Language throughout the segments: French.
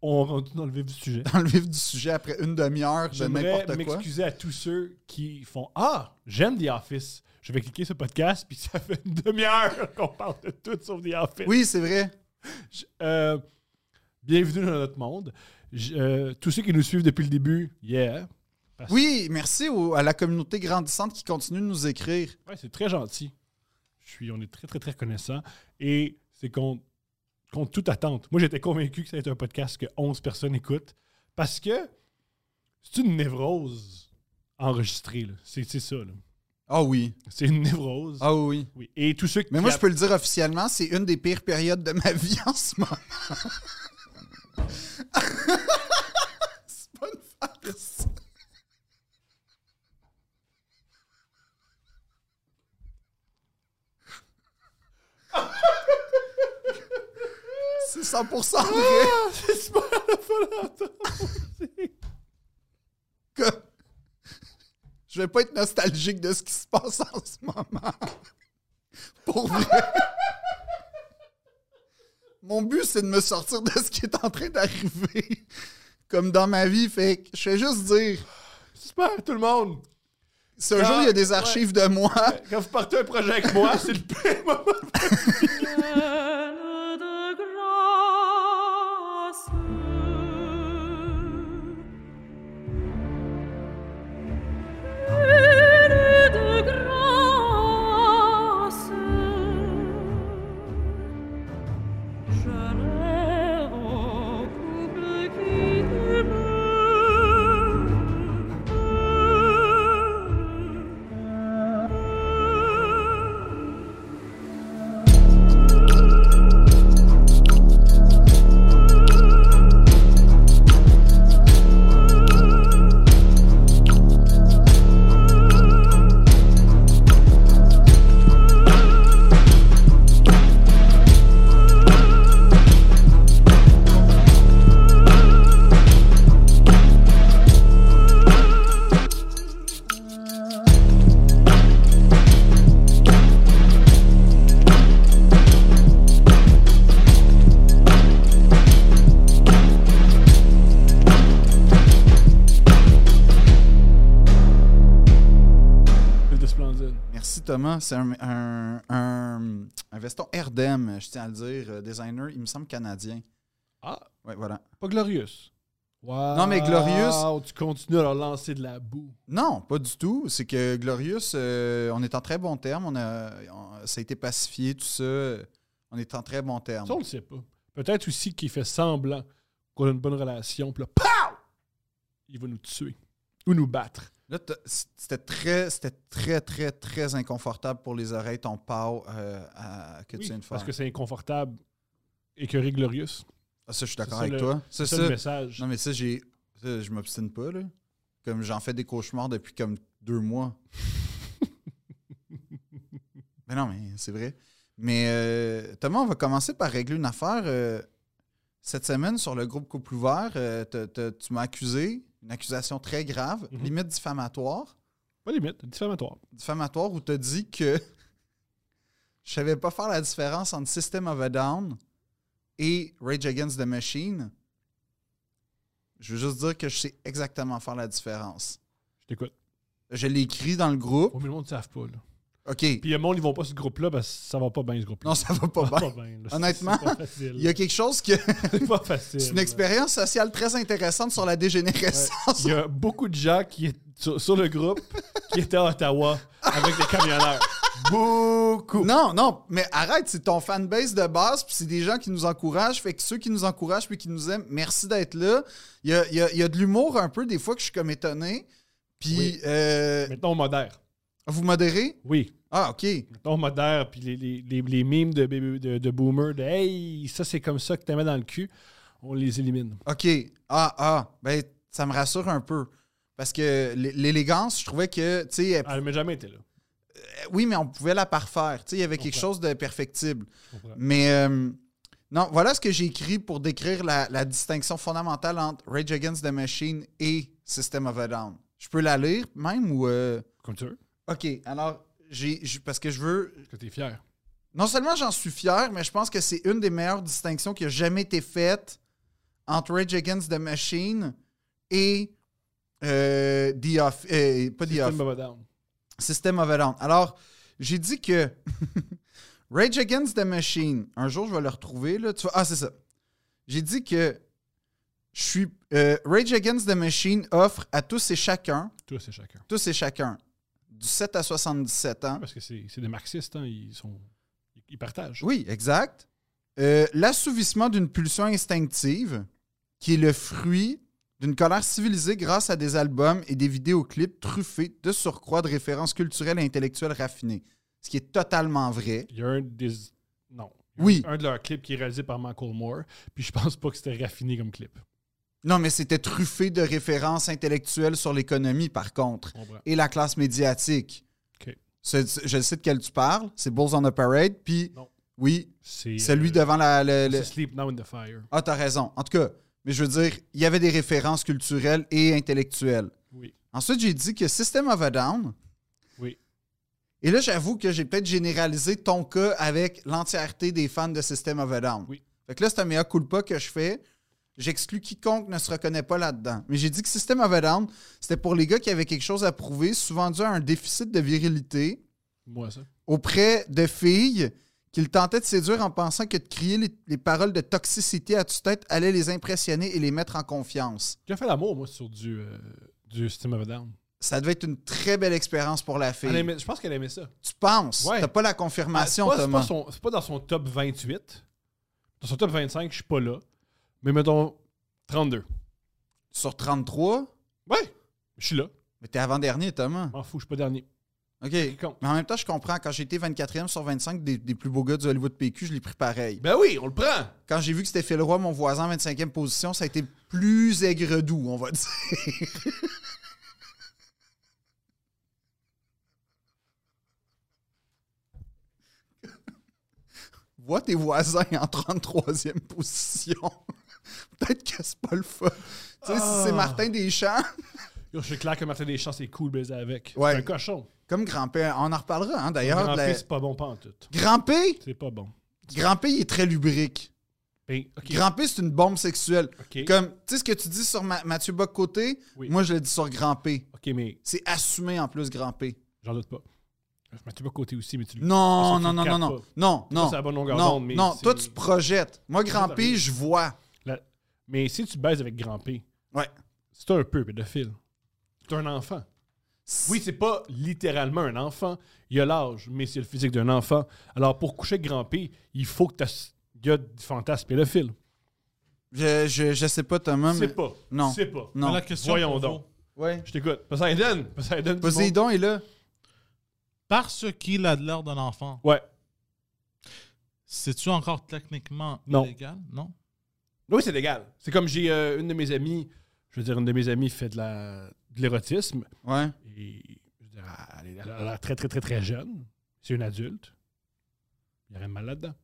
on rentre dans le vif du sujet. Dans le vif du sujet, après une demi-heure de n'importe quoi. M'excuser à tous ceux qui font « Ah, j'aime The Office. Je vais cliquer sur le podcast, puis ça fait une demi-heure qu'on parle de tout sauf The Office. » Oui, c'est vrai. Bienvenue dans notre monde. Tous ceux qui nous suivent depuis le début, Oui, merci à la communauté grandissante qui continue de nous écrire. Ouais, c'est très gentil. On est très, très, très reconnaissant. Et c'est contre toute attente. Moi, j'étais convaincu que ça allait être un podcast que 11 personnes écoutent parce que c'est une névrose enregistrée. Là. C'est ça. Là. Ah oui. C'est une névrose. Ah oui. Oui. Et tous ceux qui Mais moi, je peux le dire officiellement, c'est une des pires périodes de ma vie en ce moment. C'est pas une farce. C'est 100% vrai. C'est super la folle Je vais pas être nostalgique de ce qui se passe en ce moment. Pour vrai. Mon but, c'est de me sortir de ce qui est en train d'arriver. Comme dans ma vie. Fait que je vais juste dire... Super, tout le monde. Si un jour, il y a des archives de moi... Quand vous partez un projet avec moi, c'est le pire moment. Thomas, c'est un veston Erdem, je tiens à le dire, designer, il me semble canadien. Ah! Ouais, voilà. Pas Glorious. Wow. Non, mais Glorious... Tu continues à leur lancer de la boue. Non, pas du tout. C'est que Glorious, on est en très bon terme. Ça a été pacifié, tout ça. On est en très bon terme. Ça, on le sait pas. Peut-être aussi qu'il fait semblant qu'on a une bonne relation, puis là, POW! Il va nous tuer. Ou nous battre. Là, c'était très, très, très inconfortable pour les oreilles, ton pow que tu viens de faire. Parce que c'est inconfortable. Écœuré Glorious. Ah, ça, je suis d'accord avec toi. C'est ça le message. Non, mais ça, je m'obstine pas, là. Comme j'en fais des cauchemars depuis comme 2 mois. Mais non, mais c'est vrai. Mais Thomas, on va commencer par régler une affaire. Cette semaine, sur le groupe Couple Ouvert, tu m'as accusé, une accusation très grave, limite diffamatoire. Pas limite, diffamatoire. Diffamatoire, où tu as dit que je savais pas faire la différence entre System of a Down et Rage Against the Machine. Je veux juste dire que je sais exactement faire la différence. Je t'écoute. Je l'ai écrit dans le groupe. Oh, mais le monde ne savent pas, là. OK. Puis le monde, ils vont pas sur ce groupe-là parce que ça va pas bien, ce groupe-là. Non, ça va pas bien. Là. Honnêtement, c'est pas facile, il y a quelque chose que... c'est pas facile. C'est une expérience sociale très intéressante sur la dégénérescence. Ouais. Il y a beaucoup de gens qui sur le groupe qui étaient à Ottawa avec des camionneurs. Beaucoup. Non, mais arrête, c'est ton fanbase de base, puis c'est des gens qui nous encouragent. Fait que ceux qui nous encouragent puis qui nous aiment, merci d'être là. Il y a de l'humour un peu, des fois, que je suis comme étonné. Puis... Oui. Maintenant, on modère. Vous modérez? Oui. Ah, OK. Maintenant, on modère, puis les mimes de boomer, de « Hey, ça, c'est comme ça que t'aimais dans le cul », on les élimine. OK. Ben, ça me rassure un peu. Parce que l'élégance, je trouvais que, tu sais... Elle n'a jamais été là. Oui, mais on pouvait la parfaire. Tu sais, il y avait quelque chose de perfectible. Mais, non, voilà ce que j'ai écrit pour décrire la distinction fondamentale entre Rage Against the Machine et System of a Down. Je peux la lire, même, ou... Comme tu veux. OK, alors, parce que je veux... Parce que t'es fier. Non seulement j'en suis fier, mais je pense que c'est une des meilleures distinctions qui a jamais été faite entre Rage Against the Machine et System of a Down. System of a Down. Alors, j'ai dit que Rage Against the Machine, un jour, je vais le retrouver. Là, c'est ça. J'ai dit que Rage Against the Machine offre à tous et chacun, du 7 à 77 ans. Parce que c'est des marxistes, hein, ils partagent. Oui, exact. L'assouvissement d'une pulsion instinctive qui est le fruit d'une colère civilisée grâce à des albums et des vidéoclips truffés de surcroît de références culturelles et intellectuelles raffinées. Ce qui est totalement vrai. Il y a un des... Non. Oui. Un de leurs clips qui est réalisé par Michael Moore, puis je pense pas que c'était raffiné comme clip. Non, mais c'était truffé de références intellectuelles sur l'économie, par contre, et la classe médiatique. OK. Je sais de quel tu parles. C'est Bulls on the Parade, puis... Non. Oui, c'est celui devant c'est Sleep Now in the Fire. Ah, t'as raison. En tout cas, mais je veux dire, il y avait des références culturelles et intellectuelles. Oui. Ensuite, j'ai dit que System of a Down... Oui. Et là, j'avoue que j'ai peut-être généralisé ton cas avec l'entièreté des fans de System of a Down. Oui. Fait que là, c'est un mea culpa que je fais. J'exclus quiconque ne se reconnaît pas là-dedans. Mais j'ai dit que System of a Down, c'était pour les gars qui avaient quelque chose à prouver, souvent dû à un déficit de virilité. Moi, ça. Auprès de filles qu'ils tentaient de séduire en pensant que de crier les paroles de toxicité à tue-tête allait les impressionner et les mettre en confiance. J'ai fait l'amour, moi, sur du System of a Down. Ça devait être une très belle expérience pour la fille. Je pense qu'elle aimait ça. Tu penses? Ouais. T'as pas la confirmation, Thomas. C'est pas dans son top 28. Dans son top 25, je suis pas là. Mais mettons 32. Sur 33? Ouais, je suis là. Mais t'es avant-dernier, Thomas. M'en fous, je suis pas dernier. OK. Mais en même temps, je comprends. Quand j'ai été 24e sur 25 des plus beaux gars du Hollywood PQ, je l'ai pris pareil. Ben oui, on le prend. Quand j'ai vu que c'était Phil Roy, mon voisin, en 25e position, ça a été plus aigre-doux, on va dire. Vois tes voisins en 33e position. Peut-être que c'est pas le fun. Tu sais, si c'est Martin Deschamps... Yo, je suis clair que Martin Deschamps, c'est cool baiser avec. Ouais. C'est un cochon. Comme Grand P, on en reparlera, hein, d'ailleurs. Grand P, c'est pas bon pantoute. Grand P? C'est pas bon. Grand P, il est très lubrique. Ben, okay. Grand P, c'est une bombe sexuelle. Okay. Comme, tu sais ce que tu dis sur Mathieu Bock-Côté? Oui. Moi, je le dis sur Grand P. OK, mais... C'est assumé, en plus, Grand P. J'en doute pas. Mathieu Bock-Côté aussi, mais tu... Non. C'est la bonne longueur d'onde, mais... Non, toi, tu projettes. Moi, Grand P, je vois. Mais si tu baises avec Grand P, ouais, c'est un peu pédophile. C'est un enfant. Oui, c'est pas littéralement un enfant. Il a l'âge, mais c'est le physique d'un enfant. Alors, pour coucher avec Grand P, il faut que il y a des fantasmes pédophiles. Je sais pas, Thomas, mais... C'est pas. Non. C'est pas. Non. La question Voyons donc. Ouais. Je t'écoute. Poseidon. Poséidon est là. Parce qu'il a l'air d'un enfant. Ouais. C'est-tu encore techniquement Non. illégal? Non. Oui, c'est légal. C'est comme j'ai une de mes amies, une de mes amies fait de l'érotisme. Ouais. Et je veux dire, elle a l'air très, très, très, très jeune. C'est une adulte. Il y a rien de mal là-dedans.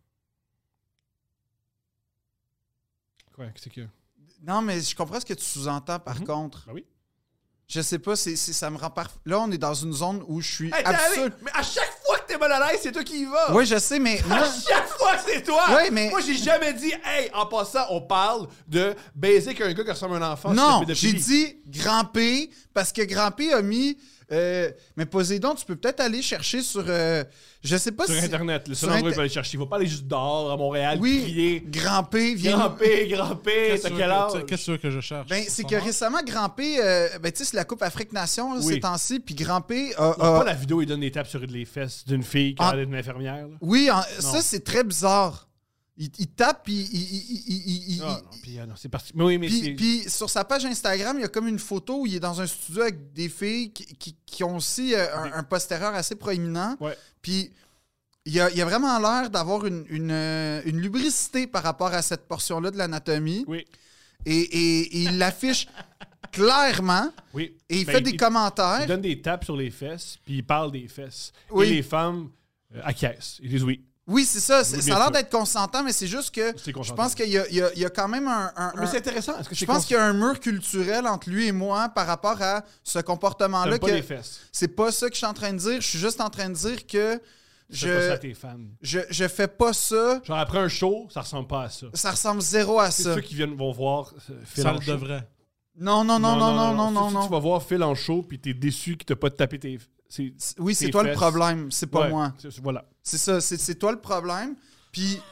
Quoi, qu'est-ce que... Non, mais je comprends ce que tu sous-entends, par contre. Ben oui. Je sais pas, ça me rend parfait. Là, on est dans une zone où je suis absolument... Mais à chaque fois que t'es mal à l'aise, c'est toi qui y vas. Oui, je sais, mais... À chaque fois que c'est toi. Oui, mais... Moi, j'ai jamais dit, hey, en passant, on parle de baiser qu'un gars qui ressemble à un enfant. Non, j'ai dit Grand P, parce que Grand P a mis... mais Poséidon, tu peux peut-être aller chercher sur... je sais pas sur si... Internet, le seul endroit où il va aller chercher. Il va pas aller juste dehors à Montréal, crier. Grand P, viens... Grand P, t'as quel âge? Qu'est-ce que tu veux que je cherche? Ben, c'est que récemment, Grand P, tu sais, c'est la Coupe Afrique Nation, Oui. ces temps-ci, puis Grand P... pas la vidéo, il donne des tapes sur les fesses d'une fille qui a l'air d'être une infirmière. Là. Oui, ça, c'est très bizarre. Il tape, puis non, c'est parti. Mais oui, mais puis sur sa page Instagram, il y a comme une photo où il est dans un studio avec des filles qui ont aussi un postérieur assez proéminent. Ouais. Puis il a vraiment l'air d'avoir une lubricité par rapport à cette portion-là de l'anatomie. Oui. Et il l'affiche clairement. Oui. Et il fait des commentaires. Il donne des tapes sur les fesses, puis il parle des fesses. Oui. Et les femmes acquiescent. Ils disent oui. Oui, c'est ça. Oui, Ça a l'air d'être consentant, mais c'est juste que je pense qu'il y a quand même Mais c'est intéressant. Est-ce que je pense qu'il y a un mur culturel entre lui et moi par rapport à ce comportement-là. T'aimes pas les fesses. C'est pas ça que je suis en train de dire. Je suis juste en train de dire que Tu fais pas ça à tes fans. Je fais pas ça. Genre, après un show, ça ressemble pas à ça. Ça ressemble zéro à C'est ça. ceux qui vont voir Phil Ça en le show. devrait. Non. Si tu vas voir Phil en show puis t'es déçu qu'il t'a pas tapé tes... Oui, c'est tes toi le fesses. problème, c'est pas Ouais, moi. Voilà. C'est ça, c'est toi le problème. Puis,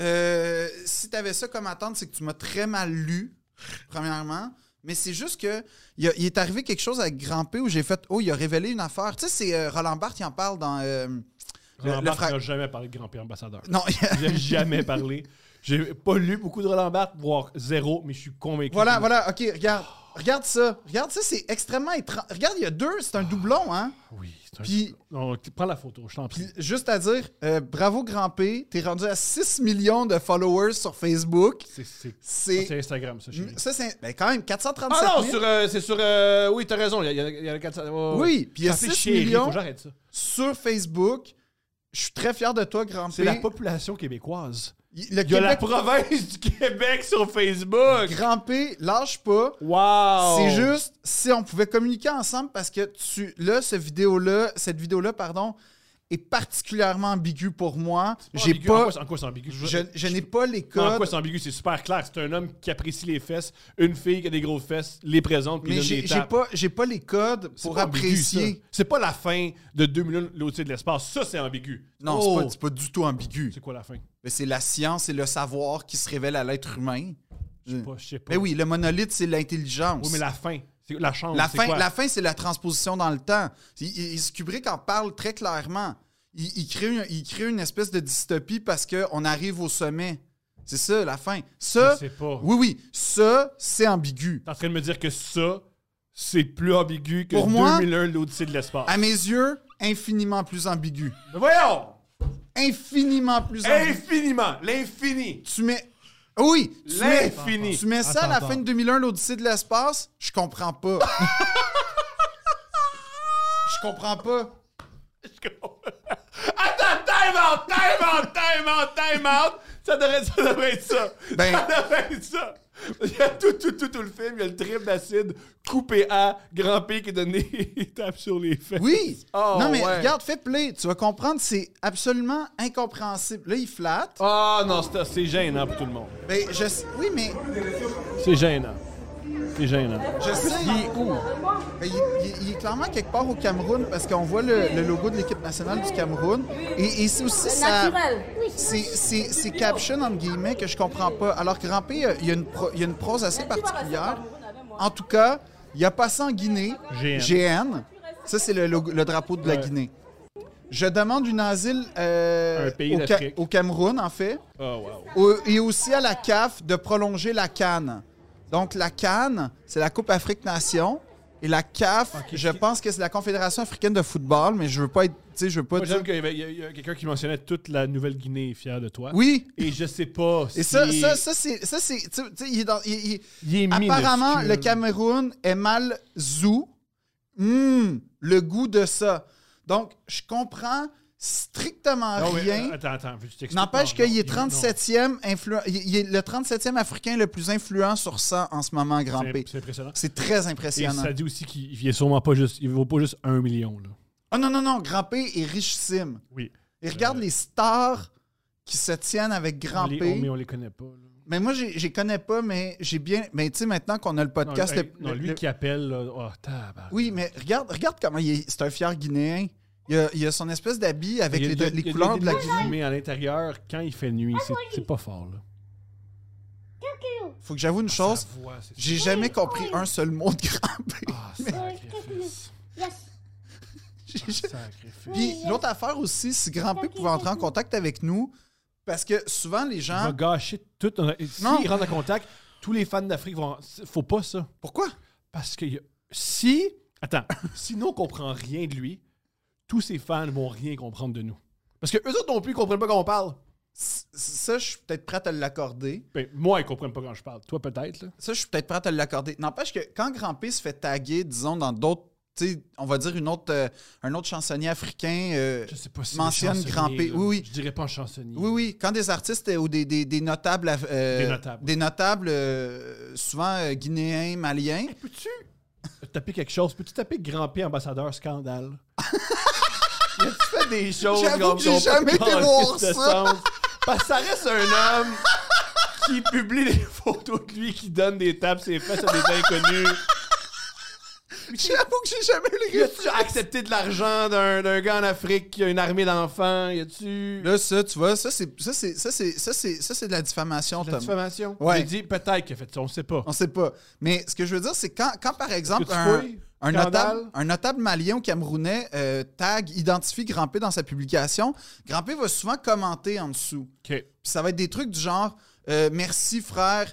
si t'avais ça comme attente, c'est que tu m'as très mal lu, premièrement. Mais c'est juste que il est arrivé quelque chose avec Grand P où j'ai fait « Oh, il a révélé une affaire. » Tu sais, c'est Roland Barthes, il en parle dans... Roland Barthes n'a jamais parlé de Grand Prix ambassadeur. Non, Il n'a jamais parlé. J'ai pas lu beaucoup de Roland Barthes, voire zéro, mais je suis convaincu. Voilà, OK, regarde. Regarde ça, c'est extrêmement étrange. Regarde, il y a deux, c'est un doublon, hein? Oui, c'est un... Puis, Non, prends la photo, je t'en prie. puis juste à dire, bravo Grand P, t'es rendu à 6 millions de followers sur Facebook. C'est Instagram, ça, chérie. Ça, c'est quand même 437 Ah 000. non, c'est sur... oui, t'as raison, il y a 400... Oui, puis il y a Ça fait 6 chérie, millions faut que j'arrête ça. sur Facebook. Je suis très fier de toi, Grand P. C'est la population québécoise. Le Il y a la Québec, province du Québec sur Facebook. Grand P, lâche pas. Wow! C'est juste si on pouvait communiquer ensemble parce que cette vidéo-là, est particulièrement ambiguë pour moi. J'ai Ambigu. pas, En quoi c'est ambigu? je n'ai pas les En codes. quoi c'est ambigu? C'est super clair. C'est un homme qui apprécie les fesses, une fille qui a des grosses fesses, les présente puis Mais donne des tapes. j'ai pas les codes C'est pour pas ambigu, apprécier. ça. C'est pas la fin de 2 millions de l'Odyssée de l'espace. Ça, c'est ambigu. Non, Oh! c'est pas du tout ambigu. C'est quoi la fin? Mais c'est la science et le savoir qui se révèlent à l'être humain. Je sais pas. Mais oui, le monolithe, c'est l'intelligence. Oui, mais la fin. C'est la chance. La c'est fin, quoi? la fin, c'est la transposition dans le temps. Kubrick en parle très clairement. Il crée une espèce de dystopie parce qu'on arrive au sommet. C'est ça, la fin. Ça, Je sais pas. oui, ça, c'est ambigu. T'es en train de me dire que ça, c'est plus ambigu que Pour moi, 2001, l'Odyssée de l'espace. À mes yeux, infiniment plus ambigu. Mais voyons! Infiniment plus ambigu. Infiniment! L'infini! Tu mets... Oui, L'infini! tu mets ça à la Attends. fin de 2001, l'Odyssée de l'espace, je comprends pas. Je comprends pas. Attends, time out! Ça devrait être ça. Ben- Ça devrait être ça. Il y a tout le film, il y a le trip d'acide coupé à Grand P qui donne des tapes sur les fesses. Oui. Oh, non, mais ouais. regarde, fais play. Tu vas comprendre, c'est absolument incompréhensible. Là, il flatte. Ah non, c'est gênant pour tout le monde. Ben, oui, mais C'est gênant. C'est gênant. je sais. Il est où? Ben, il est clairement quelque part au Cameroun parce qu'on voit le logo de l'équipe nationale du Cameroun. Et c'est aussi ça. Naturel. C'est caption, entre guillemets, que je comprends pas. Alors que Grand P, il y a une prose assez particulière. En tout cas, il a passé en Guinée. GN. Ça, c'est le drapeau de la Ouais. Guinée. Je demande une asile Un pays d'Afrique. au Cameroun, en fait. Oh, wow. Et aussi à la CAF de prolonger la CAN. Donc, la CAN, c'est la Coupe Afrique Nation. Et la CAF, je pense que c'est la Confédération africaine de football, mais je veux pas être. Tu sais, je veux pas Moi, j'aime dire. qu'il y a quelqu'un qui mentionnait toute la Nouvelle-Guinée est fière de toi. Oui. Et je sais pas Et si... ça, c'est. Tu sais, il est dans. Il est Apparemment, minuscule. le Cameroun est mal zou. Le goût de ça. Donc, je comprends strictement Non, mais, rien. attends, je t'explique. N'empêche Non, qu'il est non, 37e il est le 37e Africain le plus influent sur 100 en ce moment, Grand P. C'est impressionnant. C'est très Et impressionnant. ça dit aussi qu'il vient sûrement pas juste... Il vaut pas juste 1 million, là. Oh non, Grand P est richissime. Oui. Et regarde les stars qui se tiennent avec Grand P. Mais on les connaît pas, là. Mais moi, je les connais pas, mais j'ai bien... Mais tu sais, maintenant qu'on a le podcast... Non, lui qui appelle, là... Oh, tabarnak. Oui, mais regarde comment c'est un fier Guinéen. Il a son espèce d'habit avec Il y a les des couleurs de la Guinée. Mais à l'intérieur, quand il fait nuit, c'est pas fort, là. Faut que j'avoue une chose. Sa voix, c'est... J'ai jamais compris un seul mot de Grand P. Ah, sacrifice. Sacrifice. Puis l'autre affaire aussi, si Grand P pouvait entrer en contact avec nous, parce que souvent les Il gens... va gâcher tout. Non. S'il rentre en contact, tous les fans d'Afrique vont... Faut pas ça. Pourquoi? Parce que si... Attends. Si nous, on comprend rien de lui, tous ses fans vont rien comprendre de nous. Parce que eux autres non plus, ils comprennent pas quand on parle. Ça, je suis peut-être prêt à l'accorder. Ben, moi, ils comprennent pas quand je parle. Toi, peut-être, là. Ça, je suis peut-être prêt à l'accorder. N'empêche que quand Grand P se fait taguer, disons, dans d'autres... Tu sais, on va dire un autre chansonnier africain Je sais pas si mentionne les chansonniers, Grand P. là, Oui. Je dirais pas un chansonnier. Oui. Quand des artistes ou des notables... Des notables. Souvent guinéens, maliens. Peux-tu taper quelque chose? Peux-tu taper Grand P ambassadeur scandale? As-tu fait des choses J'avoue que j'ai qui ont jamais pas été de voir calice de ça. sens. Parce que ça reste un homme qui publie des photos de lui qui donne des tapes ses fesses à des inconnus. J'avoue que j'ai jamais eu Y le a-tu accepté de l'argent d'un gars en Afrique qui a une armée d'enfants? Y a-tu... Là, ça, tu vois, ça, c'est de la diffamation, La Tom. diffamation? Ouais. J'ai dit peut-être qu'il a fait ça, on sait pas. On sait pas. Mais ce que je veux dire, c'est quand par exemple, Est-ce que tu fouilles? un notable malien ou camerounais identifie Grand-P dans sa publication, Grand-P va souvent commenter en dessous. OK. Puis ça va être des trucs du genre merci frère,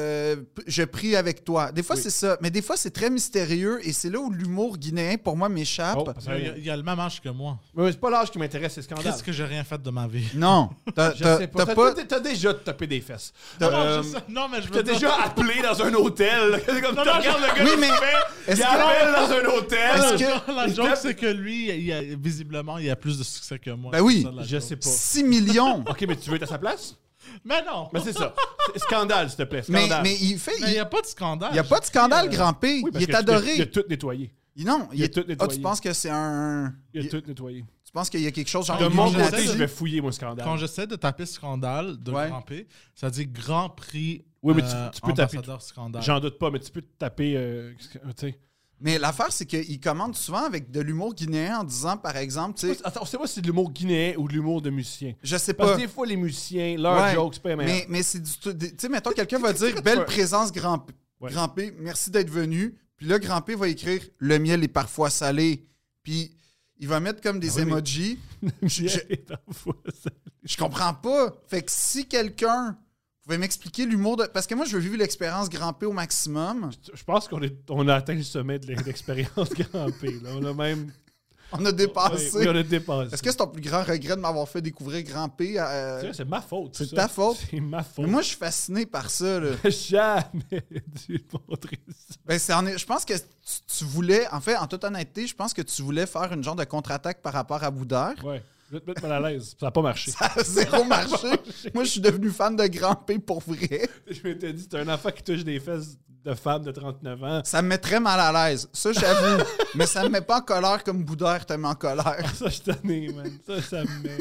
je prie avec toi. Des fois, Oui. c'est ça. Mais des fois, c'est très mystérieux et c'est là où l'humour guinéen, pour moi, m'échappe. Oh, parce que- Il y a le même âge que moi. Mais c'est pas l'âge qui m'intéresse, c'est scandale. Qu'est-ce que j'ai rien fait de ma vie? Non, Je sais pas. T'as déjà tapé des fesses. Non, mais je veux T'as dire... déjà appelé dans un hôtel. C'est comme tu non, regardes le gars oui, qui mais fait, est-ce il que- appelle dans un hôtel. Est-ce que- La Il joke, tape- c'est que lui, visiblement, il a plus de succès que moi. Ben oui. C'est ça, la Je joke. sais pas. 6 millions. OK, mais tu veux être à sa place? Mais non! Mais c'est ça. Scandale, s'il te plaît. mais, Scandale. mais il fait. Mais il n'y a pas de scandale. Il n'y a pas de scandale, Grand-P. Oui, parce Il que est adoré. Il a tout nettoyé. Non, il a tout Ah, nettoyé. tu penses que c'est un. Il a tout nettoyé. Tu penses qu'il y a quelque chose genre De mon j'essaie côté, de- je vais fouiller mon scandale. Quand j'essaie de taper scandale de Ouais. Grand P, ça dit Grand Prix Oui, mais tu peux taper- ambassadeur scandale. J'en doute pas, mais tu peux te taper... tu sais... Mais l'affaire, c'est qu'il commande souvent avec de l'humour guinéen en disant, par exemple, tu sais, Attends, on sait pas si c'est de l'humour guinéen ou de l'humour de musicien. je sais Parce pas. que des fois, les musiciens, leurs Ouais, jokes, c'est pas les meilleurs. mais c'est du tout. Tu sais, mettons, quelqu'un va dire belle présence, Grand-P. Ouais. Grand-P, merci d'être venu. Puis là, Grand-P va écrire le miel est parfois salé. Puis il va mettre comme des oui, mais- emojis. je... parfois, ça- Je comprends pas. Fait que si quelqu'un pouvait m'expliquer l'humour de. Parce que moi, je veux vivre l'expérience Grand-P au maximum. Je pense qu'on a atteint le sommet de l'expérience Grand P. Là. On a même... On a dépassé. Oui, on a dépassé. Est-ce que c'est ton plus grand regret de m'avoir fait découvrir Grand-P? C'est ma faute. C'est ça. ta faute? C'est ma faute. Mais moi, je suis fasciné par ça. Là. Jamais dû montrer ça. Ben, je pense que tu voulais, en fait, en toute honnêteté, je pense que tu voulais faire une genre de contre-attaque par rapport à Boudère. Ouais. Je vais te mettre mal à l'aise. Ça n'a pas marché. Ça a zéro marché. Moi, je suis devenu fan de Grand P pour vrai. Je m'étais dit, c'est un enfant qui touche des fesses de femme de 39 ans. Ça me met très mal à l'aise. Ça, j'avoue. Mais ça me met pas en colère comme Boudère te met en colère. Ça, je t'en ai, man. Ça me met...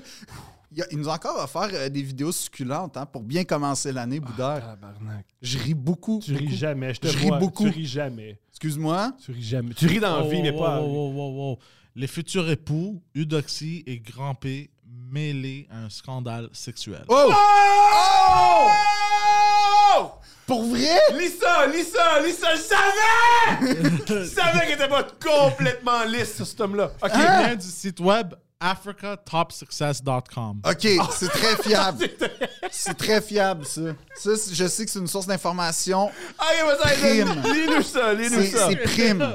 Il nous a encore offert des vidéos succulentes hein, pour bien commencer l'année, Boudère. Tabarnak. Je ris beaucoup. Tu ris beaucoup. jamais. Je te Je ris vois. beaucoup. Tu ris jamais. Excuse-moi. Tu ris jamais. Tu ris dans la vie, mais pas... Wow. Les futurs époux, Eudoxie et Grand P mêlés à un scandale sexuel. Oh! Oh! Pour vrai? Lisa, je savais! Je savais qu'elle était pas complètement lisse, sur cet homme-là. OK. Qui vient du site web africatopsuccess.com. OK, c'est très fiable. C'est très fiable, ça. Ça, je sais que c'est une source d'information. OK, Prime. lis-nous ça, C'est prime.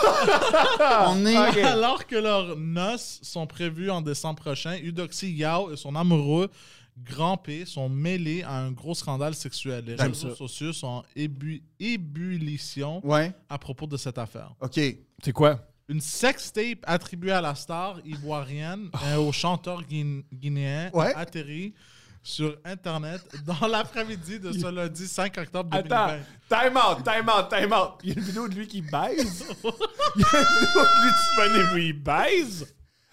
On est... OK. Alors que leurs noces sont prévues en décembre prochain, Eudoxie Yao et son amoureux Grand P sont mêlés à un gros scandale sexuel. Les J'aime réseaux ça. sociaux sont en ébullition Ouais, à propos de cette affaire. OK. C'est quoi? Une sextape attribuée à la star ivoirienne et au chanteur guinéen Ouais. a atterri sur Internet dans l'après-midi de ce lundi 5 octobre 2020. Attends, time out. Il y a une vidéo de lui qui baise. Il y a une vidéo de lui disponible où il baise.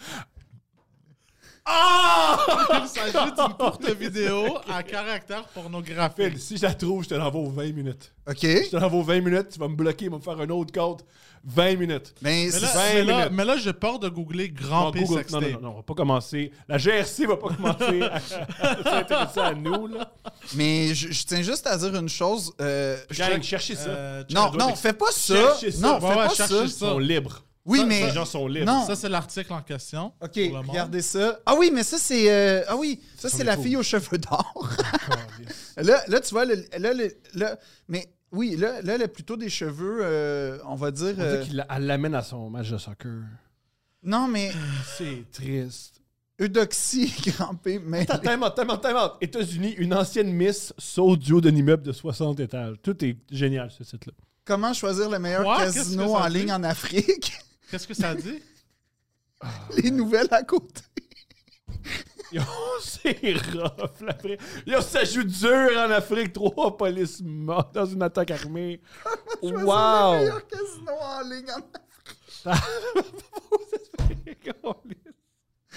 Ah! Il s'agit d'une courte vidéo à caractère pornographique. Phil, si je la trouve, je te l'envoie aux 20 minutes. OK. Je te l'envoie aux 20 minutes, tu vas me bloquer, il va me faire un autre compte. 20 minutes. Mais Mais c'est là, 20 mais là- minutes. mais là, j'ai peur de googler Grand Non, P Google- sextape. non, on va pas commencer. La GRC va pas commencer à s'intéresser à nous, là. Mais je tiens juste à dire une chose. Gang, cherchez ça. Non, fais pas ça. Cherchez ça. Non, Ouais, fais ouais, pas cherchez ça. Ils sont libres. Oui, Ça, mais... Les gens sont libres. Non. Ça, c'est l'article en question. OK, pour le monde. regardez ça. Ah oui, mais ça, c'est... Ah oui, ça, sont c'est des la pauvres. fille aux cheveux d'or. Calisse. Là, tu vois, là, mais oui, là, elle a plutôt des cheveux, on va dire... On dirait qu'elle l'amène à son match de soccer. Non, mais C'est triste. Eudoxie, Grand P, mais... Time out. États-Unis, une ancienne Miss saute du haut d'un immeuble de 60 étages. Tout est génial, ce site-là. Comment choisir le meilleur Quoi? Qu'est-ce casino que ça en dit? ligne en Afrique? Qu'est-ce que ça dit? Les nouvelles à côté. Yo, c'est rough, la vraie. Yo, ça joue dur en Afrique. 3 polices mortes dans une attaque armée. Choisir le Wow! meilleur casino en ligne en Afrique.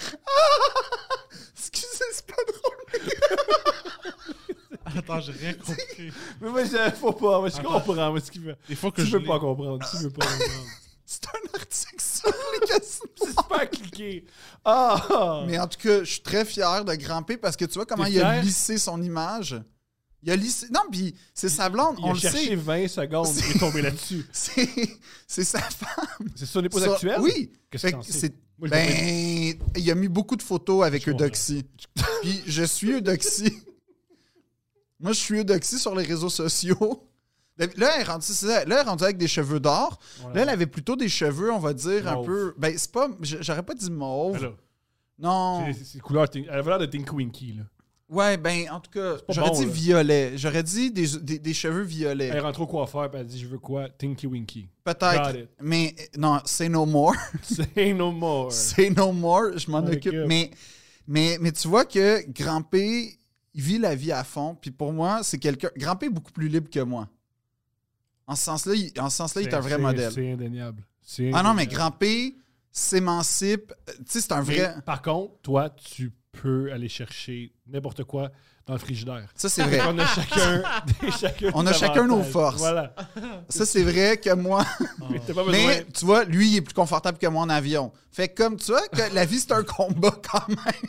Excusez, c'est pas drôle. Attends, j'ai rien compris. Mais moi, faut pas. Moi, je comprends. Moi, ce qu'il fait. Il faut que Tu je veux pas comprendre. Tu veux pas comprendre. C'est un article sur les casinos. C'est super cliqué. Ah! Mais en tout cas, je suis très fier de Grand-P parce que tu vois comment T'es il a fier? lissé son image. Il a lissé... Non, puis c'est sa blonde, Il on a le cherché sait. 20 secondes et il est tombé là-dessus. C'est sa femme. C'est son épouse Ça- actuelle? Oui. Qu'est-ce Fait que t'en que sais? c'est... Moi, je Ben, il a mis beaucoup de photos avec Je comprends. Eudoxie. Puis je suis Eudoxie. Moi, je suis Eudoxie sur les réseaux sociaux. Là, elle est rendue, c'est ça. Là, elle est rendue avec des cheveux d'or. Là, elle avait plutôt des cheveux, on va dire, un Mauve. peu... Ben, c'est pas... J'aurais pas dit mauve. Alors, Non. c'est couleur. Elle avait l'air de Tinky Winky, là. Ouais, ben, en tout cas, pas j'aurais bon, dit là. violet. J'aurais dit des cheveux violets. Elle rentre au coiffeur et elle dit je veux quoi? Tinky Winky. Peut-être. Got it. Mais non, say no more. Say no more. Say no more, je m'en Ok. occupe. Mais tu vois que Grand P, il vit la vie à fond. Puis pour moi, c'est quelqu'un. Grand P est beaucoup plus libre que moi. En ce sens-là, il est un vrai modèle. C'est indéniable. Ah non, mais Grand P s'émancipe. Tu sais, c'est un Mais, vrai. par contre, toi, tu peux aller chercher n'importe quoi dans le frigidaire. Ça, c'est vrai. On a chacun On a des chacun nos avantages. forces. Voilà. Ça, c'est vrai que moi. Mais t'as pas besoin. Mais tu vois, lui, il est plus confortable que moi en avion. Fait que comme tu vois, que la vie, c'est un combat quand même.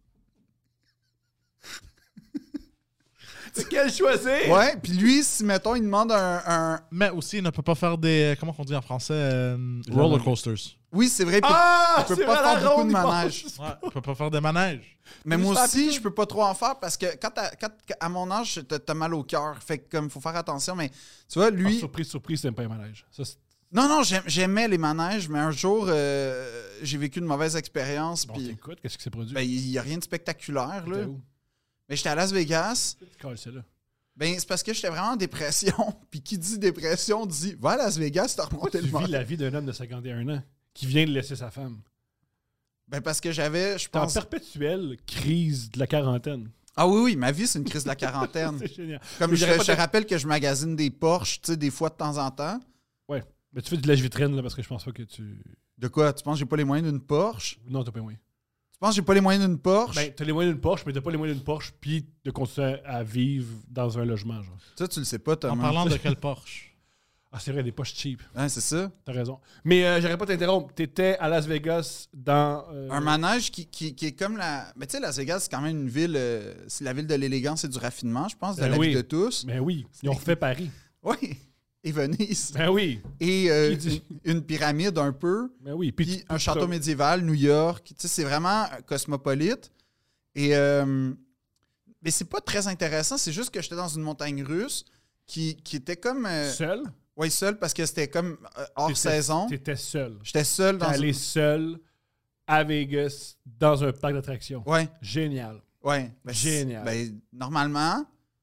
C'est quel choisir? Ouais, puis lui, si, mettons, il demande un... Mais aussi, il ne peut pas faire des. Comment on dit en français roller coasters. Oui, c'est vrai, Ah! il peut c'est pas vrai, faire la beaucoup ronde, de il manèges. pense. Ouais, il peut pas faire des manèges. Mais Mais moi c'est pas aussi, plutôt- je peux pas trop en faire parce que quand à mon âge, t'as mal au cœur. Fait que comme faut faire attention, mais tu vois, Ah, lui... surprise, c'est pas un manège. Ça, c'est Non, j'aimais les manèges, mais un jour, j'ai vécu une mauvaise expérience. bon, Puis t'écoutes, qu'est-ce qui s'est produit? ben, il y a rien de spectaculaire, là. T'es où? Mais j'étais à Las Vegas. Tu cales, c'est là. Ben, c'est parce que j'étais vraiment en dépression. Puis qui dit dépression dit va à Las Vegas, t'as Pourquoi remonté tu le vis moral. la vie d'un homme de 51 ans qui vient de laisser sa femme? Ben, parce que j'avais, je T'es en pense. perpétuelle crise de la quarantaine. Ah oui, ma vie, c'est une crise de la quarantaine. C'est génial. Comme Mais je j'aurais pas te de- rappelle que je magasine des Porsche, tu sais, des fois de temps en temps. Ouais. Mais tu fais du lèche-vitrine, là, parce que je pense pas que tu... De quoi? Tu penses que j'ai pas les moyens d'une Porsche? Non, t'as pas les moyens. Tu penses que j'ai pas les moyens d'une Porsche? Ben, t'as les moyens d'une Porsche, mais t'as pas les moyens d'une Porsche, puis de continuer à vivre dans un logement, genre. Ça, tu le sais pas, Thomas. En parlant de quel Porsche? Ah, c'est vrai, des Porsche cheap. Hein, c'est ça? T'as raison. Mais j'aurais pas t'interrompre. T'étais à Las Vegas dans... Un manège qui est comme la... Mais tu sais, Las Vegas, c'est quand même une ville... c'est la ville de l'élégance et du raffinement, je pense, de Ben la oui. vie de tous. Ben oui, ils ont refait Paris. Oui. Et Venise. Ben oui. Et Qui dit? une pyramide un peu. Ben oui. Puis un château médiéval, New York. Tu sais, c'est vraiment cosmopolite. Et... mais c'est pas très intéressant. C'est juste que j'étais dans une montagne russe qui était comme... Seul? Oui, seul, parce que c'était comme hors saison. T'étais seul. J'étais seul T'es dans allé une... seul à Vegas dans un parc d'attractions. Ouais, Génial. ouais. Ben, Génial. Ben, normalement,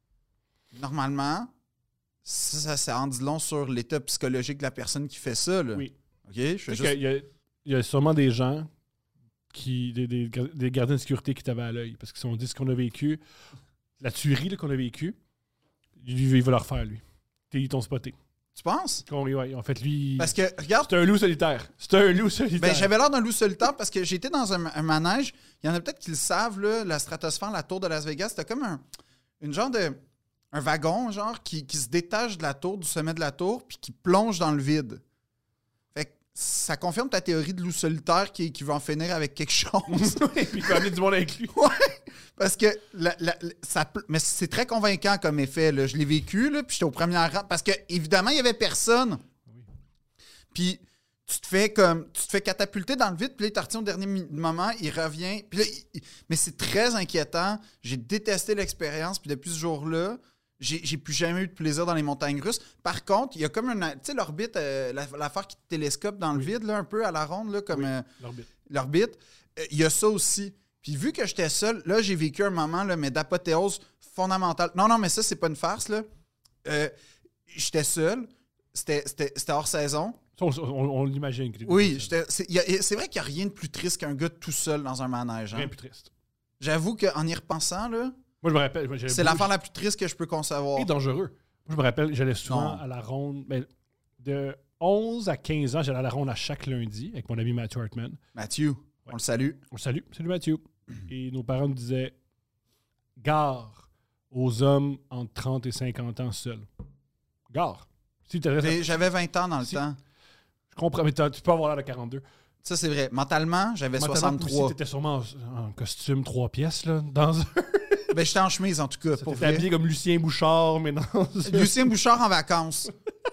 ça en dit long sur l'état psychologique de la personne qui fait ça. Là. Oui. OK? Je Tu fais sais juste... il y a sûrement des gens, des gardiens de sécurité qui t'avaient à l'œil. Parce qu'ils se sont dit ce qu'on a vécu, la tuerie là, qu'on a vécue, il va le refaire, lui. Ils t'ont spoté. Tu penses? En fait, lui, Parce que, regarde, c'est un loup solitaire. C'est un loup solitaire. ben, j'avais l'air d'un loup solitaire parce que j'étais dans un manège. Il y en a peut-être qui le savent, là, la stratosphère, la tour de Las Vegas. C'était comme une genre de... Un wagon, genre, qui se détache de la tour, du sommet de la tour, puis qui plonge dans le vide. Fait que ça confirme ta théorie de loup solitaire qui veut en finir avec quelque chose. Et puis il peut amener du monde avec lui. Ouais, parce que mais c'est très convaincant comme effet. Là. Je l'ai vécu, là, puis j'étais au premier rang. Parce que évidemment, il n'y avait personne. Puis tu te fais catapulter dans le vide, puis là, il te retient au dernier moment, il revient. Puis là, mais c'est très inquiétant. J'ai détesté l'expérience, puis depuis ce jour-là, j'ai plus jamais eu de plaisir dans les montagnes russes. Par contre, il y a comme tu sais, l'orbite, l'affaire qui te télescope dans le vide, là, un peu à la ronde, là, comme l'orbite. Il y a ça aussi. Puis vu que j'étais seul, là, j'ai vécu un moment, là, mais d'apothéose fondamentale. Non, mais ça, c'est pas une farce, là. J'étais seul. C'était hors saison. On l'imagine. Oui, c'est vrai qu'il n'y a rien de plus triste qu'un gars tout seul dans un manège. Hein. Rien de plus triste. J'avoue qu'en y repensant, là, Moi, je me rappelle. c'est l'affaire la plus triste que je peux concevoir. Et dangereux. Moi, je me rappelle, j'allais souvent Non. à la ronde. Mais de 11 à 15 ans, j'allais à la ronde à chaque lundi avec mon ami Matthew Hartman. Mathieu. On le salue. On le salue. Salut Mathieu. Et nos parents nous disaient gare aux hommes entre 30 et 50 ans seuls. Gare. Si J'avais 20 ans dans le temps. Je comprends, mais tu peux avoir l'air de 42. Ça, c'est vrai. Mentalement, j'avais 63. Tu étais sûrement en costume 3 pièces, là, dans un... Ben, j'étais en chemise, en tout cas. Tu étais habillé comme Lucien Bouchard, mais non. Lucien Bouchard en vacances.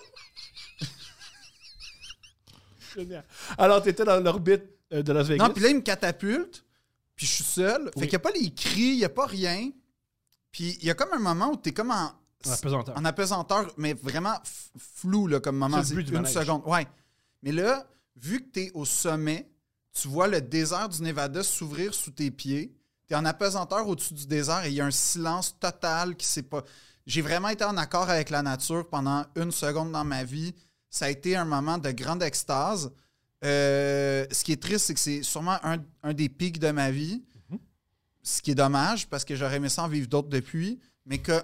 Génial. Alors, tu étais dans l'orbite de Las Vegas. Non, puis là, il me catapulte, puis je suis seul. Fait qu'il n'y a pas les cris, il n'y a pas rien. Puis il y a comme un moment où tu es comme en apesanteur, mais vraiment flou là, comme moment. C'est le but du une manège. seconde. Ouais. Mais là, vu que tu es au sommet, tu vois le désert du Nevada s'ouvrir sous tes pieds. Tu es en apesanteur au-dessus du désert et il y a un silence total qui s'est pas. J'ai vraiment été en accord avec la nature pendant une seconde dans ma vie. Ça a été un moment de grande extase. Ce qui est triste, c'est que c'est sûrement un des pics de ma vie. Mm-hmm. Ce qui est dommage, parce que j'aurais aimé ça en vivre d'autres depuis. Mais que...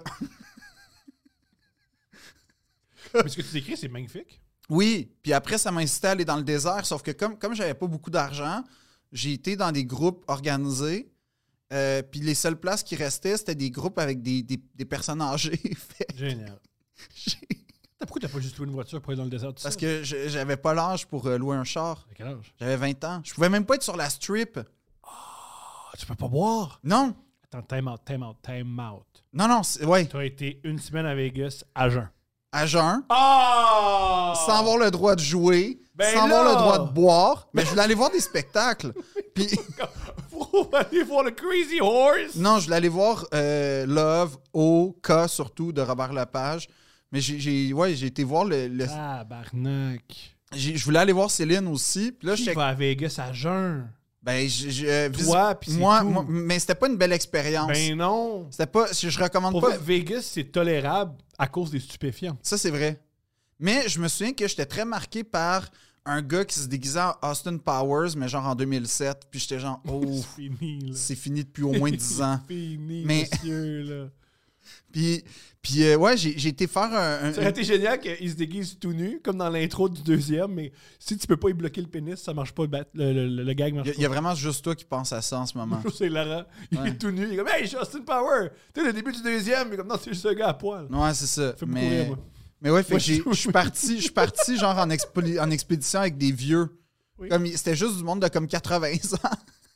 Mais ce que tu décris, c'est magnifique. Oui, puis après, ça m'a incité à aller dans le désert, sauf que comme j'avais pas beaucoup d'argent, j'ai été dans des groupes organisés, puis les seules places qui restaient, c'était des groupes avec des personnes âgées. Génial. Pourquoi t'as pas juste loué une voiture pour aller dans le désert? Parce que j'avais pas l'âge pour louer un char. À quel âge? J'avais 20 ans. Je pouvais même pas être sur la strip. Tu peux pas boire? Non. Attends, time out. Non, ouais. Tu as été une semaine à Vegas à jeun. À jeun. Oh! Sans avoir le droit de jouer. Sans avoir le droit de boire. Mais je voulais aller voir des spectacles. Puis... Pour aller voir le Crazy Horse? Non, je voulais aller voir Love, O.K. surtout, de Robert Lepage. Mais j'ai été voir le... Ah, barnac. Je voulais aller voir Céline aussi. Puis là, Qui va à Vegas à jeun? Ben, toi, puis c'est moi, tout. Mais c'était pas une belle expérience. Ben non. C'était pas... Je recommande Pour pas... vrai, Vegas, c'est tolérable à cause des stupéfiants. Ça, c'est vrai. Mais je me souviens que j'étais très marqué par un gars qui se déguisait en Austin Powers, mais genre en 2007. Puis j'étais genre, oh, c'est fini, là. C'est fini depuis au moins 10 ans. C'est fini, mais... monsieur, là. Puis ouais, j'ai été faire Ça aurait été génial qu'il se déguise tout nu, comme dans l'intro du deuxième, mais si tu peux pas y bloquer le pénis, ça marche pas, le gag marche pas. Il y a vraiment juste toi qui pense à ça en ce moment. C'est Laurent. Il est tout nu, il est comme « Hey, je suis Austin Power! » Tu sais, le début du deuxième, il est comme « Non, c'est juste un gars à poil. » Ouais, c'est ça. Ça fait beaucoup rire, moi. Mais ouais, fait que je suis parti genre en expédition avec des vieux. Oui. C'était juste du monde de comme 80 ans.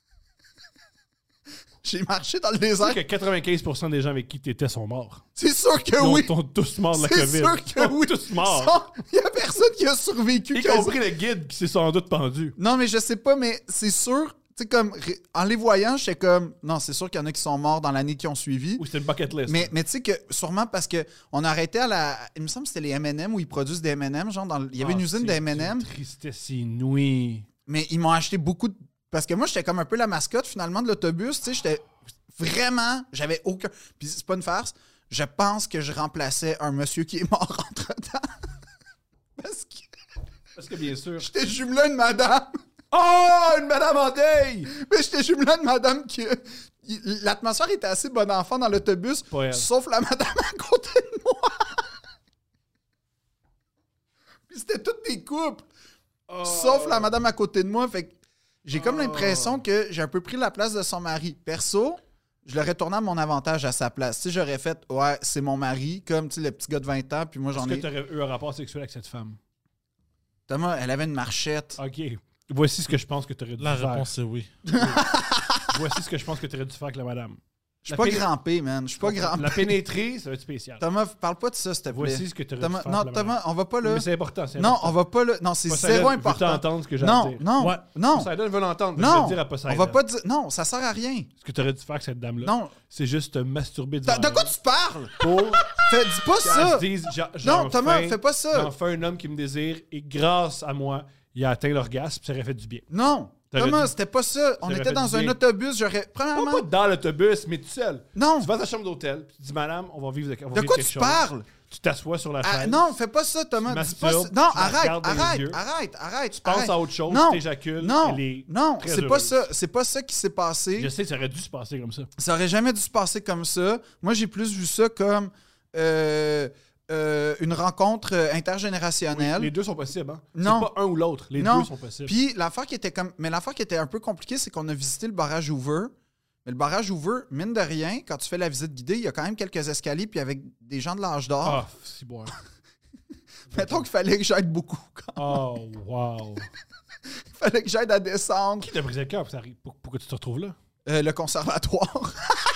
J'ai marché dans le désert. Tu sais que 95% des gens avec qui tu étais sont morts. C'est sûr que oui. Ils sont tous morts de la C'est COVID. sûr que oui. Tous morts. Il y a personne qui a survécu. Y compris le guide qui s'est sans doute pendu. Non, mais je sais pas, mais c'est sûr. Tu sais, comme, en les voyant, j'étais comme, non, c'est sûr qu'il y en a qui sont morts dans l'année qui ont suivi. Ou c'était une bucket list. Mais tu sais que, sûrement parce qu'on a arrêté à la. Il me semble que c'était les M&M où ils produisent des M&M. Genre, il y avait une usine de M&M. C'est une tristesse inouïe. Mais ils m'ont acheté beaucoup de. Parce que moi, j'étais comme un peu la mascotte, finalement, de l'autobus. Tu sais, j'étais vraiment. J'avais aucun. Puis c'est pas une farce. Je pense que je remplaçais un monsieur qui est mort entre-temps. Parce que, bien sûr. J'étais jumelé à une madame. Oh, une madame en deuil! Mais j'étais jumelé à une madame qui... L'atmosphère était assez bon enfant dans l'autobus, sauf la madame à côté de moi. Puis c'était toutes des couples. Sauf la madame à côté de moi. Fait que j'ai comme l'impression que j'ai un peu pris la place de son mari. Perso, je l'aurais tourné à mon avantage à sa place. Tu sais, j'aurais fait, ouais, c'est mon mari, comme tu sais, le petit gars de 20 ans, puis moi j'en ai... Est-ce que tu aurais eu un rapport sexuel avec cette femme? Thomas, elle avait une marchette. OK. Voici ce que je pense que tu aurais dû faire. La réponse est oui. Voici ce que je pense que tu aurais dû faire avec la madame. Je suis pas grampé, man. Je suis pas grampé. La pénétrer, ça va être spécial. Thomas, parle pas de ça, s'il te plaît. Voici ce que tu aurais dû faire. Non, Thomas, on va pas là. Mais c'est important, Non, on va pas là. Non, c'est zéro important. Veux-tu entendre ce que j'ai à dire? Non, ouais. non. Poseidon veut l'entendre. Non, je vais le dire à Poseidon. On va pas dire... Non, ça sert à rien. Ce que tu aurais dû faire avec cette dame-là, non, c'est juste te masturber devant de quoi tu parles? Dis pas ça. Non, Thomas, fais pas ça. J'en fais un homme qui me désire et grâce à moi, il a atteint l'orgasme, ça aurait fait du bien. Non. Thomas, c'était pas ça. On était dans un autobus, j'aurais... Premièrement... Pas dans l'autobus, mais tout seul. Non. Tu vas à ta chambre d'hôtel, puis tu dis, madame, on va vivre quelque chose. De quoi tu parles? Tu t'assois sur la chaise. Non, fais pas ça, Thomas. Dis pas ça. Non, arrête. Tu penses à autre chose, tu t'éjacules. Non, c'est pas ça. C'est pas ça qui s'est passé. Je sais, ça aurait dû se passer comme ça. Ça aurait jamais dû se passer comme ça. Moi, j'ai plus vu ça comme... une rencontre intergénérationnelle. Oui, les deux sont possibles, hein? Non. C'est pas un ou l'autre. Les Non. deux sont possibles. Puis l'affaire qui était un peu compliquée, c'est qu'on a visité le barrage Hoover. Mais le barrage Hoover, mine de rien, quand tu fais la visite guidée, il y a quand même quelques escaliers, puis avec des gens de l'âge d'or. Ah, c'est bon. Mettons qu'il fallait que j'aide beaucoup. Oh, wow. Il fallait que j'aide à descendre. Qui t'a brisé le cœur pour que tu te retrouves là? Le conservatoire.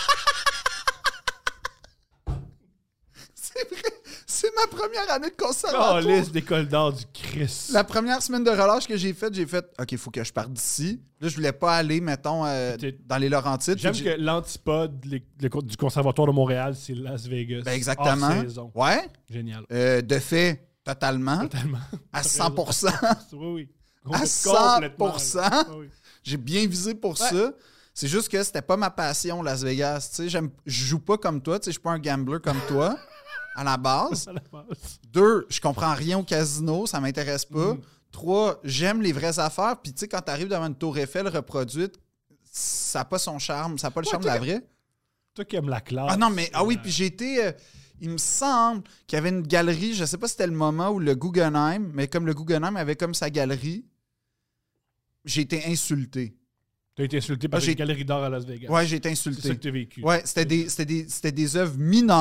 C'est vrai. C'est ma première année de conservatoire. Oh, liste d'école d'art du Christ. La première semaine de relâche que j'ai faite, OK, il faut que je parte d'ici. Là, je voulais pas aller, mettons, dans les Laurentides. J'aime que l'antipode du Conservatoire de Montréal, c'est Las Vegas. Ben exactement. Hors saison. Ouais. Génial. De fait, totalement. Totalement. À 100%. Oui. À Complètement. 100%. Oui. J'ai bien visé pour ça. C'est juste que c'était pas ma passion, Las Vegas. Tu sais, je joue pas comme toi. Tu sais, je suis pas un gambler comme toi, à la base. 2, je comprends rien au casino. Ça m'intéresse pas. 3, j'aime les vraies affaires. Puis, tu sais, quand t'arrives devant une tour Eiffel reproduite, ça n'a pas son charme. Ça n'a pas le charme de la vraie. Toi qui aimes la classe. Ah non, mais... Ah oui, puis j'ai été... il me semble qu'il y avait une galerie. Je sais pas si c'était le moment où le Guggenheim, mais comme le Guggenheim avait comme sa galerie, j'ai été insulté. T'as été insulté par une galerie d'art à Las Vegas. Ouais, j'ai été insulté. C'est ça que t'as vécu. Ouais, c'était des œuvres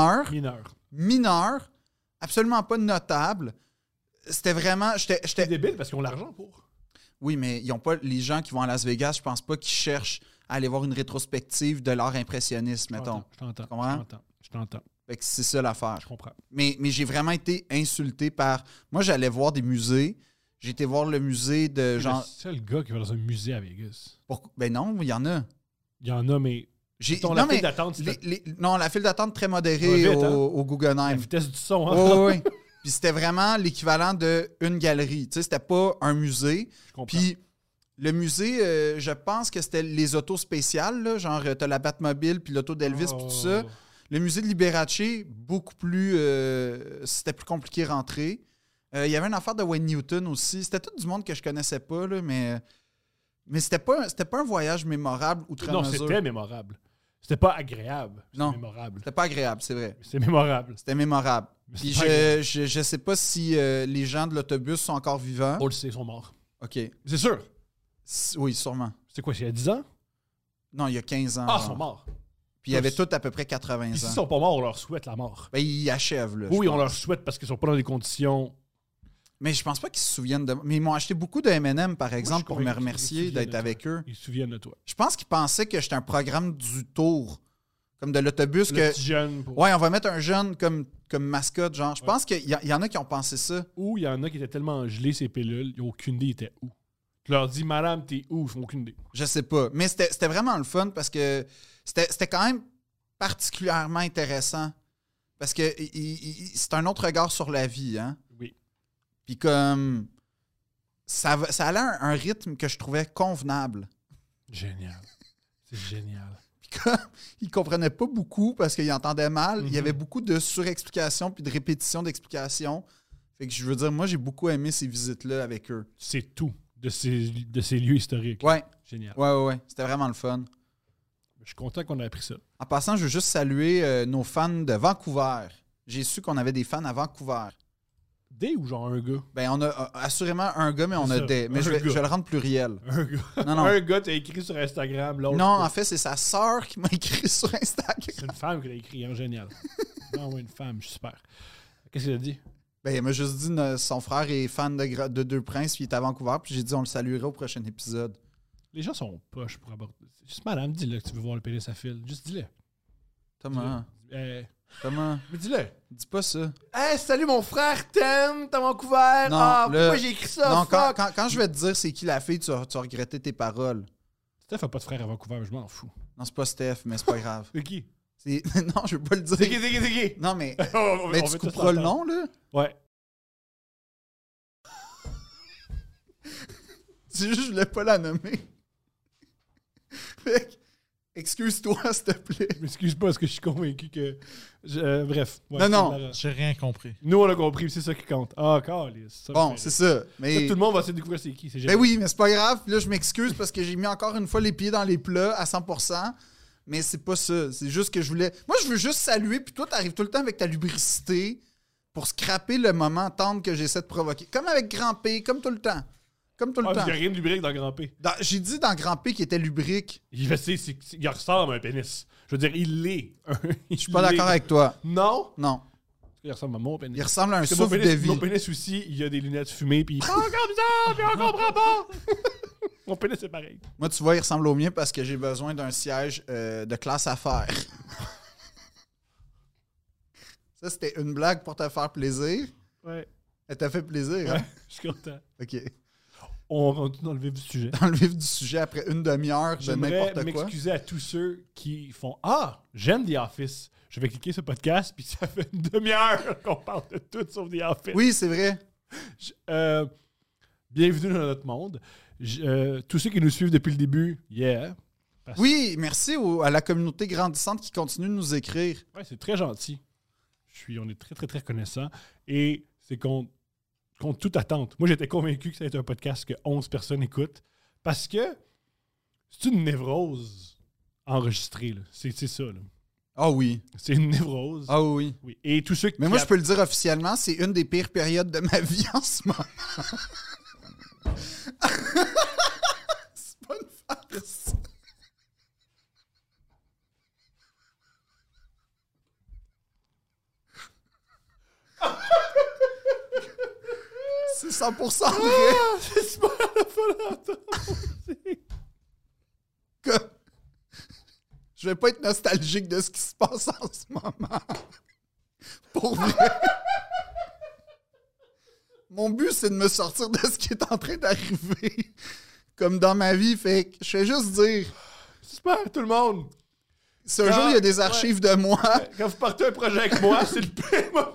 mineures, absolument pas notables. C'était vraiment... J'étais débile parce qu'ils ont l'argent pour. Oui, mais ils ont pas... Les gens qui vont à Las Vegas, je pense pas qu'ils cherchent à aller voir une rétrospective de l'art impressionniste, mettons. Je t'entends. Je t'entends. Fait que c'est ça l'affaire. Je comprends. Mais j'ai vraiment été insulté par... Moi, j'allais voir des musées. J'ai été voir le musée de genre... C'est le seul gars qui va dans un musée à Vegas. Ben non, il y en a. Il y en a, mais... La file d'attente, non, la file d'attente très modérée vite, au Guggenheim. La vitesse du son. Hein? Oui. Puis c'était vraiment l'équivalent d'une galerie. Tu sais, c'était pas un musée. Je comprends. Puis le musée, je pense que c'était les autos spéciales, là, genre t'as la Batmobile puis l'auto d'Elvis puis tout ça. Le musée de Liberace, beaucoup plus... c'était plus compliqué de rentrer. Il y avait une affaire de Wayne Newton aussi. C'était tout du monde que je connaissais pas, là, mais c'était pas un voyage mémorable outre Non, mesure. c'était mémorable. C'était pas agréable. Non, mémorable. C'était pas agréable, c'est vrai. C'est mémorable. C'était mémorable. Puis je sais pas si les gens de l'autobus sont encore vivants. On le sait, ils sont morts. OK. C'est sûr. Oui, sûrement. C'est quoi, c'est il y a 10 ans? Non, il y a 15 ans. Ah, ils sont morts. Puis ils avaient tous à peu près 80 ans. Puis s'ils sont pas morts, on leur souhaite la mort. Ben, ils achèvent, là. Oui, on leur souhaite parce qu'ils sont pas dans des conditions... Mais je pense pas qu'ils se souviennent de... Mais ils m'ont acheté beaucoup de M&M, par exemple, pour me remercier d'être avec eux. Ils se souviennent de toi. Je pense qu'ils pensaient que j'étais un programme du tour. Comme de l'autobus. Le petit jeune. Ouais, on va mettre un jeune comme mascotte, genre. Je pense qu'il y en a qui ont pensé ça. Ou il y en a qui étaient tellement gelés, ces pilules, ils n'ont aucune idée, ils étaient où. Tu leur dis, madame, t'es où? Ils n'ont aucune idée. Je sais pas. Mais c'était vraiment le fun parce que c'était quand même particulièrement intéressant. Parce que c'est un autre regard sur la vie, hein? Oui. Puis comme... Ça allait à un rythme que je trouvais convenable. Génial. C'est génial. Puis comme ils comprenaient pas beaucoup parce qu'ils entendaient mal, il y avait beaucoup de surexplications puis de répétitions d'explications. Fait que je veux dire, moi, j'ai beaucoup aimé ces visites-là avec eux. C'est tout de ces lieux historiques. Ouais. Génial. Ouais. C'était vraiment le fun. Je suis content qu'on ait appris ça. En passant, je veux juste saluer nos fans de Vancouver. J'ai su qu'on avait des fans à Vancouver. Des ou genre un gars? Ben, on a assurément un gars, mais on a des. Mais je vais le rendre pluriel. Un gars. Non. Un gars, t'as écrit sur Instagram. L'autre, non, en fait, c'est sa sœur qui m'a écrit sur Instagram. C'est une femme qui l'a écrit, hein, génial. Non, oui, une femme, je suis super. Qu'est-ce qu'il a dit? Ben, il m'a juste dit son frère est fan de Deux Princes, puis il est à Vancouver, puis j'ai dit on le saluera au prochain épisode. Les gens sont poches pour aborder. Juste madame, dis-le que tu veux voir le pénis à fil. Juste dis-le. Thomas. Thomas. Mais dis-le. Dis pas ça. Hey, salut mon frère, t'aimes, t'as Vancouver. Non, pourquoi j'ai écrit ça? Non, quand je vais te dire c'est qui la fille, tu vas regretter tes paroles. Steph a pas de frère à Vancouver, je m'en fous. Non, c'est pas Steph, mais c'est pas grave. C'est qui? Non, je veux pas le dire. C'est qui? Non, mais, mais tu couperas le nom, là? Ouais. C'est juste, je voulais pas la nommer. Fait que, excuse-toi, s'il te plaît. Je m'excuse pas parce que je suis convaincu que... bref. Ouais, non. J'ai rien compris. Nous, on l'a compris, c'est ça qui compte. Ah, calice. Bon, c'est ça. Mais... Tout le monde va essayer de découvrir c'est qui. Ben oui, mais c'est pas grave. Puis là, je m'excuse parce que j'ai mis encore une fois les pieds dans les plats à 100%. Mais c'est pas ça. C'est juste que je voulais... Moi, je veux juste saluer. Puis toi, t'arrives tout le temps avec ta lubricité. pour scraper le moment tendre que j'essaie de provoquer. Comme avec Grand P, comme tout le temps. Comme tout le temps. Il n'y a rien de lubrique dans Grand P. J'ai dit dans Grand P qu'il était lubrique. Il ressemble à un pénis. Je veux dire, il l'est. Je suis pas d'accord avec toi. Non? Non. Il ressemble à mon pénis. Il ressemble à un Parce que souffle de vie. Mon pénis aussi, il a des lunettes fumées, puis il comme ça, puis on comprend pas. Mon pénis, c'est pareil. Moi, tu vois, il ressemble au mien parce que j'ai besoin d'un siège de classe affaires. Ça, c'était une blague pour te faire plaisir. Ouais. Elle t'a fait plaisir, hein? Je suis content. OK. On rentre dans le vif du sujet. Dans le vif du sujet, après une demi-heure de J'aimerais n'importe quoi. m'excuser à tous ceux qui font « Ah, j'aime The Office. Je vais cliquer sur le podcast, puis ça fait une demi-heure qu'on parle de tout sauf The Office. » Oui, c'est vrai. Bienvenue dans notre monde. Tous ceux qui nous suivent depuis le début, yeah. Oui, merci à la communauté grandissante qui continue de nous écrire. Ouais, c'est très gentil. On est très, très, très reconnaissants. Et c'est contre toute attente. Moi, j'étais convaincu que ça allait être un podcast que 11 personnes écoutent parce que c'est une névrose enregistrée. Là. C'est ça. Là. Ah oui. C'est une névrose. Ah oui. Oui. Et tous ceux qui Mais moi, je peux le dire officiellement, c'est une des pires périodes de ma vie en ce moment. C'est pas une farce. C'est 100% vrai. C'est super la folle à entendre. Je vais pas être nostalgique de ce qui se passe en ce moment. Pour vrai. Mon but, c'est de me sortir de ce qui est en train d'arriver. Comme dans ma vie. Fait que je vais juste dire. Super, tout le monde. Si un jour il y a des archives de moi. Quand vous partez un projet avec moi, c'est le pire moment.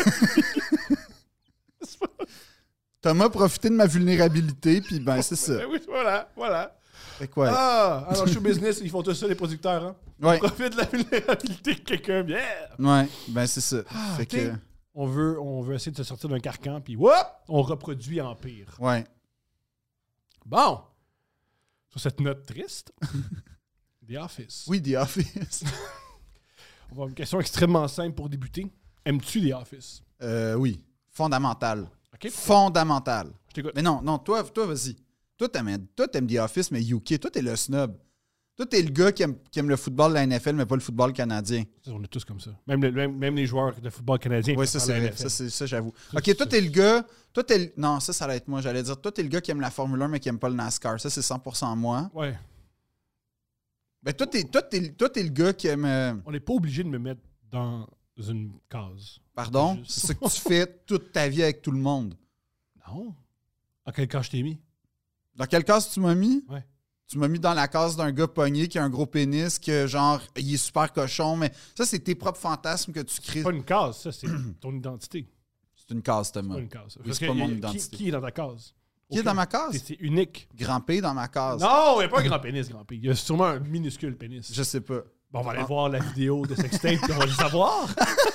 Thomas profité de ma vulnérabilité, puis ben c'est ça. Ben oui, voilà. Fait quoi? Ah, alors show business, ils font tout ça, les producteurs, hein? Ouais. Profite de la vulnérabilité de quelqu'un, bien. Ouais, ben c'est ça. Fait que, on veut essayer de se sortir d'un carcan, puis whoop, on reproduit en pire. ouais. Bon. Sur cette note triste, The Office. Oui, The Office. On va avoir une question extrêmement simple pour débuter. Aimes-tu The Office? Oui. Fondamental. OK. Fondamental. Je t'écoute. Mais non, toi vas-y. Toi, t'aimes The Office, mais UK. Toi, t'es le snob. Toi, t'es le gars qui aime le football de la NFL, mais pas le football canadien. On est tous comme ça. Même les joueurs de football canadien. Oui, ça, c'est vrai. NFL. Ça, j'avoue. OK, toi, t'es le gars... Non, ça allait être moi. J'allais dire, toi, t'es le gars qui aime la Formule 1, mais qui aime pas le NASCAR. Ça, c'est 100% moi. Ouais. Ben, toi, t'es le gars qui aime... On n'est pas obligé de me mettre dans une case. Pardon? Juste- C'est ce que tu fais toute ta vie avec tout le monde. Non. En quel cas je t'ai mis? Dans quelle case tu m'as mis? Ouais. Tu m'as mis dans la case d'un gars pogné qui a un gros pénis, que genre, il est super cochon, mais ça, c'est tes propres fantasmes que tu crées. C'est pas une case, ça, c'est ton identité. C'est une case, C'est Thomas. pas une case. Oui, Parce c'est que pas mon qui- identité. Qui est dans ta case? Qui est dans ma case? C'est unique. Grand P dans ma case. Non, il n'y a pas un grand pénis, grand P. Il y a sûrement un minuscule pénis. Je sais pas. Bon, on va aller Ah. voir la vidéo de sextape, puis on va le savoir.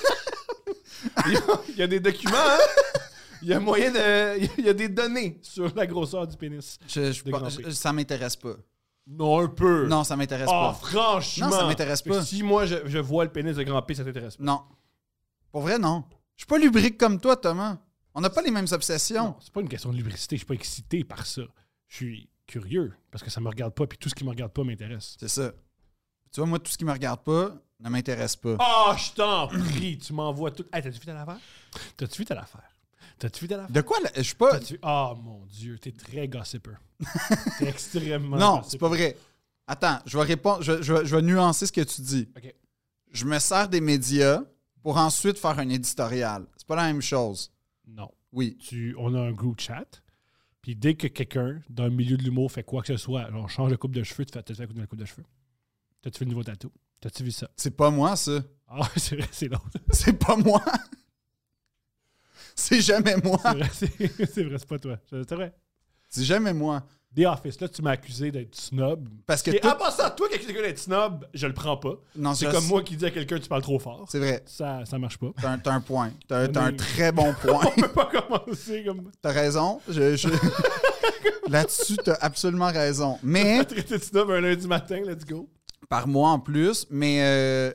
Il y a des documents, hein? Il y a moyen de... Il y a des données sur la grosseur du pénis. De Grand P. Ça m'intéresse pas. Non, un peu. Non, ça m'intéresse Ah, pas. franchement. Non, ça m'intéresse Fait que pas. Si moi, je vois le pénis de grand P, ça t'intéresse pas. Non. Pour vrai, non. Je suis pas lubrique comme toi, Thomas. On n'a pas les mêmes obsessions. Non, c'est pas une question de lubricité. Je suis pas excité par ça. Je suis curieux parce que ça me regarde pas, puis tout ce qui me regarde pas m'intéresse. C'est ça. Tu vois, moi, tout ce qui me regarde pas ne m'intéresse pas. Ah, je t'en prie, tu m'envoies tout. Hey, t'as-tu vu telle affaire? T'as-tu vu telle affaire? T'as-tu vu telle affaire? De quoi? Je suis pas... Ah, mon Dieu, t'es très gossipper. T'es extrêmement Non, gossipper. c'est pas vrai. Attends, je vais répondre, je vais nuancer ce que tu dis. OK. Je me sers des médias pour ensuite faire un éditorial. C'est pas la même chose. Non. Oui. On a un groupe chat, puis dès que quelqu'un, dans le milieu de l'humour, fait quoi que ce soit, on change de coupe de cheveux, tu fais t'as-tu la coupe de cheveux? T'as-tu vu le nouveau tatou? T'as-tu vu ça? C'est pas moi, ça. Ah, c'est vrai, c'est l'autre. C'est pas moi. C'est jamais moi. C'est vrai, c'est vrai, c'est pas toi. C'est vrai. C'est jamais moi. The Office, là, tu m'as accusé d'être snob. Parce que Et tout... en passant, toi qui accuses quelqu'un d'être snob, je le prends pas. Non, C'est comme moi qui dis à quelqu'un tu parles trop fort. C'est vrai. Ça marche pas. T'as un point. T'as un Mais- très bon point. On peut pas commencer comme T'as raison. Là-dessus, t'as absolument raison. Mais... traiter de snob un lundi matin, let's go. par mois en plus, mais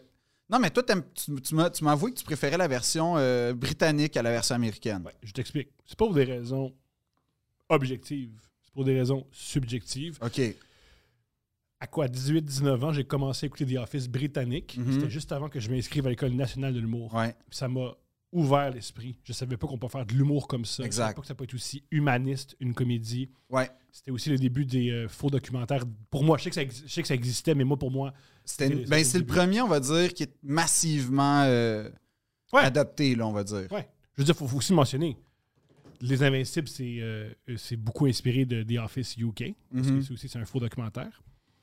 Non, mais toi, tu m'as avoué que tu préférais la version britannique à la version américaine. Ouais, je t'explique. C'est pas pour des raisons objectives. C'est pour des raisons subjectives. OK. À quoi? 18-19 ans, j'ai commencé à écouter The Office britannique. C'était juste avant que je m'inscrive à l'École nationale de l'humour. Ouais. Puis ça m'a ouvert l'esprit. Je savais pas qu'on peut faire de l'humour comme ça. Exact. Je savais pas que ça peut être aussi humaniste, une comédie. Ouais. C'était aussi le début des faux documentaires. Pour moi, je sais que ça existait, mais moi, pour moi... C'est le premier, on va dire, qui est massivement adopté, là, on va dire. Ouais. Je veux dire, il faut aussi mentionner. Les Invincibles, c'est beaucoup inspiré de The Office UK. Parce que c'est un faux documentaire.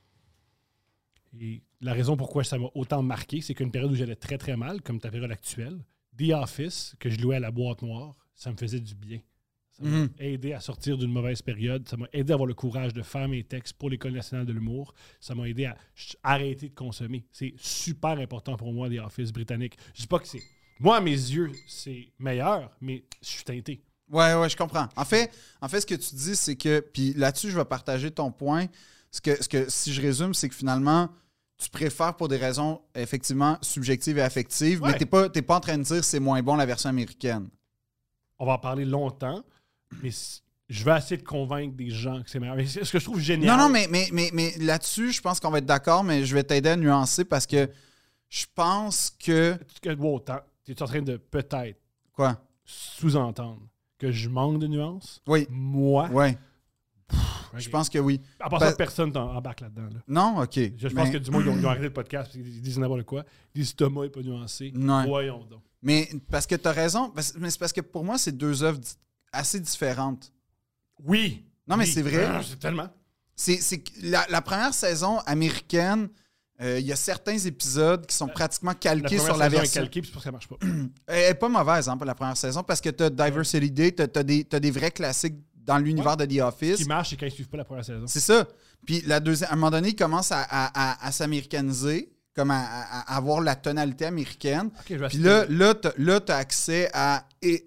Et la raison pourquoi ça m'a autant marqué, c'est qu'une période où j'allais très, très mal, comme ta période actuelle, The Office, que je louais à la boîte noire, ça me faisait du bien. Ça m'a aidé à sortir d'une mauvaise période. Ça m'a aidé à avoir le courage de faire mes textes pour l'École nationale de l'humour. Ça m'a aidé à arrêter de consommer. C'est super important pour moi, The Office britannique. Je dis pas que c'est... Moi, à mes yeux, c'est meilleur, mais je suis teinté. Ouais, je comprends. En fait, ce que tu dis, c'est que... Puis là-dessus, je vais partager ton point. Ce que si je résume, c'est que finalement, tu préfères pour des raisons effectivement subjectives et affectives, mais t'es pas en train de dire c'est moins bon la version américaine. On va en parler longtemps, mais je vais essayer de convaincre des gens que c'est meilleur. Mais ce que je trouve génial... Non, mais là-dessus, je pense qu'on va être d'accord, mais je vais t'aider à nuancer parce que je pense que... Wow, tu es en train de peut-être Quoi? Sous-entendre que je manque de nuances? Oui. Moi? Oui. Okay. Je pense que oui. À part ça, personne embarque là-dedans. Là. Non? OK. Je pense que du moins, ils ont arrêté le podcast parce qu'ils disent n'importe quoi. Ils disent Thomas n'est pas nuancé. Non. Voyons donc. Mais parce que tu as raison. Mais c'est parce que pour moi, c'est deux œuvres assez différentes. Oui. Non, mais c'est vrai. C'est tellement. C'est la première saison américaine, il y a certains épisodes qui sont pratiquement calqués sur la version. Est calquée, puis c'est pour ça que ça marche pas. Elle n'est pas mauvaise, hein, pour la première saison, parce que tu as Diversity Day, tu as des vrais classiques dans l'univers de The Office. Ce qui marche, c'est quand ils ne suivent pas la première saison. C'est ça. Puis la deuxième, à un moment donné, ils commencent à s'américaniser, comme à avoir la tonalité américaine. Okay, puis là tu as accès à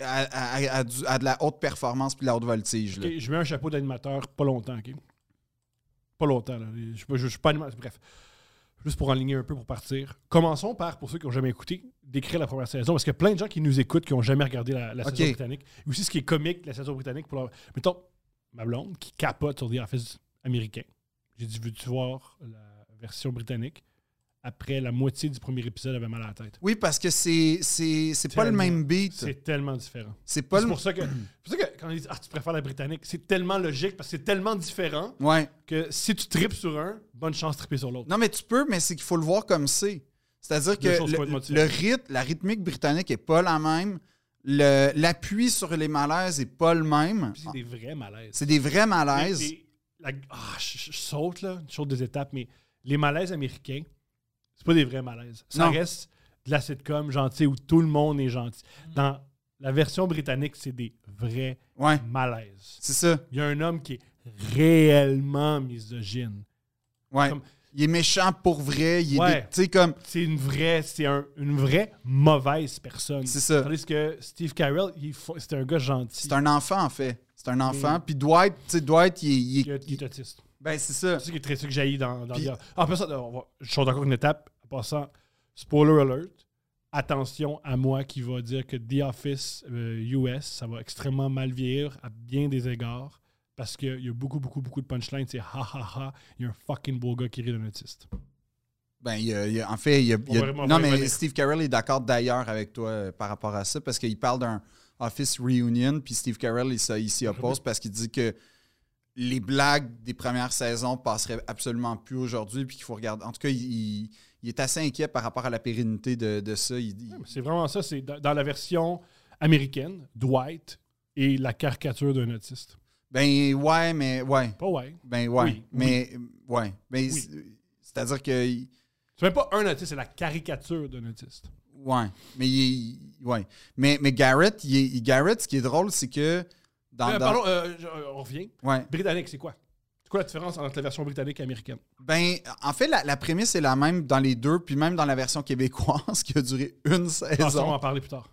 de la haute performance puis de la haute voltige. Okay, je mets un chapeau d'animateur pas longtemps. Okay? Pas longtemps. Là. Je suis pas animateur. Bref. Juste pour enligner un peu pour partir. Commençons par, pour ceux qui n'ont jamais écouté, décrire la première saison. Parce qu'il y a plein de gens qui nous écoutent qui n'ont jamais regardé la saison britannique. Et aussi, ce qui est comique, la saison britannique, mettons, ma blonde qui capote sur The Office américain. J'ai dit, veux-tu voir la version britannique? Après la moitié du premier épisode, elle avait mal à la tête. Oui, parce que c'est pas le même beat. C'est tellement différent. C'est pour ça que quand on dit tu préfères la britannique, c'est tellement logique parce que c'est tellement différent que si tu tripes sur un, bonne chance de tripper sur l'autre. Non, mais tu peux, mais c'est qu'il faut le voir comme c'est. C'est-à-dire que la rythmique britannique est pas la même. L'appui sur les malaises est pas le même. Puis c'est des vrais malaises. C'est des vrais malaises. Je saute, là, je saute des étapes, mais les malaises américains, c'est pas des vrais malaises. Ça reste de la sitcom gentille où tout le monde est gentil. Dans la version britannique, c'est des vrais malaises. C'est ça. Il y a un homme qui est réellement misogyne. Ouais. Il est méchant pour vrai. C'est une vraie mauvaise personne. C'est ça. Tandis que Steve Carell, c'est un gars gentil. C'est un enfant, en fait. C'est un enfant. Puis Dwight, il est autiste. Ben, c'est ça. C'est ça qui est très que jaillit dans puis, en plus, je suis encore une étape. En passant, spoiler alert, attention à moi qui va dire que The Office US, ça va extrêmement mal vieillir à bien des égards parce qu'il y a beaucoup de punchlines. C'est ha ha ha, il y a un fucking beau gars qui rit d'un autiste. Ben, non, mais Steve Carell est d'accord d'ailleurs avec toi par rapport à ça parce qu'il parle d'un Office Reunion, puis Steve Carell, il s'y oppose parce qu'il dit que les blagues des premières saisons passeraient absolument plus aujourd'hui, puis qu'il faut regarder. En tout cas, il est assez inquiet par rapport à la pérennité de ça. C'est vraiment ça. C'est dans la version américaine, Dwight est la caricature d'un autiste. Ben, ouais, mais ouais. Pas ouais. Ben, ouais. Oui, mais, ouais. Mais c'est-à-dire que. C'est même pas un autiste, c'est la caricature d'un autiste. Ouais. Mais Garrett, Garrett, ce qui est drôle, c'est que. Pardon, on revient. Ouais. Britannique, c'est quoi? C'est quoi la différence entre la version britannique et américaine? Ben, en fait, la prémisse est la même dans les deux, puis même dans la version québécoise qui a duré une saison. On va en parler plus tard.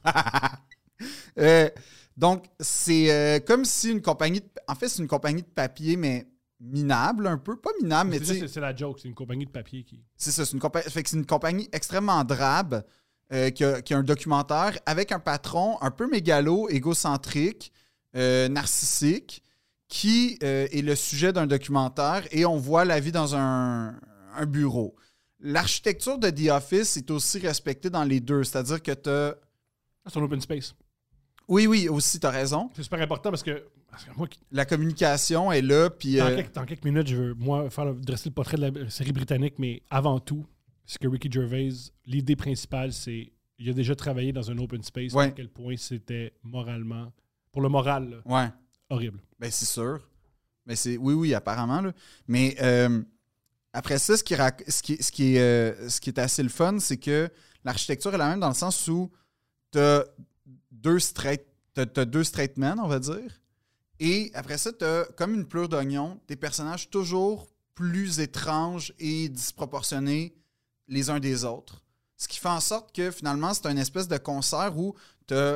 Donc, c'est comme si une compagnie... En fait, c'est une compagnie de papier, mais minable un peu. Pas minable, mais tu sais... C'est la joke, c'est une compagnie de papier qui... C'est ça, c'est une compagnie extrêmement drabe qui a un documentaire avec un patron un peu mégalo, égocentrique, narcissique, qui est le sujet d'un documentaire et on voit la vie dans un bureau. L'architecture de The Office est aussi respectée dans les deux, c'est-à-dire que tu as... C'est un open space. Oui, aussi, tu as raison. C'est super important parce que moi, la communication est là, puis... Dans quelques minutes, je veux, moi, dresser le portrait de la série britannique, mais avant tout, c'est que Ricky Gervais, l'idée principale, c'est il a déjà travaillé dans un open space, à quel point c'était moralement, pour le moral, là, horrible. Ben c'est sûr. Ben oui, apparemment. Là. Mais après ça, ce qui est assez le fun, c'est que l'architecture est la même dans le sens où t'as deux straight men, on va dire. Et après ça, t'as comme une pleure d'oignon, des personnages toujours plus étranges et disproportionnés les uns des autres. Ce qui fait en sorte que finalement, c'est une espèce de concert où t'as,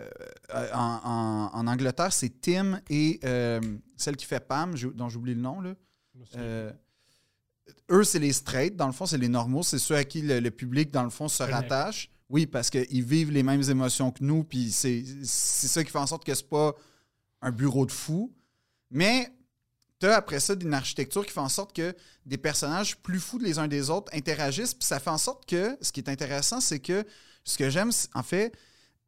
en Angleterre, c'est Tim et celle qui fait Pam, dont j'oublie le nom. Là. Eux, c'est les straight, dans le fond, c'est les normaux. C'est ceux à qui le public, dans le fond, se rattache. Oui, parce qu'ils vivent les mêmes émotions que nous, puis c'est ça qui fait en sorte que c'est pas un bureau de fous. Mais t'as après ça une architecture qui fait en sorte que des personnages plus fous les uns des autres interagissent, puis ça fait en sorte que, ce qui est intéressant, c'est que ce que j'aime, en fait,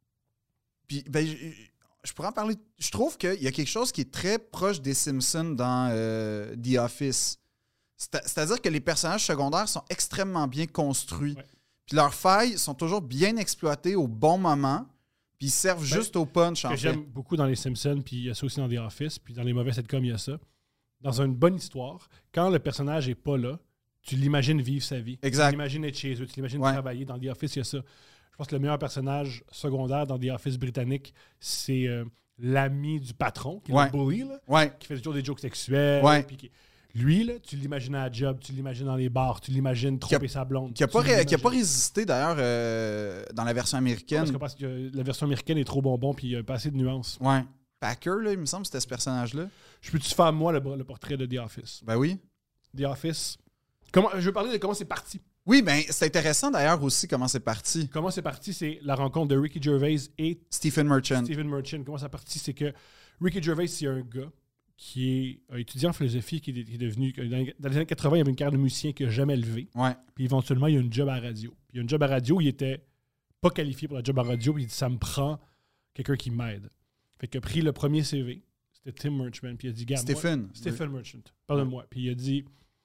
puis ben, je pourrais en parler, je trouve qu'il y a quelque chose qui est très proche des Simpsons dans The Office. C'est-à-dire que les personnages secondaires sont extrêmement bien construits. Ouais. Puis leurs failles sont toujours bien exploitées au bon moment, puis ils servent juste au punch, en fait. J'aime beaucoup dans les Simpsons, puis il y a ça aussi dans The Office, puis dans les mauvais sitcoms, il y a ça. Dans une bonne histoire, quand le personnage n'est pas là, tu l'imagines vivre sa vie. Exact. Tu l'imagines être chez eux, tu l'imagines travailler. Dans The Office, il y a ça. Je pense que le meilleur personnage secondaire dans The Office britannique, c'est l'ami du patron, qui est le bully, là, qui fait toujours des jokes sexuels. Puis lui, là, tu l'imagines à la job, tu l'imagines dans les bars, tu l'imagines tromper sa blonde. Qui n'a pas résisté, d'ailleurs, dans la version américaine. Parce que la version américaine est trop bonbon, puis il n'y a pas assez de nuances. Ouais. Packer, là, il me semble, c'était ce personnage-là. Je peux-tu faire, moi, le portrait de The Office? Ben oui. The Office. Je veux parler de comment c'est parti. Oui, ben c'est intéressant, d'ailleurs, aussi, comment c'est parti. Comment c'est parti, c'est la rencontre de Ricky Gervais et Stephen Merchant. Comment c'est parti, c'est que Ricky Gervais, c'est un gars qui est étudiant en philosophie, qui est devenu... Dans les années 80, il avait une carrière de musicien qu'il n'a jamais levée. Ouais. Puis éventuellement, il y a une job à la radio. Puis il y a une job à la radio, il était pas qualifié pour la job à la radio, puis il dit « ça me prend quelqu'un qui m'aide ». Fait qu'il a pris le premier CV, c'était Tim Merchant, puis il a dit « Stephen Merchant, pardonne-moi ». Puis il a dit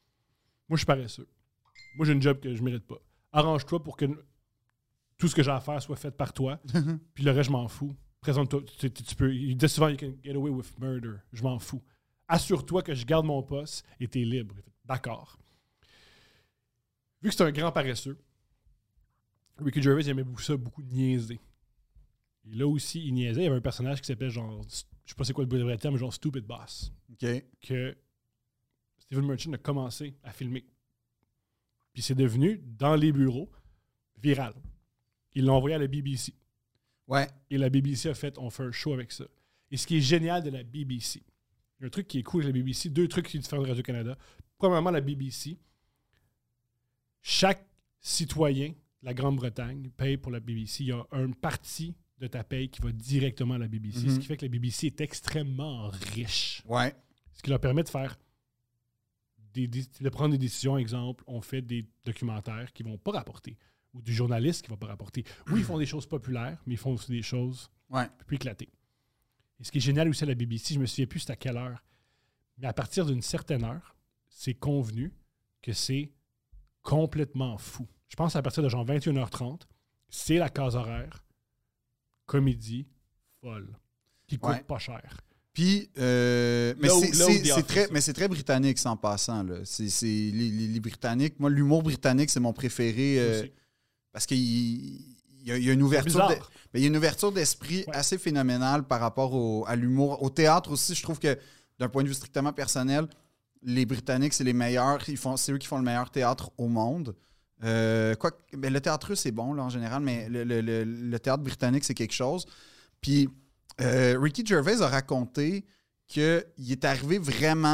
« moi, je suis paresseux. Moi, j'ai une job que je mérite pas. Arrange-toi pour que tout ce que j'ai à faire soit fait par toi, puis le reste, je m'en fous. Présente-toi, tu peux... Il dit souvent « you can get away with murder ». Je m'en fous. Assure-toi que je garde mon poste et t'es libre. D'accord. Vu que c'est un grand paresseux, Ricky Gervais, il aimait beaucoup niaiser. Et là aussi, il niaisait. Il y avait un personnage qui s'appelait genre... Je sais pas c'est quoi le vrai terme, mais genre Stupid Boss. OK. Que Stephen Merchant a commencé à filmer. Puis c'est devenu, dans les bureaux, viral. Ils l'ont envoyé à la BBC. Ouais. Et la BBC a fait, on fait un show avec ça. Et ce qui est génial de la BBC, il y a un truc qui est cool de la BBC, deux trucs qui sont différents de Radio-Canada. Premièrement, la BBC, chaque citoyen de la Grande-Bretagne paye pour la BBC. Il y a une partie de ta paye qui va directement à la BBC. Ce qui fait que la BBC est extrêmement riche. Ouais. Ce qui leur permet de faire de prendre des décisions. Exemple, on fait des documentaires qui ne vont pas rapporter ou du journaliste qui ne va pas rapporter. Oui, ils font des choses populaires, mais ils font aussi des choses plus éclatées. Et ce qui est génial aussi à la BBC, je me souviens plus c'était à quelle heure, mais à partir d'une certaine heure, c'est convenu que c'est complètement fou. Je pense à partir de genre 21h30, c'est la case horaire comédie folle qui coûte pas cher. Puis, mais c'est très britannique, ça, en passant. Là. Les Britanniques. Moi, l'humour britannique, c'est mon préféré. Parce qu'il y a une ouverture. Il y a une ouverture d'esprit assez phénoménale par rapport à l'humour. Au théâtre aussi, je trouve que, d'un point de vue strictement personnel, les Britanniques, c'est les meilleurs. C'est eux qui font le meilleur théâtre au monde. Le théâtre russe, c'est bon, là, en général, mais le théâtre britannique, c'est quelque chose. Puis, Ricky Gervais a raconté qu'il est arrivé vraiment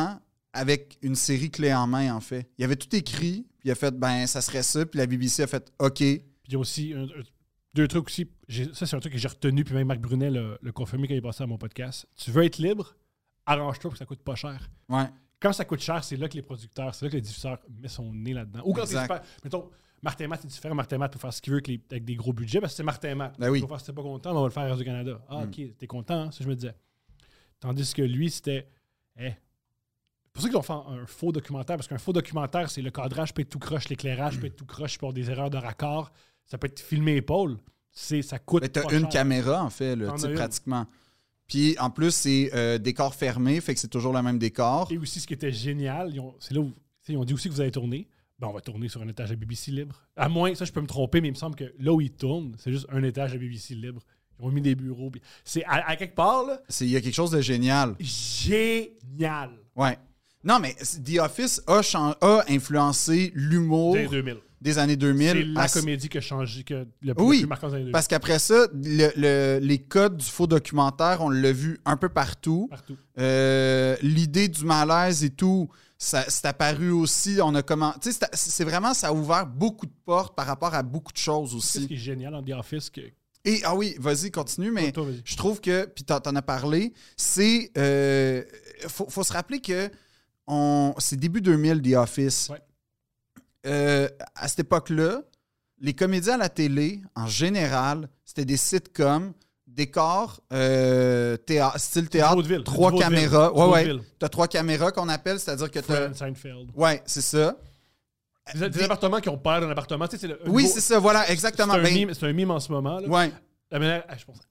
avec une série clé en main, en fait. Il avait tout écrit, puis il a fait, ça serait ça, puis la BBC a fait, OK. Puis il y a aussi deux trucs aussi. Ça, c'est un truc que j'ai retenu, puis même Marc Brunet l'a confirmé quand il est passé à mon podcast. Tu veux être libre, arrange-toi pour que ça coûte pas cher. Ouais. Quand ça coûte cher, c'est là que les producteurs, c'est là que le diffuseur met son nez là-dedans. Ou quand c'est super. Mettons, Martin Matt est différent. Martin Matt peut faire ce qu'il veut avec des gros budgets parce que c'est Martin Matt. Ben oui. Il va faire si t'es pas content, on va le faire à Radio Canada. Ah, OK, t'es content, hein? C'est ce que je me disais. Tandis que lui, c'était. C'est pour ça qu'ils ont fait un faux documentaire, parce qu'un faux documentaire, c'est le cadrage peut être tout croche, l'éclairage peut être tout croche, il peut y avoir des erreurs de raccord. Ça peut être filmé épaule. Ça coûte. Mais t'as pas une cher. caméra, en fait, là, pratiquement. Puis en plus, c'est décor fermé, fait que c'est toujours le même décor. Et aussi, ce qui était génial, c'est là où ils ont dit aussi que vous allez tourner. Ben, on va tourner sur un étage à BBC libre. À moins, ça, je peux me tromper, mais il me semble que là où ils tournent, c'est juste un étage à BBC libre. Ils ont mis des bureaux. C'est à quelque part, là. Il y a quelque chose de génial. Génial. Ouais. Non, mais The Office a influencé l'humour des années 2000. C'est la comédie qui a changé, le plus marquant des années 2000. Parce qu'après ça, les codes du faux documentaire, on l'a vu un peu partout. L'idée du malaise et tout, c'est apparu aussi. On a c'est vraiment, ça a ouvert beaucoup de portes par rapport à beaucoup de choses aussi. Ce qui est génial dans The Office, Et, oui, vas-y, continue, mais toi, vas-y. Je trouve que, puis t'en as parlé, c'est... faut se rappeler que c'est début 2000, The Office. Ouais. À cette époque-là, les comédies à la télé, en général, c'était des sitcoms, décors, style théâtre, Vaudeville. 3 caméras. Vaudeville. T'as 3 caméras qu'on appelle, c'est-à-dire que t'as... Seinfeld. Ouais, c'est ça. Des appartements qui ont peur d'un appartement. Tu sais, oui, c'est ça, voilà, exactement. C'est un mime en ce moment. Là. Ouais. La manière, je pense,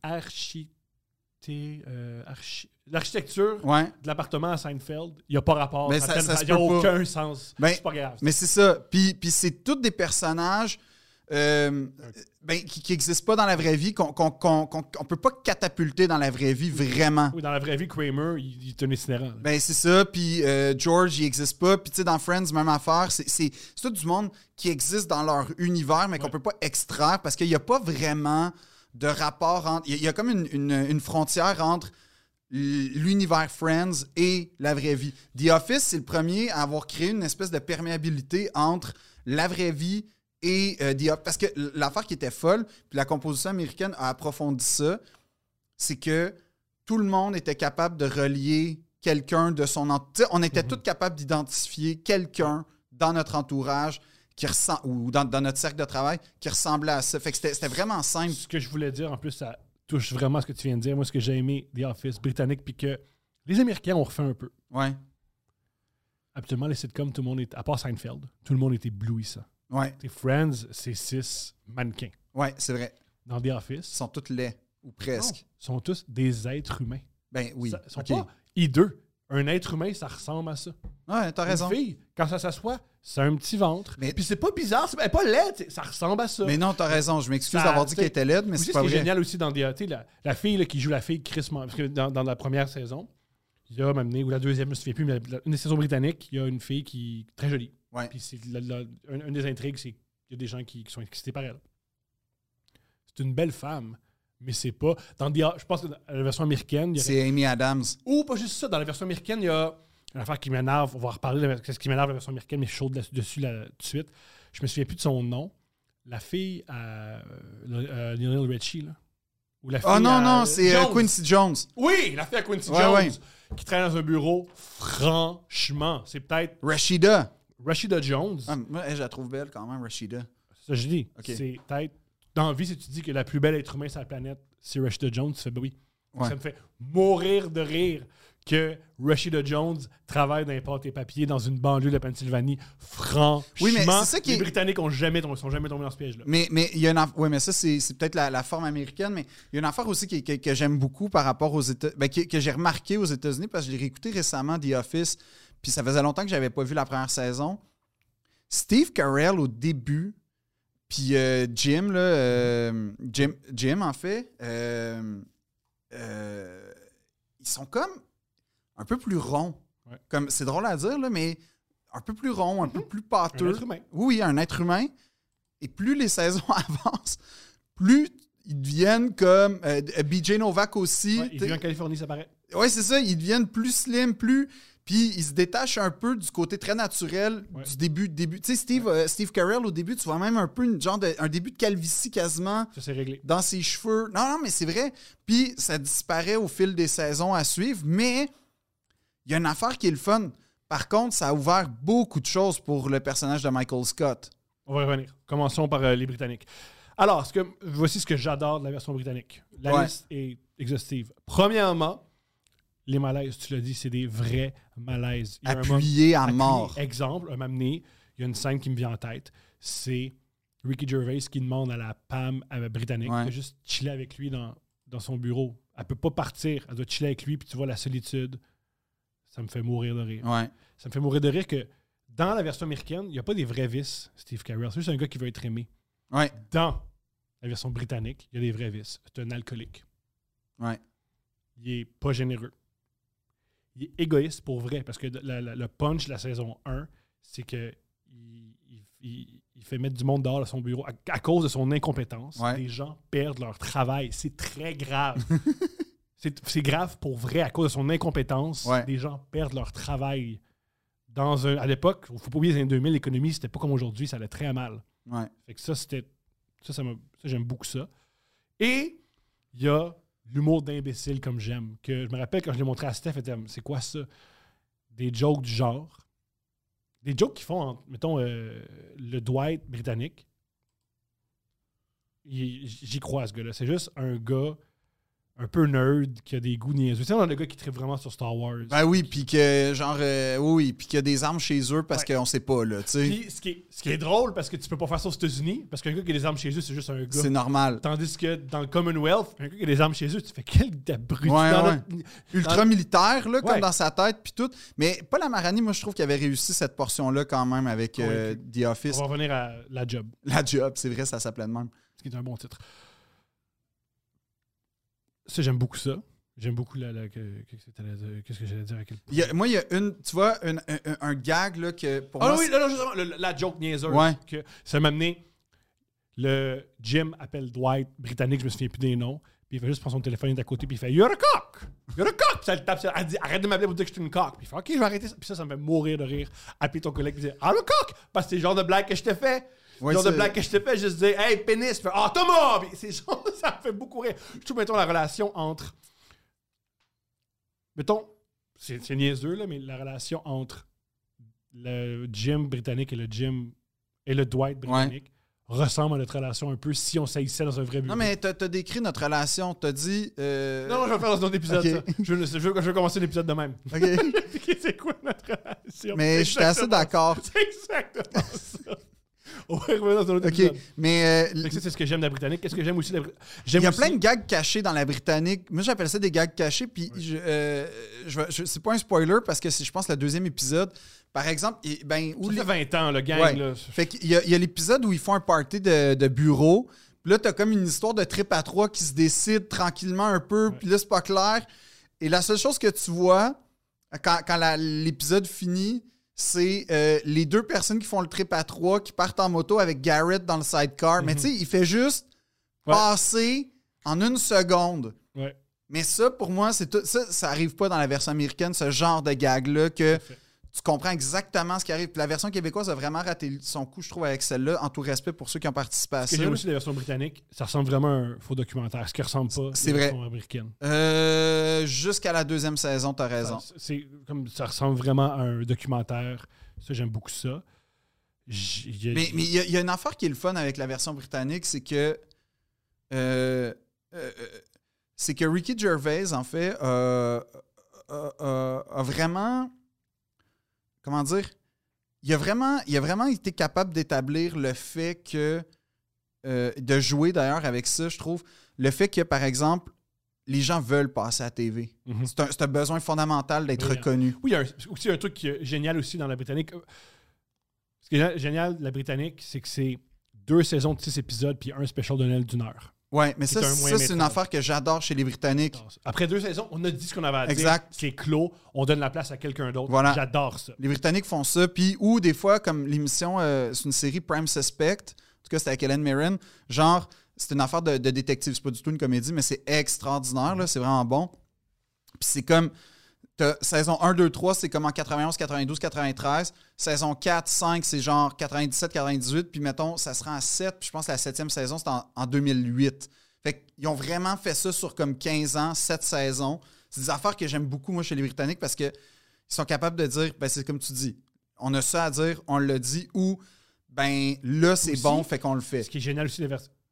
l'architecture de l'appartement à Seinfeld, il n'y a pas rapport. Mais il n'y a aucun sens. C'est pas grave. Mais c'est ça. Puis c'est tous des personnages qui n'existent pas dans la vraie vie, qu'on ne peut pas catapulter dans la vraie vie, vraiment. Oui, dans la vraie vie, Kramer, il est un itinérant. C'est ça. Puis George, il n'existe pas. Puis tu sais, dans Friends, même affaire. C'est tout du monde qui existe dans leur univers, mais qu'on ne peut pas extraire parce qu'il n'y a pas vraiment de rapport entre... Il y a comme une frontière entre l'univers Friends et la vraie vie. The Office, c'est le premier à avoir créé une espèce de perméabilité entre la vraie vie et The Office. Parce que l'affaire qui était folle, puis la composition américaine a approfondi ça, c'est que tout le monde était capable de relier quelqu'un de son... On était tous capables d'identifier quelqu'un dans notre entourage ou dans notre cercle de travail qui ressemblait à ça. Fait que c'était vraiment simple. Ce que je voulais dire, en plus, ça touche vraiment à ce que tu viens de dire. Moi, ce que j'ai aimé The Office britannique, puis que les Américains ont refait un peu. Ouais. Absolument, les sitcoms, tout le monde est... À part Seinfeld, tout le monde est éblouissant. Ouais. Friends, c'est 6 mannequins. Ouais, c'est vrai. Dans The Office... Ils sont tous laids, ou presque. Non, ils sont tous des êtres humains. Ben oui. Ils sont pas hideux. Un être humain, ça ressemble à ça. Ouais, t'as raison. Une fille, quand ça s'assoit, c'est un petit ventre. Puis c'est pas bizarre, c'est pas laid, ça ressemble à ça. Mais non, t'as raison. Je m'excuse d'avoir dit qu'elle était laide, mais c'est pas vrai. Ce qui est génial aussi dans la fille là, qui joue la fille Chris, parce que dans la première saison, il y a ou la deuxième, je me souviens plus, mais une des saisons britanniques, il y a une fille qui est très jolie. Ouais. Puis c'est une des intrigues, c'est qu'il y a des gens qui sont excités par elle. C'est une belle femme. Mais c'est pas... je pense que dans la version américaine... C'est Amy Adams. Ou pas juste ça. Dans la version américaine, il y a une affaire qui m'énerve. On va reparler de ce qui m'énerve dans la version américaine, mais je suis chaud dessus là, tout de suite. Je me souviens plus de son nom. La fille à Lionel Richie, là. Ou la fille non, c'est Quincy Jones. Oui, la fille à Quincy Jones. Qui traîne dans un bureau. Franchement, c'est peut-être... Rashida Jones. Moi, je la trouve belle quand même, Rashida. Ça, je dis. Okay. C'est peut-être... Dans la vie, si tu dis que la plus belle être humain sur la planète, c'est Rashida Jones, tu fais oui. Ouais. Ça me fait mourir de rire que Rashida Jones travaille dans les pâtes et papiers dans une banlieue de Pennsylvanie. Franchement, oui, mais c'est ça les Britanniques sont jamais tombés dans ce piège-là. Mais il y a mais ça, c'est peut-être la forme américaine, mais il y a une affaire aussi que j'aime beaucoup par rapport aux États-Unis, que j'ai remarqué aux États-Unis, parce que je l'ai réécouté récemment, The Office, puis ça faisait longtemps que j'avais pas vu la première saison. Steve Carell, au début... Puis Jim, là, Jim, en fait, ils sont comme un peu plus ronds. Ouais. Comme, c'est drôle à dire, là, mais un peu plus ronds, un peu plus pâteux. Un être humain. Oui, un être humain. Et plus les saisons avancent, plus ils deviennent comme... BJ Novak aussi. Ouais, il vit en Californie, ça paraît. Oui, c'est ça. Ils deviennent plus slim, plus... Puis il se détache un peu du côté très naturel du début. Tu sais, Steve Carell, au début, tu vois même un peu un début de calvitie quasiment. Ça, c'est réglé. Dans ses cheveux. Non, mais c'est vrai. Puis ça disparaît au fil des saisons à suivre. Mais il y a une affaire qui est le fun. Par contre, ça a ouvert beaucoup de choses pour le personnage de Michael Scott. On va y revenir. Commençons par les Britanniques. Alors, voici ce que j'adore de la version britannique. La liste est exhaustive. Premièrement, les malaises, tu l'as dit, c'est des vrais malaises. Appuyés à mort. Exemple, un moment donné, il y a une scène qui me vient en tête. C'est Ricky Gervais qui demande à la Pam britannique de juste chiller avec lui dans son bureau. Elle peut pas partir. Elle doit chiller avec lui, puis tu vois la solitude. Ça me fait mourir de rire. Ouais. Ça me fait mourir de rire que dans la version américaine, il n'y a pas des vrais vices, Steve Carell. C'est juste un gars qui veut être aimé. Ouais. Dans la version britannique, il y a des vrais vices. C'est un alcoolique. Ouais. Il est pas généreux. Il est égoïste pour vrai, parce que le punch de la saison 1, c'est que il fait mettre du monde dehors de son bureau à cause de son incompétence. Ouais. Les gens perdent leur travail. C'est très grave. c'est grave pour vrai à cause de son incompétence. Ouais. Les gens perdent leur travail. À l'époque, il ne faut pas oublier les années 2000, l'économie, c'était pas comme aujourd'hui, ça allait très mal. Ouais. Fait que ça, j'aime beaucoup ça. Et il y a l'humour d'imbécile comme j'aime. Que je me rappelle quand je l'ai montré à Steph, elle était c'est quoi ça? Des jokes du genre. Des jokes qui font, mettons, le Dwight britannique. J'y crois, ce gars-là. C'est juste un gars un peu nerd qui a des goûts niaiseux. Tu sais, on a le gars qui tripe vraiment sur Star Wars. Ben oui, puis que, genre, puis qu'il y a des armes chez eux parce qu'on sait pas, là, tu sais. Puis ce qui est drôle, parce que tu peux pas faire ça aux États-Unis, parce qu'un gars qui a des armes chez eux, c'est juste un gars. C'est normal. Tandis que dans le Commonwealth, un gars qui a des armes chez eux, tu fais quel abruti. Ultra militaire, là, comme dans sa tête, puis tout. Mais Paul Amarani, moi, je trouve qu'il avait réussi cette portion-là quand même avec The Office. On va revenir à La Job. La Job, c'est vrai, ça s'appelait de même. Ce qui est un bon titre. Ça, j'aime beaucoup ça. J'aime beaucoup qu'est-ce que j'allais dire à quel point. Moi, il y a un gag là, que pour moi. Ah oui, non, justement, la joke niaiseuse. Ouais. Que ça m'a amené. Le Jim appelle Dwight, britannique, je me souviens plus des noms. Puis il fait juste prendre son téléphone d'à côté, puis il fait You're a cock! You're a cock! Puis ça le tape, elle dit Arrête de m'appeler pour dire que je suis une cock. Puis il fait OK, je vais arrêter ça. Puis ça me fait mourir de rire. Appeler ton collègue, puis dire I'm a cock! Parce que c'est le genre de blague que je te fais. Ouais, genre de blague que je te fais, juste dire Hey, pénis! Puis Thomas! Puis c'est genre, ça me fait beaucoup rire. Je trouve, mettons, la relation entre. Mettons, c'est niaiseux, là, mais la relation entre le Jim britannique et le Dwight britannique ressemble à notre relation un peu si on s'haïssait dans un vrai bureau. Non, mais t'as décrit notre relation. T'as dit. Non, je vais le faire dans un autre épisode. Okay. Ça. Je veux commencer l'épisode de même. OK. C'est quoi notre relation? Mais je suis assez d'accord. C'est exactement ça. On va revenir dans un autre épisode. Mais ça, c'est ce que j'aime de la britannique. Qu'est-ce que j'aime aussi de la il y a plein de gags cachés dans la britannique. Moi, j'appelle ça des gags cachés. Puis, c'est pas un spoiler parce que c'est, je pense, le deuxième épisode. Par exemple, ça fait 20 ans, le gang. Là. Fait qu'il y a l'épisode où ils font un party de bureau. Puis là, t'as comme une histoire de trip à trois qui se décide tranquillement un peu. Puis là, c'est pas clair. Et la seule chose que tu vois quand l'épisode finit, c'est les deux personnes qui font le trip à trois qui partent en moto avec Garrett dans le sidecar. Mais tu sais, il fait juste passer en une seconde. Ouais. Mais ça, pour moi, c'est tout. Ça arrive pas dans la version américaine, ce genre de gag-là, que tu comprends exactement ce qui arrive. Puis la version québécoise a vraiment raté son coup, je trouve, avec celle-là, en tout respect pour ceux qui ont participé à ça. Ce que j'aime aussi de la version britannique, ça ressemble vraiment à un faux documentaire, ce qui ressemble pas à la version américaine. Jusqu'à la deuxième saison, t'as raison. Ça ressemble vraiment à un documentaire. Ça, j'aime beaucoup ça. Mais il y a une affaire qui est le fun avec la version britannique, c'est que Ricky Gervais, en fait, a vraiment... Comment dire? Il a vraiment été capable d'établir le fait que... de jouer, d'ailleurs, avec ça, je trouve. Le fait que, par exemple, les gens veulent passer à la TV. Mm-hmm. C'est un besoin fondamental d'être reconnu. Oui, il y a aussi un truc qui est génial aussi dans la Britannique. Ce qui est génial de la Britannique, c'est que c'est 2 saisons de 6 épisodes puis un special de Noël d'1 heure. Ouais, mais ça c'est une affaire que j'adore chez les Britanniques. Après 2 saisons, on a dit ce qu'on avait à dire. Exact. C'est clos, on donne la place à quelqu'un d'autre. Voilà. J'adore ça. Les Britanniques font ça. Puis, ou des fois, comme l'émission, c'est une série Prime Suspect, en tout cas, c'était avec Helen Mirren, genre, c'est une affaire de détective. C'est pas du tout une comédie, mais c'est extraordinaire, là, c'est vraiment bon. Puis c'est comme... saison 1, 2, 3, c'est comme en 91, 92, 93. Saison 4, 5, c'est genre 97, 98. Puis mettons, ça se rend à 7. Puis je pense que la 7e saison, c'est en 2008. Fait qu'ils ont vraiment fait ça sur comme 15 ans, 7 saisons. C'est des affaires que j'aime beaucoup, moi, chez les Britanniques, parce qu'ils sont capables de dire, ben c'est comme tu dis, on a ça à dire, on le dit, ou ben là, c'est Aussi, bon, fait qu'on le fait. Ce qui est génial aussi,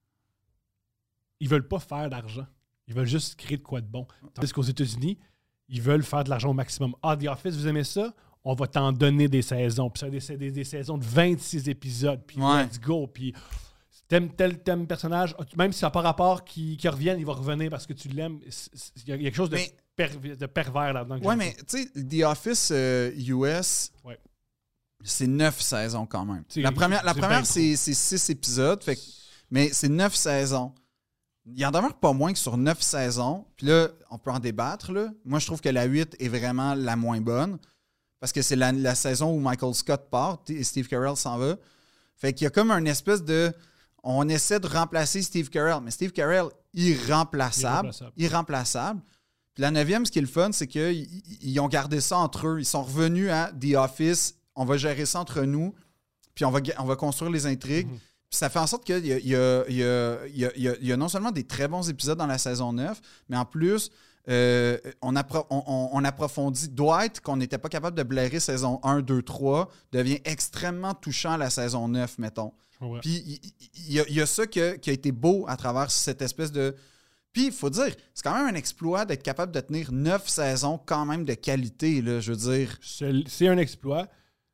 ils veulent pas faire d'argent. Ils veulent juste créer de quoi de bon. Tandis qu'aux États-Unis, ils veulent faire de l'argent au maximum. Ah, The Office, vous aimez ça? On va t'en donner des saisons. Puis ça va des saisons de 26 épisodes. Puis let's go. Puis t'aimes tel personnage, même si ça n'a pas rapport qu'il revienne, il va revenir parce que tu l'aimes. Il y a quelque chose de pervers là-dedans. Ouais, mais tu sais, The Office US, c'est 9 saisons quand même. La première c'est 6 épisodes, mais c'est 9 saisons. Il en demeure pas moins que sur 9 saisons. Puis là, on peut en débattre. Là. Moi, je trouve que la 8 est vraiment la moins bonne. Parce que c'est la saison où Michael Scott part et Steve Carell s'en va. Fait qu'il y a comme une espèce de... On essaie de remplacer Steve Carell. Mais Steve Carell, irremplaçable. Puis la 9e, ce qui est le fun, c'est qu'ils ont gardé ça entre eux. Ils sont revenus à The Office. On va gérer ça entre nous. Puis on va construire les intrigues. Mm-hmm. Puis ça fait en sorte qu'il y a non seulement des très bons épisodes dans la saison 9, mais en plus, on approfondit. Dwight, qu'on n'était pas capable de blairer saison 1, 2, 3, devient extrêmement touchant à la saison 9, mettons. Ouais. Puis il y a ça qui a été beau à travers cette espèce de... Puis il faut dire, c'est quand même un exploit d'être capable de tenir 9 saisons quand même de qualité, là, je veux dire. C'est un exploit,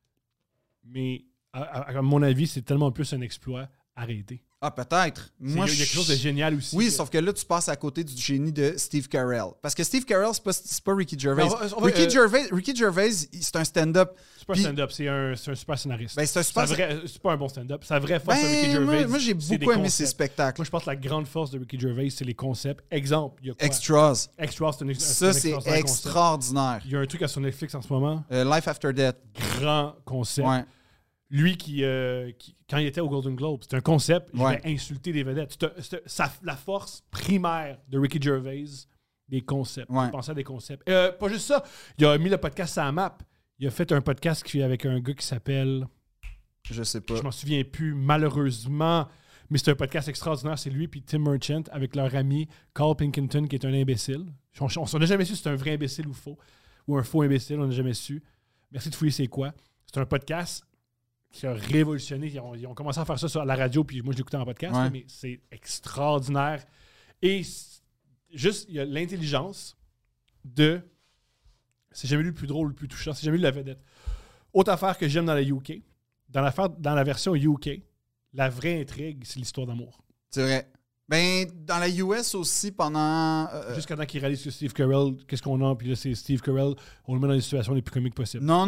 mais... À mon avis, c'est tellement plus un exploit arrêté. Ah, peut-être. Il y a quelque chose de génial aussi. Oui, sauf que là, tu passes à côté du génie de Steve Carell. Parce que Steve Carell, c'est pas Ricky Gervais. Ricky Gervais, c'est un stand-up. C'est pas un stand-up, c'est un super scénariste. Ben, c'est pas un bon stand-up. Sa vraie force de Ricky Gervais, moi, j'ai beaucoup aimé ses spectacles. Moi, je pense que la grande force de Ricky Gervais, c'est les concepts. Exemple, il y a quoi? Extras. Extras, c'est extraordinaire. Il y a un truc à son Netflix en ce moment. Life After Death. Grand concept. Ouais. Lui qui, quand il était au Golden Globe, c'était un concept, il voulait insulter des vedettes. La force primaire de Ricky Gervais, des concepts. Il pensait à des concepts. Pas juste ça, il a mis le podcast à la map. Il a fait un podcast avec un gars qui s'appelle... Je sais pas. Je m'en souviens plus, malheureusement. Mais c'est un podcast extraordinaire. C'est lui et Tim Merchant avec leur ami Carl Pilkington, qui est un imbécile. On n'a jamais su si c'est un vrai imbécile ou faux. Ou un faux imbécile, on n'a jamais su. Merci de fouiller c'est quoi. C'est un podcast qui a révolutionné. Ils ont commencé à faire ça à la radio, puis moi, je l'écoutais en podcast, mais c'est extraordinaire. Et juste, il y a l'intelligence de... C'est jamais lu le plus drôle, le plus touchant. C'est jamais lu la vedette. Autre affaire que j'aime dans la UK, dans la version UK, la vraie intrigue, c'est l'histoire d'amour. C'est vrai. Ben, dans la US aussi, pendant... Jusqu'à temps qu'il réalise que Steve Carell, qu'est-ce qu'on a, puis là, c'est Steve Carell, on le met dans les situations les plus comiques possibles. Non.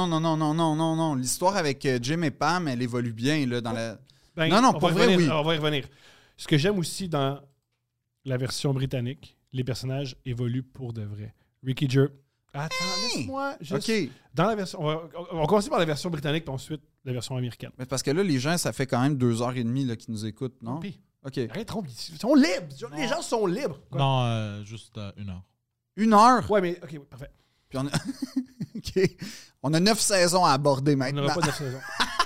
L'histoire avec Jim et Pam, elle évolue bien, là, dans la... Ben, non, pour vrai, oui. On va y revenir. Ce que j'aime aussi dans la version britannique, les personnages évoluent pour de vrai. Ricky Gervais... Attends, laisse-moi juste... OK. Dans la version... On va commencer par la version britannique, puis ensuite la version américaine. Mais parce que là, les gens, ça fait quand même 2h30 là, qu'ils nous écoutent, non? Puis, OK. Arrête, ils sont libres. Les gens sont libres. Quoi? Non, juste 1 heure. 1 heure? Ouais, mais OK, parfait. Puis on a... OK. On a 9 saisons à aborder maintenant. On n'aura pas 9 saisons.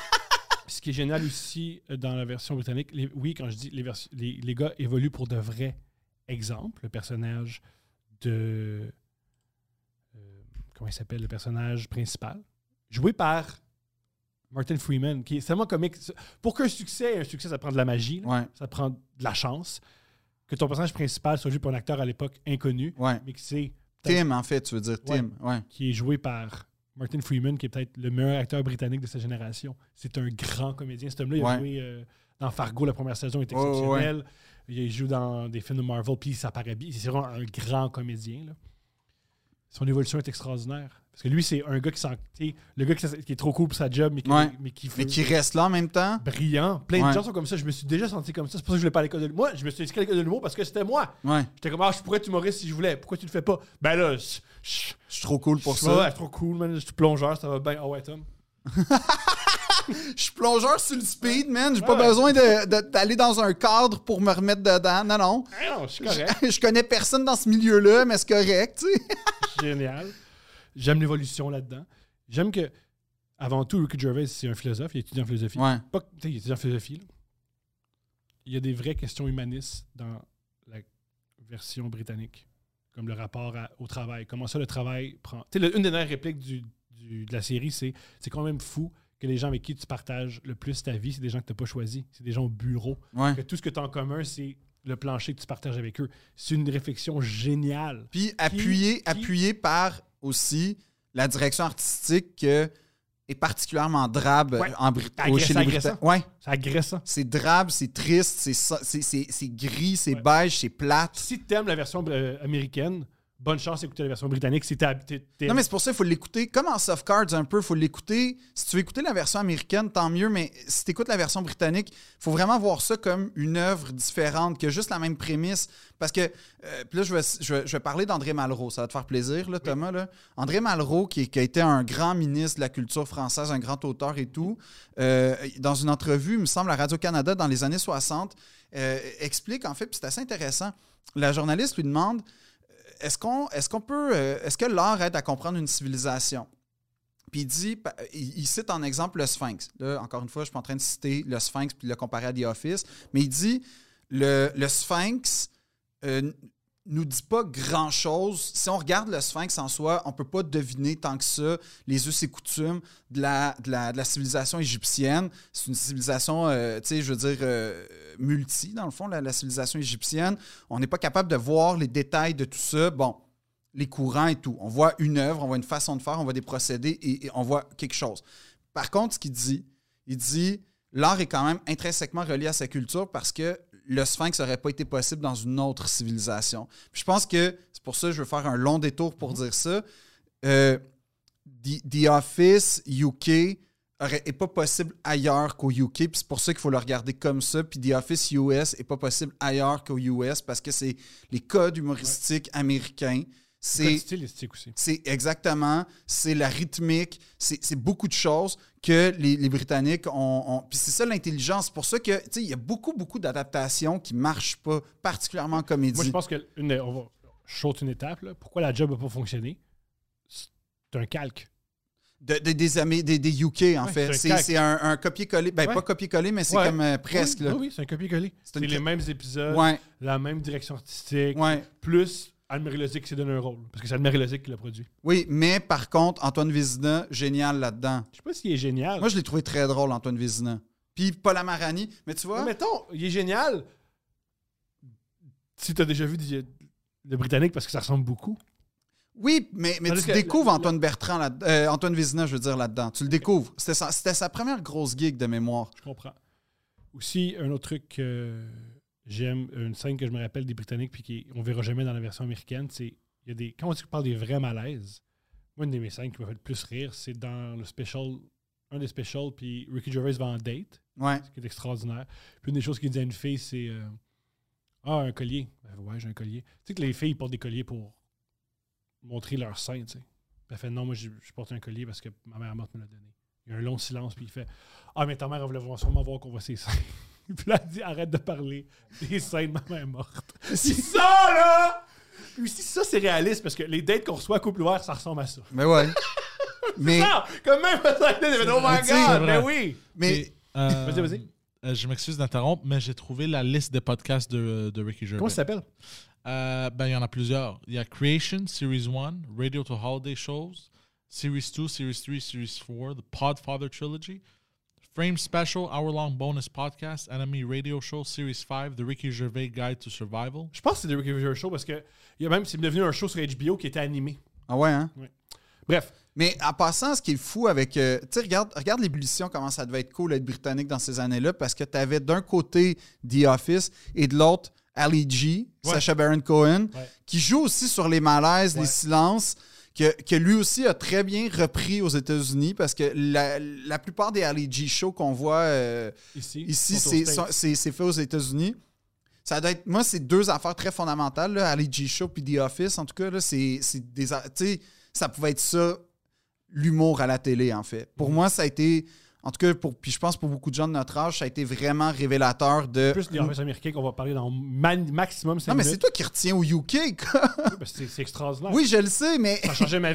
Ce qui est génial aussi dans la version britannique, quand je dis les gars évoluent pour de vrais exemples. Le personnage de... comment il s'appelle? Le personnage principal. Joué par Martin Freeman, qui est tellement comique. Pour qu'un succès, ça prend de la magie. Ça prend de la chance. Que ton personnage principal soit joué par un acteur à l'époque inconnu. Mais que c'est... Tim, en fait, tu veux dire Tim. Qui est joué par Martin Freeman, qui est peut-être le meilleur acteur britannique de sa génération. C'est un grand comédien. Cet homme-là, il a joué dans Fargo, la première saison, il est exceptionnel. Il joue dans des films de Marvel, puis ça paraît bien. C'est vraiment un grand comédien, là. Son évolution est extraordinaire. Parce que lui, c'est un gars le gars qui est trop cool pour sa job, mais qui reste là en même temps. Brillant. Plein de gens sont comme ça. Je me suis déjà senti comme ça. C'est pour ça que je voulais pas à l'école de l'humour. Moi, je me suis inscrit à l'école de l'humour parce que c'était moi. J'étais comme, je pourrais être humoriste si je voulais. Pourquoi tu le fais pas? Ben là, je suis trop cool pour ça. Ouais, je suis trop cool, man. Je suis plongeur, ça va bien. Ah ouais, Tom. Je suis plongeur sur le speed, man. J'ai pas besoin d'aller dans un cadre pour me remettre dedans. Non. Non, je suis correct. Je connais personne dans ce milieu-là, mais c'est correct, tu sais. Génial. J'aime l'évolution là-dedans. J'aime que, avant tout, Ricky Gervais, c'est un philosophe, il est étudiant en philosophie. Ouais. Il est étudiant en philosophie. Là. Il y a des vraies questions humanistes dans la version britannique, comme le rapport au travail. Comment ça, le travail prend... Une des dernières répliques de la série, c'est quand même fou que les gens avec qui tu partages le plus ta vie, c'est des gens que tu n'as pas choisis. C'est des gens au bureau. Ouais. Que tout ce que tu as en commun, c'est le plancher que tu partages avec eux. C'est une réflexion géniale. Puis appuyé par aussi la direction artistique que est particulièrement drabe chez les Britanniques. Ouais. C'est agressant. C'est drabe, c'est triste, c'est gris, c'est beige, c'est plate. Si tu aimes la version américaine, bonne chance d'écouter la version britannique. Si Non, mais c'est pour ça qu'il faut l'écouter. Comme en soft cards, un peu, il faut l'écouter. Si tu veux écouter la version américaine, tant mieux, mais si tu écoutes la version britannique, il faut vraiment voir ça comme une œuvre différente, que juste la même prémisse. Parce que, puis là, je vais parler d'André Malraux. Ça va te faire plaisir, là, Thomas. Là. André Malraux, qui a été un grand ministre de la culture française, un grand auteur et tout, dans une entrevue, il me semble, à Radio-Canada, dans les années 60, explique, en fait, puis c'est assez intéressant. La journaliste lui demande... Est-ce que l'art aide à comprendre une civilisation? Puis il cite en exemple le Sphinx. Là, encore une fois, je suis pas en train de citer le Sphinx puis de le comparer à The Office, mais il dit le Sphinx nous dit pas grand-chose. Si on regarde le Sphinx en soi, on peut pas deviner tant que ça les us et coutumes de la civilisation égyptienne. C'est une civilisation, multi, dans le fond, la civilisation égyptienne. On n'est pas capable de voir les détails de tout ça. Bon, les courants et tout. On voit une œuvre, on voit une façon de faire, on voit des procédés et on voit quelque chose. Par contre, ce qu'il dit, il dit l'art est quand même intrinsèquement relié à sa culture parce que le Sphinx n'aurait pas été possible dans une autre civilisation. Puis je pense que c'est pour ça que je veux faire un long détour pour dire ça. The Office UK n'est pas possible ailleurs qu'au UK, puis c'est pour ça qu'il faut le regarder comme ça. Puis The Office US n'est pas possible ailleurs qu'au US parce que c'est les codes humoristiques américains. C'est stylistique aussi. C'est exactement, c'est la rythmique, c'est beaucoup de choses que les Britanniques ont. Puis c'est ça l'intelligence. C'est pour ça que il y a beaucoup d'adaptations qui ne marchent pas, particulièrement en comédie. Moi, je pense que on va sauter une étape. Là. Pourquoi la job n'a pas fonctionné? C'est un calque. Des UK, en fait. C'est un copier-coller. Ben, pas copier-coller, mais c'est comme presque. Là. Oui, c'est un copier-coller. C'est les mêmes épisodes, la même direction artistique, plus Anne-Marie Lozic qui s'est donné un rôle. Parce que c'est Anne-Marie Lozic qui l'a produit. Oui, mais par contre, Antoine Vézina, génial là-dedans. Je sais pas s'il est génial. Moi, je l'ai trouvé très drôle, Antoine Vézina. Puis Paul Amarani, mais tu vois... Mais mettons, il est génial si tu as déjà vu le Britannique parce que ça ressemble beaucoup. Oui, mais tu découvres Antoine Bertrand, Antoine Vézina, je veux dire, là-dedans. Tu le découvres. C'était sa première grosse gig de mémoire. Je comprends. Aussi, un autre truc que j'aime, une scène que je me rappelle des Britanniques puis qu'on ne verra jamais dans la version américaine, c'est quand on parle des vrais malaises, moi, une de mes scènes qui m'a fait le plus rire, c'est dans le special, un des specials, puis Ricky Gervais va en date, ce qui est extraordinaire. Puis une des choses qu'il dit à une fille, c'est un collier. Ouais, j'ai un collier. Tu sais que les filles portent des colliers pour montrer leur sein, tu sais. Elle fait non, moi je porte un collier parce que ma mère morte me l'a donné. Il y a un long silence, puis il fait mais ta mère, elle voulait sûrement voir qu'on voit ses seins. Puis là, elle dit arrête de parler des seins de ma mère morte. C'est ça, là! Puis si ça, c'est réaliste, parce que les dates qu'on reçoit à couple ouvert, ça ressemble à ça. Mais ouais. Mais ça, comme même, oh my God, mais oui! Mais. Vas-y. Je m'excuse d'interrompre, mais j'ai trouvé la liste des podcasts de Ricky Gervais. Comment ça s'appelle? Il y en a plusieurs. Il y a Creation, Series 1, Radio to Holiday Shows, Series 2, Series 3, Series 4, The Podfather Trilogy, Frame Special, Hour-Long Bonus Podcast, Enemy Radio Show, Series 5, The Ricky Gervais Guide to Survival. Je pense que c'est The Ricky Gervais Show parce que c'est devenu un show sur HBO qui était animé. Ah ouais, hein? Oui. Bref. Mais en passant, ce qui est fou avec... tu sais, regarde l'ébullition, comment ça devait être cool d'être britannique dans ces années-là, parce que tu avais d'un côté The Office et de l'autre Ali G, Sacha Baron Cohen, qui joue aussi sur les malaises, les silences, que lui aussi a très bien repris aux États-Unis, parce que la plupart des Ali G shows qu'on voit ici c'est fait aux États-Unis. Ça doit être... Moi, c'est deux affaires très fondamentales, là, Ali G Show puis The Office, en tout cas, là, c'est des... Tu sais, ça pouvait être ça, l'humour à la télé, en fait. Pour moi, ça a été... En tout cas, puis je pense pour beaucoup de gens de notre âge, ça a été vraiment révélateur de... Plus les Office américains qu'on va parler dans maximum 5 minutes. Non, mais c'est toi qui retiens au UK, quoi. C'est extraordinaire. Oui, je le sais, mais... Ça a changé ma vie.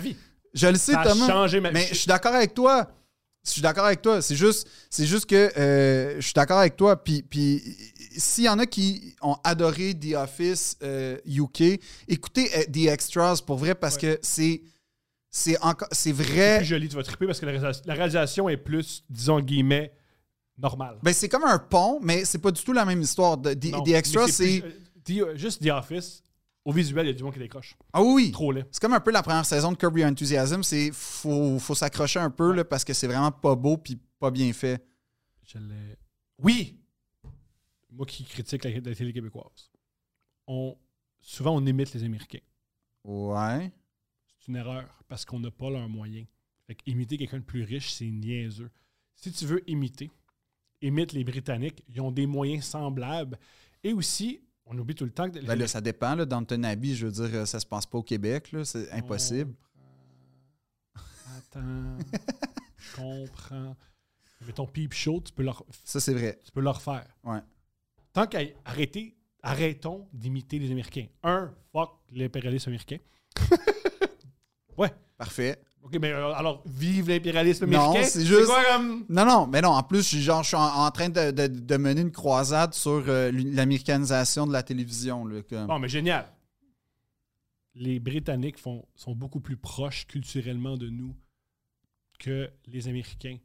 Je le sais, Ça a Thomas. changé ma vie. Mais je suis d'accord avec toi. C'est juste que je suis d'accord avec toi. Puis s'il y en a qui ont adoré The Office UK, écoutez The Extras pour vrai parce que c'est vrai. C'est plus joli, tu vas triper parce que la réalisation est plus, disons guillemets, normale. Ben, c'est comme un pont, mais c'est pas du tout la même histoire. Non, The Extras, mais c'est. juste The Office, au visuel, il y a du monde qui décroche. Ah oui! Trop laid. C'est comme un peu la première saison de Curb Your Enthusiasm. C'est faut s'accrocher un peu là, parce que c'est vraiment pas beau puis pas bien fait. Oui! Moi qui critique la télé québécoise. Souvent, on imite les Américains. Ouais. C'est une erreur parce qu'on n'a pas leurs moyens. Fait qu'imiter quelqu'un de plus riche, c'est niaiseux. Si tu veux imite les Britanniques. Ils ont des moyens semblables. Et aussi, on oublie tout le temps que... Ben là, ça dépend. Là, Downton Abbey, je veux dire, ça se passe pas au Québec. Là, c'est impossible. Attends. Je comprends. Mais ton Peep Show, tu peux leur... Ça, c'est vrai. Tu peux le refaire. Ouais. Tant qu'à arrêtons d'imiter les Américains. Fuck l'impérialisme américain. Ouais. Parfait. OK, mais alors, vive l'impérialisme américain. Non, c'est juste... quoi comme... Non, mais non. En plus, je suis en train de mener une croisade sur l'américanisation de la télévision. Là, comme. Bon, mais génial. Les Britanniques sont beaucoup plus proches culturellement de nous que les Américains.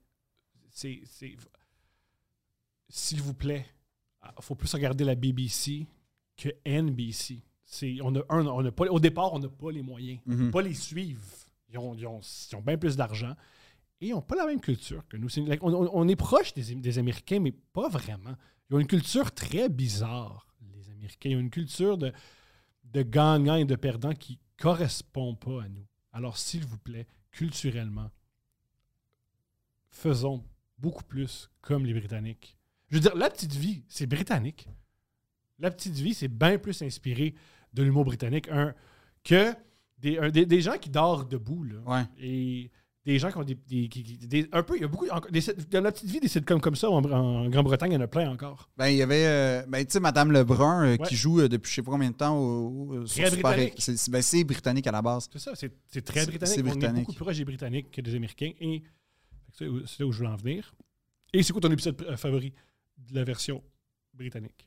S'il vous plaît, il faut plus regarder la BBC que NBC. Au départ, on n'a pas les moyens. On ne peut pas les suivre. Ils ont bien plus d'argent. Et ils n'ont pas la même culture que nous. On est proche des Américains, mais pas vraiment. Ils ont une culture très bizarre, les Américains. Ils ont une culture de gagnants et de perdants qui ne correspond pas à nous. Alors, s'il vous plaît, culturellement, faisons beaucoup plus comme les Britanniques. Je veux dire, La Petite Vie, c'est britannique. La Petite Vie, c'est bien plus inspiré de l'humour britannique que des gens qui dorment debout. Là. Ouais. Et des gens qui ont un peu, il y a beaucoup... Dans La Petite Vie, des sitcoms comme ça, en Grande-Bretagne, il y en a plein encore. Ben, il y avait, tu sais, Madame Lebrun qui Ouais. joue depuis je sais pas combien de temps sur Très Super. britannique. C'est britannique à la base. C'est ça, c'est très britannique. C'est On est britannique. beaucoup plus proche des Britanniques que des Américains. Et c'est là où je voulais en venir. Et c'est quoi ton épisode favori de la version britannique?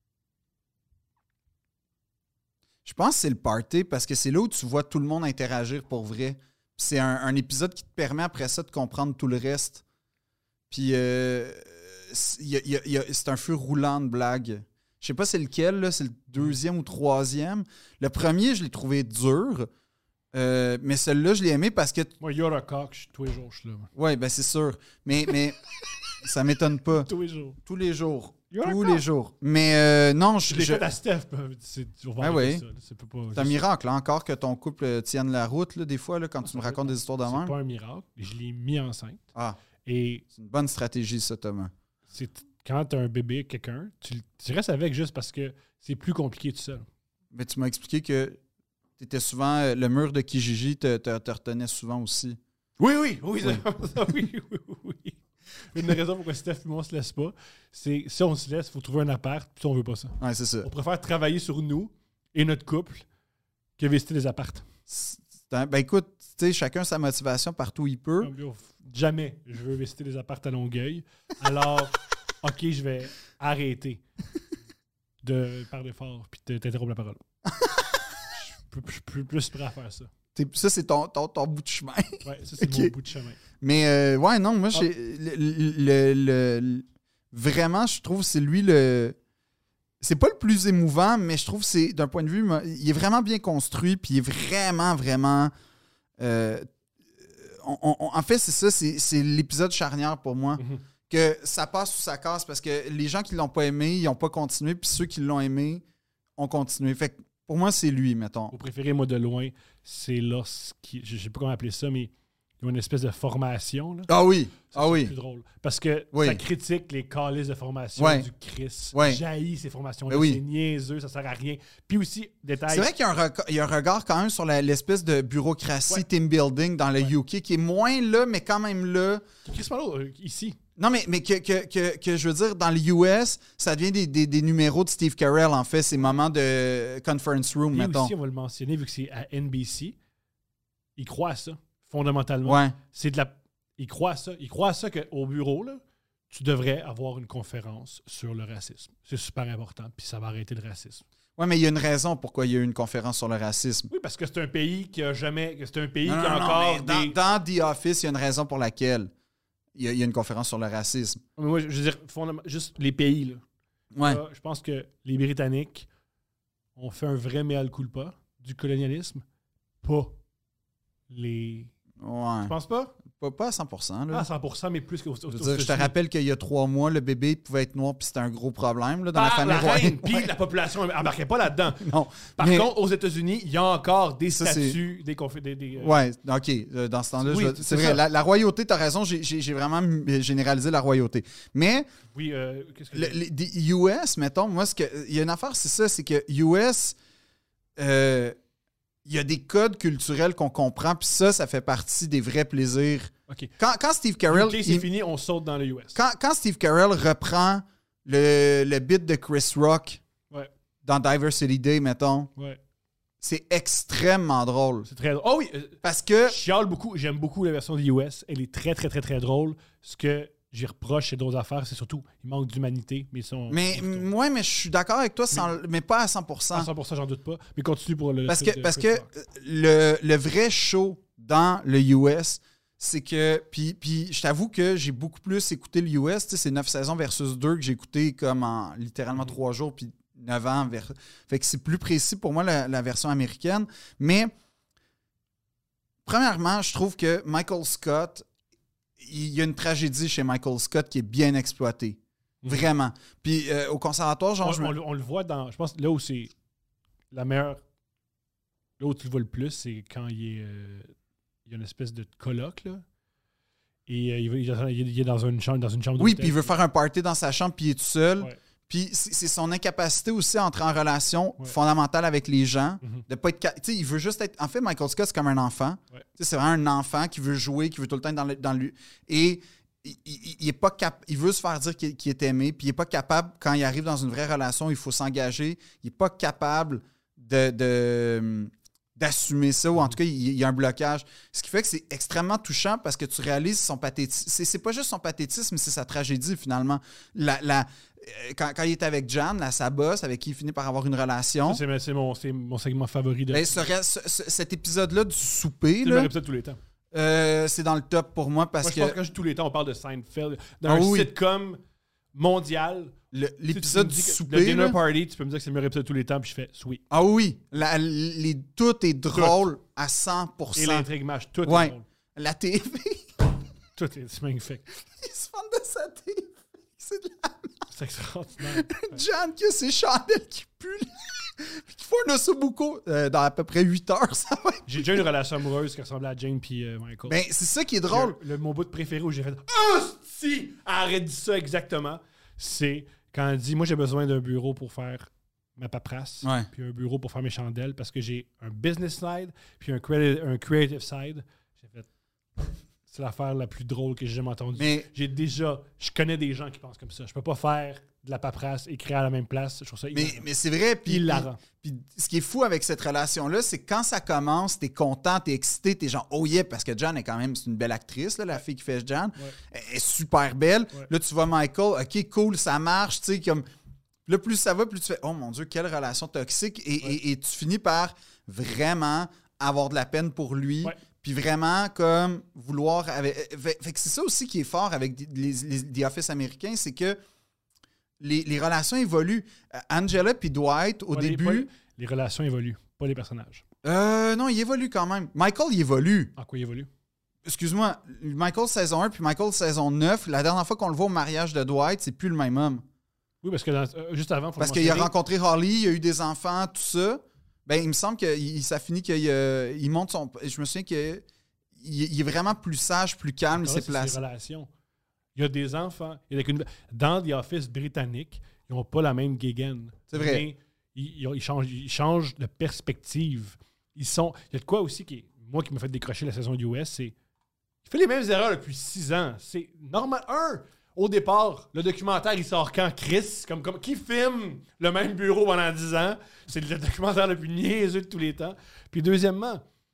Je pense que c'est le party parce que c'est là où tu vois tout le monde interagir pour vrai. C'est un épisode qui te permet après ça de comprendre tout le reste. Puis c'est un feu roulant de blagues. Je sais pas c'est lequel, là, c'est le deuxième ou troisième. Le premier, je l'ai trouvé dur. Mais celui-là, je l'ai aimé parce que... Moi, You're a Cock, tous les jours, je suis là. Oui, ben c'est sûr. Mais ça m'étonne pas. Tous les jours. Tous les jours. You're a Tous Cock. les jours. Mais non, Je l'ai fait à Steph. Ah oui. C'est un miracle, là, encore que ton couple tienne la route, là, des fois, là, quand tu me racontes des histoires de C'est même. pas un miracle. Je l'ai mis enceinte. Ah, Et c'est une bonne stratégie, ça, Thomas. quand tu as un bébé, quelqu'un, tu restes avec juste parce que c'est plus compliqué tout seul. Mais tu m'as expliqué que tu étais souvent... le mur de Kijiji te retenait souvent aussi. Oui. Oui. Une des raisons pourquoi Steph et moi on se laisse pas, c'est si on se laisse, il faut trouver un appart, puis on veut pas ça. Ouais, c'est ça. On préfère travailler sur nous et notre couple que visiter des appartes. Ben écoute, tu sais, chacun sa motivation partout où il peut. Jamais je veux visiter des appartes à Longueuil. Alors, OK, je vais arrêter de parler fort puis de t'interrompre la parole. Je suis plus prêt à faire ça. Ça, c'est ton bout de chemin. Ouais, ça, c'est Ok. mon bout de chemin. Mais ouais, non, moi, vraiment, je trouve que c'est lui le... C'est pas le plus émouvant, mais je trouve que c'est, d'un point de vue, il est vraiment bien construit, puis il est vraiment, vraiment... en fait, c'est ça, c'est l'épisode charnière pour moi. Mhm. Que ça passe ou ça casse, parce que les gens qui l'ont pas aimé, ils n'ont pas continué, puis ceux qui l'ont aimé ont continué. Fait que pour moi, c'est lui, mettons. Mon préféré, moi, de loin, c'est lorsqu'il... Je sais pas comment appeler ça, mais il y a une espèce de formation. Là. Ah oui, Ça, ah c'est oui. plus drôle. Parce que Oui. ça critique les calices de formation Ouais. du Chris. Ouais. J'haïs ces formations-là. Ben oui. C'est niaiseux, ça sert à rien. Puis aussi, détail... C'est vrai qu'il y a un regard quand même sur l'espèce de bureaucratie Ouais. team building dans le UK qui est moins là, mais quand même là. Chris Malo, ici. Non, mais que je veux dire, dans le US, ça devient des numéros de Steve Carell, en fait, ces moments de conference room, Puis mettons. aussi, on va le mentionner, vu que c'est à NBC, ils croient à ça. fondamentalement. Ouais. C'est de la... Ils croient à ça. Ils croient à ça qu'au bureau, là, tu devrais avoir une conférence sur le racisme. C'est super important, puis ça va arrêter le racisme. Ouais, mais il y a une raison pourquoi il y a eu une conférence sur le racisme. Oui, parce que c'est un pays qui a jamais... C'est un pays Non, qui a non, encore mais dans The Office, il y a une raison pour laquelle il y a une conférence sur le racisme. Mais moi, je veux dire, juste les pays, là. Ouais. Là, je pense que les Britanniques ont fait un vrai mea culpa du colonialisme, pas les... Ouais. Tu penses pas? Pas à 100%. Là. Ah, 100%, mais plus qu'au Je veux dire, je te rappelle qu'il y a 3 mois, le bébé pouvait être noir, puis c'était un gros problème là, dans la famille la royale. reine, puis la population embarquait pas là-dedans. Non. Par mais- contre, aux États-Unis, il y a encore des Ça, c'est- statuts, des Ouais, OK. Dans ce temps-là, Oui, c'est c'est vrai. ça. La royauté, t'as raison, j'ai vraiment généralisé la royauté. Mais Oui, qu'est-ce que... des US, mettons, moi, il y a une affaire, c'est ça, c'est que US, il y a des codes culturels qu'on comprend, puis ça fait partie des vrais plaisirs. OK. Quand Steve Carell... OK, c'est fini, on saute dans le US. Quand Steve Carell reprend le bit de Chris Rock Ouais, dans Diversity Day, mettons, ouais. c'est extrêmement drôle. C'est très drôle. Oh oui, Parce que... je chiale beaucoup, j'aime beaucoup la version du US. Elle est très, très, très, très drôle. Ce que j'y reproche chez d'autres affaires, c'est surtout, il manque d'humanité, mais ils sont... Mais je suis d'accord avec toi, mais pas à 100%. À 100%, j'en doute pas. Mais continue pour le... Parce truc que, de parce Chris que Rock. le vrai show dans le US, c'est que... Puis je t'avoue que j'ai beaucoup plus écouté le US. Tu sais, c'est 9 saisons versus 2 que j'ai écouté comme en littéralement 3 jours, puis 9 ans. Fait que c'est plus précis pour moi, la version américaine. Mais, premièrement, je trouve que Michael Scott... Il y a une tragédie chez Michael Scott qui est bien exploitée. Vraiment. Puis au conservatoire, genre... On le voit dans... Je pense là où c'est la meilleure... Là où tu le vois le plus, c'est quand il y a une espèce de colloque, là. Et il est dans une chambre d'hôtel. Oui, puis il veut faire un party dans sa chambre, puis il est tout seul. Ouais. Puis c'est son incapacité aussi à entrer en relation fondamentale avec les gens. De pas être... Tu sais, il veut juste être... En fait, Michael Scott, c'est comme un enfant. Ouais. Tu sais, c'est vraiment un enfant qui veut jouer, qui veut tout le temps être dans lui. Et il est pas il veut se faire dire qu'il est aimé, puis il est pas capable, quand il arrive dans une vraie relation, il faut s'engager. Il est pas capable d'assumer ça, ou en tout cas, il y a un blocage. Ce qui fait que c'est extrêmement touchant parce que tu réalises son pathétisme. C'est pas juste son pathétisme, c'est sa tragédie, finalement. Quand il est avec Jan, sa boss, avec qui il finit par avoir une relation. Ça, c'est mon segment favori de... Ben, cet épisode-là du souper, c'est le là, meilleur épisode de tous les temps. c'est dans le top pour moi parce Moi, je pense que quand je dis tous les temps, on parle de Seinfeld. Dans un sitcom mondial, l'épisode du le souper. Dinner là, Party, tu peux me dire que c'est le meilleur épisode de tous les temps, puis je fais sweet. ah oui, tout est drôle à 100%. Et l'intrigue match, tout Ouais. est drôle. La TV, Tout est magnifique. il se fend de sa TV. C'est de la... C'est extraordinaire. Jan qui a ses chandelles qui puent, puis qui font un ossobuco dans à peu près 8 heures, ça va être... J'ai déjà eu une relation amoureuse qui ressemblait à Jane puis Michael. Ben, c'est ça qui est drôle. Mon bout de préféré où j'ai fait si arrête dit ça exactement, c'est quand elle dit moi j'ai besoin d'un bureau pour faire ma paperasse, Ouais. puis un bureau pour faire mes chandelles parce que j'ai un business side puis un creative side. J'ai fait c'est l'affaire la plus drôle que j'ai jamais entendue. Mais- Je connais des gens qui pensent comme ça. Je peux pas faire de la paperasse et créer à la même place. Je trouve ça hilarant. Mais c'est vrai, puis Hilarant. Puis ce qui est fou avec cette relation-là, c'est que quand ça commence, t'es content, t'es excité, t'es genre oh yeah, parce que Jan est quand même, c'est une belle actrice, là, la fille qui fait Jan. Ouais. Elle est super belle. Ouais. Là, tu vois Michael, ok, cool, ça marche, tu sais, comme. Là, plus ça va, plus tu fais oh mon Dieu, quelle relation toxique. Et tu finis par vraiment avoir de la peine pour lui. Ouais. Puis vraiment, comme vouloir. Fait que c'est ça aussi qui est fort avec The Office américains, c'est que les relations évoluent. Angela puis Dwight, au début. Les relations évoluent, pas les personnages. Non, il évolue quand même. Michael, il évolue. En quoi ils évoluent? Excuse-moi, Michael saison 1 puis Michael saison 9, la dernière fois qu'on le voit au mariage de Dwight, c'est plus le même homme. Oui, parce que juste avant, faut Parce le qu'il a mentionner. rencontré Holly, il a eu des enfants, tout ça. Ben, il me semble que ça finit qu'il monte son... Je me souviens qu'il est vraiment plus sage, plus calme, il Là, s'est c'est placé. ses relations. Il y a des enfants. Dans The Office britannique, ils n'ont pas la même gaigane. C'est vrai. Mais ils changent de perspective. Il y a de quoi aussi moi qui m'a fait décrocher la saison US, c'est il fait les mêmes erreurs depuis 6 ans. C'est normal. Au départ, le documentaire, il sort quand? Chris? Comme qui filme le même bureau pendant 10 ans? C'est le documentaire le plus niaiseux de tous les temps. Puis deuxièmement,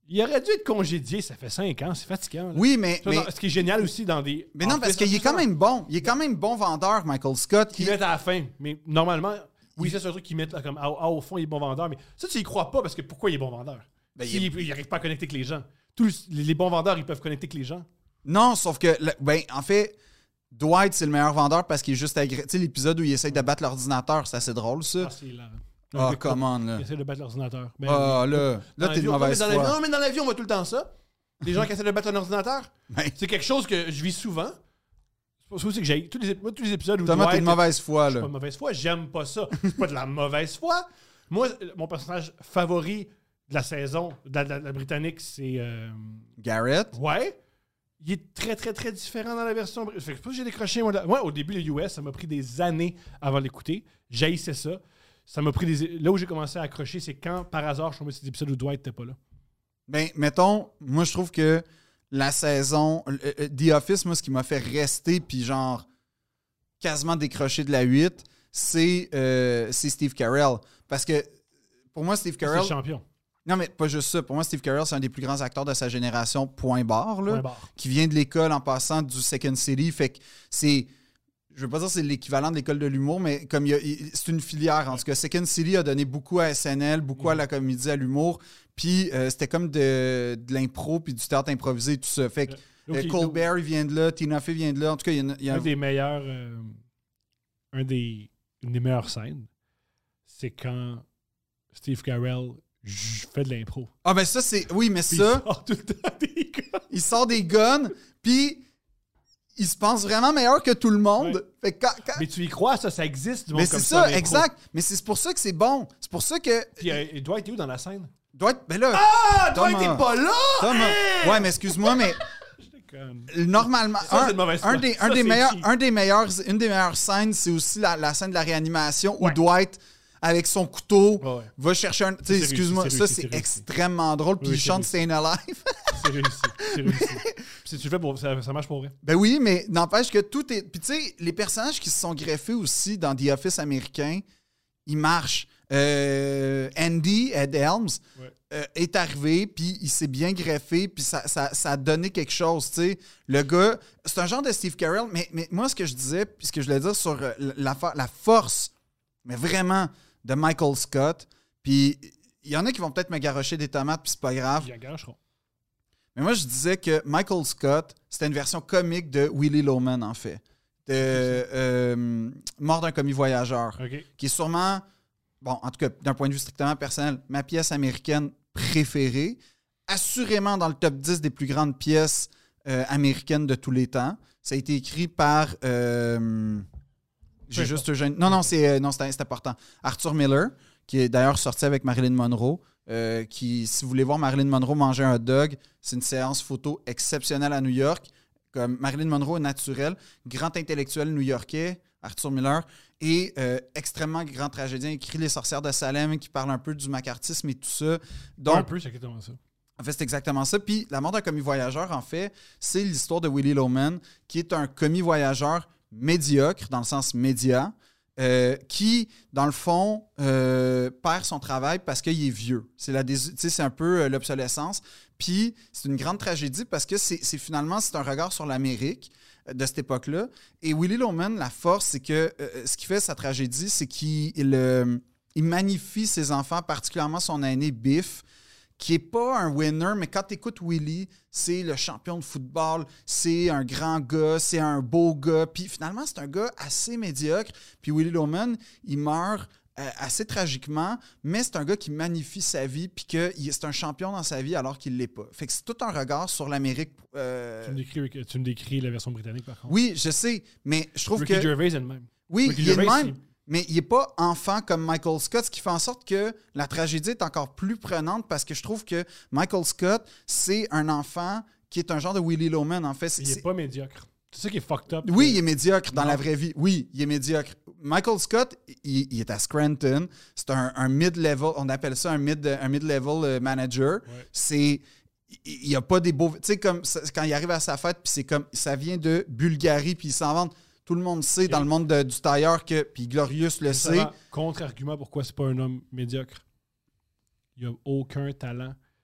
Il aurait dû être congédié, ça fait 5 ans, c'est fatigant. Là. Oui, mais Ce qui est génial aussi dans des... Mais non, parce qu'il est quand même bon. Il est quand même bon vendeur, Michael Scott. Qu'ils mettent à la fin. Mais normalement, oui, ça, c'est un truc qu'ils mettent là, comme au fond, il est bon vendeur. Mais ça, tu y crois pas parce que pourquoi il est bon vendeur? Ben, il n'arrive pas à connecter avec les gens. Tous les bons vendeurs, ils peuvent connecter avec les gens. Non, sauf que, en fait, Dwight, c'est le meilleur vendeur parce qu'il est juste agressif. Tu sais, l'épisode où il essaye de battre l'ordinateur, c'est assez drôle, ça. Ah, c'est là. Ah, come on, là. Ils essaient de battre l'ordinateur. Ben, Ah, là t'es de mauvaise foi. Non, mais dans la vie, on voit tout le temps ça. Les gens qui essaient de battre un ordinateur. Ben. C'est quelque chose que je vis souvent. C'est aussi que j'ai tous les épisodes où Thomas, t'es de mauvaise foi, je là. suis pas de mauvaise foi, j'aime pas ça. C'est pas de la mauvaise foi. Moi, mon personnage favori de la saison de la Britannique, c'est... Garrett? Ouais. Il est très, très, très différent dans la version... Fait que c'est pour ça que j'ai décroché. Moi, au début, le US, ça m'a pris des années avant de l'écouter. J'haïssais ça. Ça m'a pris des... Là où j'ai commencé à accrocher, c'est quand, par hasard, je suis tombé sur des épisodes où Dwight n'était pas là. Ben, mettons, moi, je trouve que la saison... The Office, moi, ce qui m'a fait rester, puis genre, quasiment décrocher de la 8, c'est Steve Carell. Parce que, pour moi, Steve Carell... C'est le champion. Non, mais pas juste ça. Pour moi, Steve Carell, c'est un des plus grands acteurs de sa génération, point barre, là, Point barre. qui vient de l'école en passant du Second City. Fait que c'est... Je veux pas dire que c'est l'équivalent de l'école de l'humour, mais comme c'est une filière. En tout cas, Second City a donné beaucoup à SNL, beaucoup à la comédie, à l'humour. Puis c'était comme de l'impro, puis du théâtre improvisé, tout ça. Fait que Colbert, il vient de là, Tina Fey vient de là. En tout cas, il y a un des meilleurs... une des meilleures scènes, c'est quand Steve Carell fait de l'impro. Ah ben ça, c'est... Oui, mais Puis ça... il sort tout le temps des gars. Il sort des guns, puis... Il se pense vraiment meilleur que tout le monde. Ouais. Fait que Mais tu y crois, ça existe. Du monde mais c'est comme ça, l'impro. exact. Mais c'est pour ça que c'est bon. C'est pour ça que... Puis Dwight est où dans la scène? Dwight, ben là... Ah! Thomas, Dwight est pas là! Thomas, Hey! ouais, mais excuse-moi, mais J'étais comme... normalement... Ça, c'est de mauvaise foi. Ça, c'est cheap. Une des meilleures scènes, c'est aussi la scène de la réanimation où Ouais. Dwight, avec son couteau, Ouais. va chercher un... Tu sais, C'est excuse-moi, réussi, ça, c'est c'est réussi. extrêmement drôle. Puis Oui, il c'est chante réussi. Stayin' Alive. C'est réussi. C'est réussi. Puis si tu le fais pour... Ça marche pour vrai. Ben oui, mais n'empêche que tout est... Puis tu sais, les personnages qui se sont greffés aussi dans The Office américain, ils marchent. Andy, Ed Helms, est arrivé, puis il s'est bien greffé, puis ça a donné quelque chose, tu sais. Le gars, c'est un genre de Steve Carell, mais moi, ce que je disais, puis ce que je voulais dire sur la force, mais vraiment, de Michael Scott, puis il y en a qui vont peut-être me garrocher des tomates, puis c'est pas grave. Ils engagent. Mais moi, je disais que Michael Scott, c'était une version comique de Willy Loman, en fait. De Mort d'un commis voyageur. OK. Qui est sûrement, bon, en tout cas, d'un point de vue strictement personnel, ma pièce américaine préférée. Assurément dans le top 10 des plus grandes pièces américaines de tous les temps. Ça a été écrit par... j'ai juste... Non, c'est important. Arthur Miller, qui est d'ailleurs sorti avec Marilyn Monroe. Si vous voulez voir Marilyn Monroe manger un hot dog, c'est une séance photo exceptionnelle à New York. Comme Marilyn Monroe est naturelle, grand intellectuel new-yorkais, Arthur Miller, et extrêmement grand tragédien, écrit Les sorcières de Salem, qui parle un peu du macartisme et tout ça. Donc, Un peu, c'est exactement ça. en fait, c'est exactement ça. Puis, La mort d'un commis voyageur, en fait, c'est l'histoire de Willy Loman, qui est un commis voyageur médiocre, dans le sens média, qui, dans le fond, perd son travail parce qu'il est vieux. C'est un peu l'obsolescence. Puis, c'est une grande tragédie parce que finalement, c'est un regard sur l'Amérique de cette époque-là. Et Willy Loman, la force, c'est que ce qui fait sa tragédie, c'est qu'il magnifie ses enfants, particulièrement son aîné Biff, qui n'est pas un winner, mais quand tu écoutes Willy, c'est le champion de football, c'est un grand gars, c'est un beau gars. Puis finalement, c'est un gars assez médiocre. Puis Willy Loman, il meurt assez tragiquement, mais c'est un gars qui magnifie sa vie, puis que c'est un champion dans sa vie alors qu'il ne l'est pas. Fait que c'est tout un regard sur l'Amérique. Tu me décris la version britannique, par contre. Oui, je sais, mais je trouve Ricky que... Gervais est le même. Oui, Ricky il est le Gervais, même, mais il n'est pas enfant comme Michael Scott, ce qui fait en sorte que la tragédie est encore plus prenante parce que je trouve que Michael Scott, c'est un enfant qui est un genre de Willy Loman, en fait. Il n'est pas médiocre. C'est ça qui est fucked up. Oui, il est médiocre dans la vraie vie. Oui, il est médiocre. Michael Scott, il est à Scranton. C'est un mid-level, on appelle ça un mid-level manager. Ouais. Il n'y a pas des beaux... Tu sais, comme quand il arrive à sa fête, puis c'est comme... Ça vient de Bulgarie, puis il s'en vante. Tout le monde sait dans le monde du tailleur que... Puis Glorious le sait. Contre-argument, pourquoi c'est pas un homme médiocre? Il n'a aucun talent.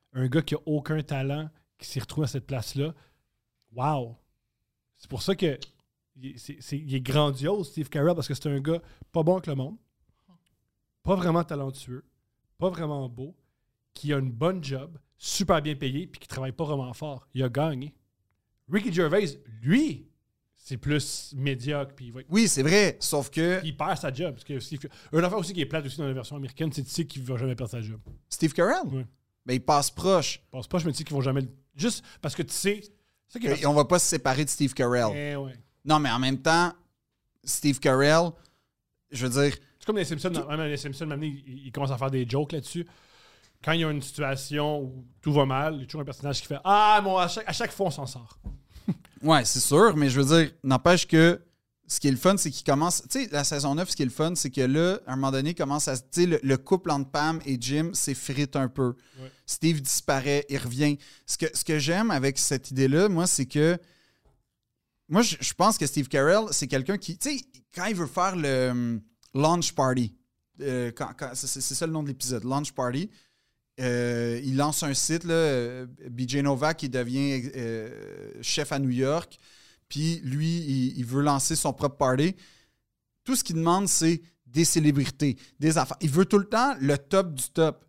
un gars qui a aucun talent, qui s'est retrouvé à cette place-là. Wow! C'est pour ça que il est grandiose, Steve Carell, parce que c'est un gars pas bon avec le monde, pas vraiment talentueux, pas vraiment beau, qui a une bonne job, super bien payé, puis qui travaille pas vraiment fort. Il a gagné. Ricky Gervais, lui, c'est plus médiocre. Puis oui, c'est vrai, sauf que... il perd sa job. Parce que une affaire aussi qui est plate aussi dans la version américaine, c'est que tu sais qu'il va jamais perdre sa job. Steve Carell? Oui. Ben, il passe proche. Je pense pas, je me dis qu'ils vont jamais... Juste parce que tu sais... Et on va pas se séparer de Steve Carell. Ouais. Non, mais en même temps, Steve Carell, je veux dire... C'est comme les Simpsons. Même les Simpsons, maintenant, ils commencent à faire des jokes là-dessus. Quand il y a une situation où tout va mal, il y a toujours un personnage qui fait « Ah, bon, à chaque fois, on s'en sort. » Ouais, c'est sûr, mais je veux dire, n'empêche que ce qui est le fun, c'est qu'il commence... Tu sais, la saison 9, ce qui est le fun, c'est que là, à un moment donné, commence à... Tu sais, le couple entre Pam et Jim s'effrite un peu. Ouais. Steve disparaît, il revient. Ce que j'aime avec cette idée-là, moi, c'est que... Moi, je pense que Steve Carell, c'est quelqu'un qui... Tu sais, quand il veut faire le launch party, c'est ça le nom de l'épisode, launch party, il lance un site, là, BJ Novak, qui devient chef à New York, puis lui, il veut lancer son propre party. Tout ce qu'il demande, c'est des célébrités, des affaires. Il veut tout le temps le top du top.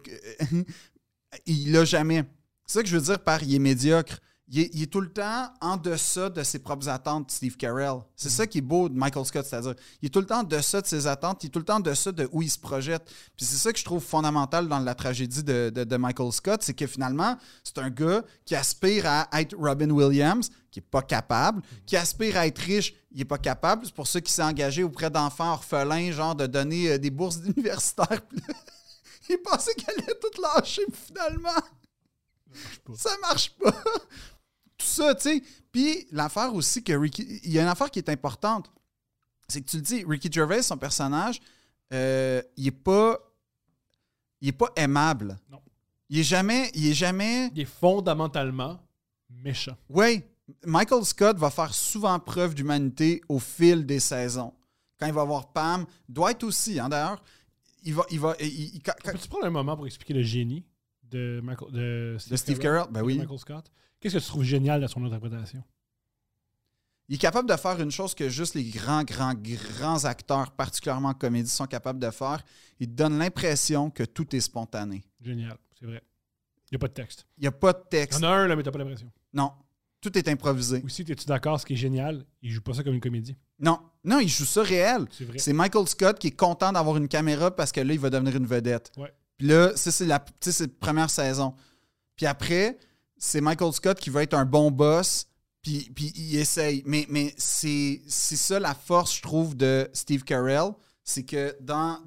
Il l'a jamais. C'est ça que je veux dire par il est médiocre. Il est tout le temps en deçà de ses propres attentes, Steve Carell. C'est ça qui est beau de Michael Scott, c'est-à-dire, il est tout le temps en deçà de ses attentes, il est tout le temps en deçà de où il se projette. Puis c'est ça que je trouve fondamental dans la tragédie de Michael Scott, c'est que finalement, c'est un gars qui aspire à être Robin Williams, qui n'est pas capable, qui aspire à être riche, il n'est pas capable. C'est pour ça qu'il s'est engagé auprès d'enfants orphelins, genre de donner des bourses universitaires. Il pensait qu'elle allait tout lâcher, puis finalement, ça marche pas. Tout ça, tu sais. Puis l'affaire aussi que Ricky... Il y a une affaire qui est importante. C'est que tu le dis, Ricky Gervais, son personnage, il est pas aimable. Non. Il est jamais... Il est fondamentalement méchant. Oui. Michael Scott va faire souvent preuve d'humanité au fil des saisons. Quand il va voir Pam, Dwight aussi, hein, d'ailleurs, Peux-tu prendre un moment pour expliquer le génie de Steve Carell? Ben oui. Michael Scott? Qu'est-ce que tu trouves génial dans son interprétation? Il est capable de faire une chose que juste les grands acteurs, particulièrement en comédie, sont capables de faire. Il te donne l'impression que tout est spontané. Génial, c'est vrai. Il n'y a pas de texte. Il n'y a pas de texte. Il y en a un, là, mais tu n'as pas l'impression. Non. Tout est improvisé. Aussi, es-tu d'accord, ce qui est génial, il joue pas ça comme une comédie. Non, il joue ça réel. C'est vrai. C'est Michael Scott qui est content d'avoir une caméra parce que là, il va devenir une vedette. Ouais. Puis là, c'est la première saison. Puis après, c'est Michael Scott qui veut être un bon boss, puis il essaye. Mais c'est ça la force, je trouve, de Steve Carell. C'est que dans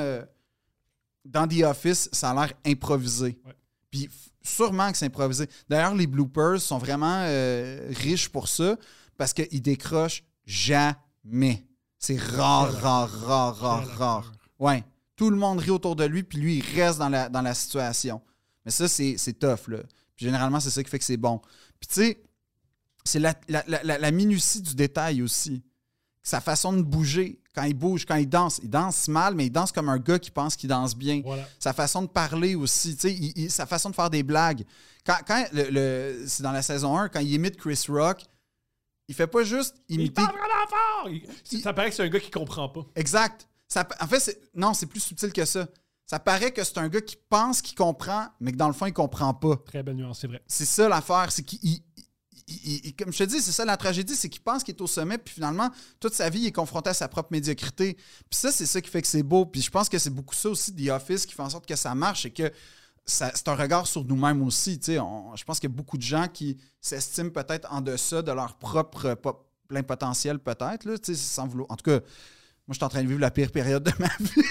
The Office, ça a l'air improvisé. Ouais. Puis sûrement que c'est improvisé. D'ailleurs, les bloopers sont vraiment riches pour ça parce qu'ils décrochent jamais. C'est rare. Ouais. Tout le monde rit autour de lui, puis lui, il reste dans la situation. Mais ça, c'est tough, là. Puis généralement, c'est ça qui fait que c'est bon. Puis tu sais, c'est la minutie du détail aussi. Sa façon de bouger, quand il bouge, quand il danse mal, mais il danse comme un gars qui pense qu'il danse bien. Voilà. Sa façon de parler aussi, tu sais, sa façon de faire des blagues. Quand c'est dans la saison 1, quand il imite Chris Rock, il fait pas juste imiter... Il parle vraiment fort! Ça paraît que c'est un gars qui comprend pas. Exact. En fait, c'est plus subtil que ça. Ça paraît que c'est un gars qui pense qu'il comprend, mais que dans le fond, il comprend pas. Très belle nuance, c'est vrai. C'est ça l'affaire, c'est qu'il... comme je te dis, c'est ça la tragédie, c'est qu'il pense qu'il est au sommet, puis finalement, toute sa vie, il est confronté à sa propre médiocrité. Puis ça, c'est ça qui fait que c'est beau. Puis je pense que c'est beaucoup ça aussi, The Office, qui fait en sorte que ça marche, et que c'est un regard sur nous-mêmes aussi. Je pense qu'il y a beaucoup de gens qui s'estiment peut-être en deçà de leur propre plein potentiel, peut-être, là, sans vouloir. En tout cas, moi, je suis en train de vivre la pire période de ma vie.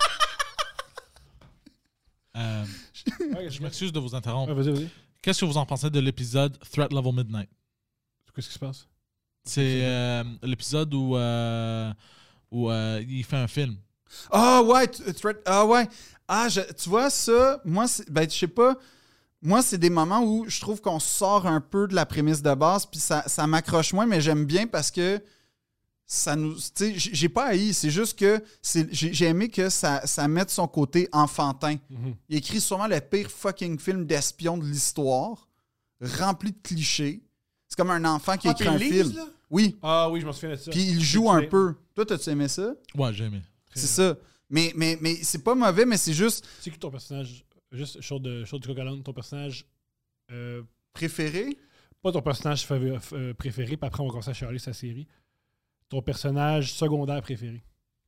Je m'excuse de vous interrompre. Ouais, vas-y. Qu'est-ce que vous en pensez de l'épisode Threat Level Midnight? Qu'est-ce qui se passe? C'est l'épisode où il fait un film. Ah ouais, ouais. Tu vois, ça, moi, je sais pas. Moi, c'est des moments où je trouve qu'on sort un peu de la prémisse de base, puis ça m'accroche moins, mais j'aime bien parce que ça nous... Tu sais, j'ai pas haï, c'est juste que j'ai aimé que ça mette son côté enfantin. Mhm. Il écrit sûrement le pire fucking film d'espion de l'histoire, rempli de clichés. C'est comme un enfant qui écrit un film. Là? Oui. Ah oui, je m'en souviens de ça. Puis il joue un peu. Toi, t'as-tu aimé ça? Ouais, j'ai aimé. C'est ça. Mais c'est pas mauvais, mais c'est juste... C'est qui ton personnage, juste chaud du coq à l'âne, ton personnage... Préféré? Pas ton personnage préféré, puis après on va commencer à charler sa série. Ton personnage secondaire préféré.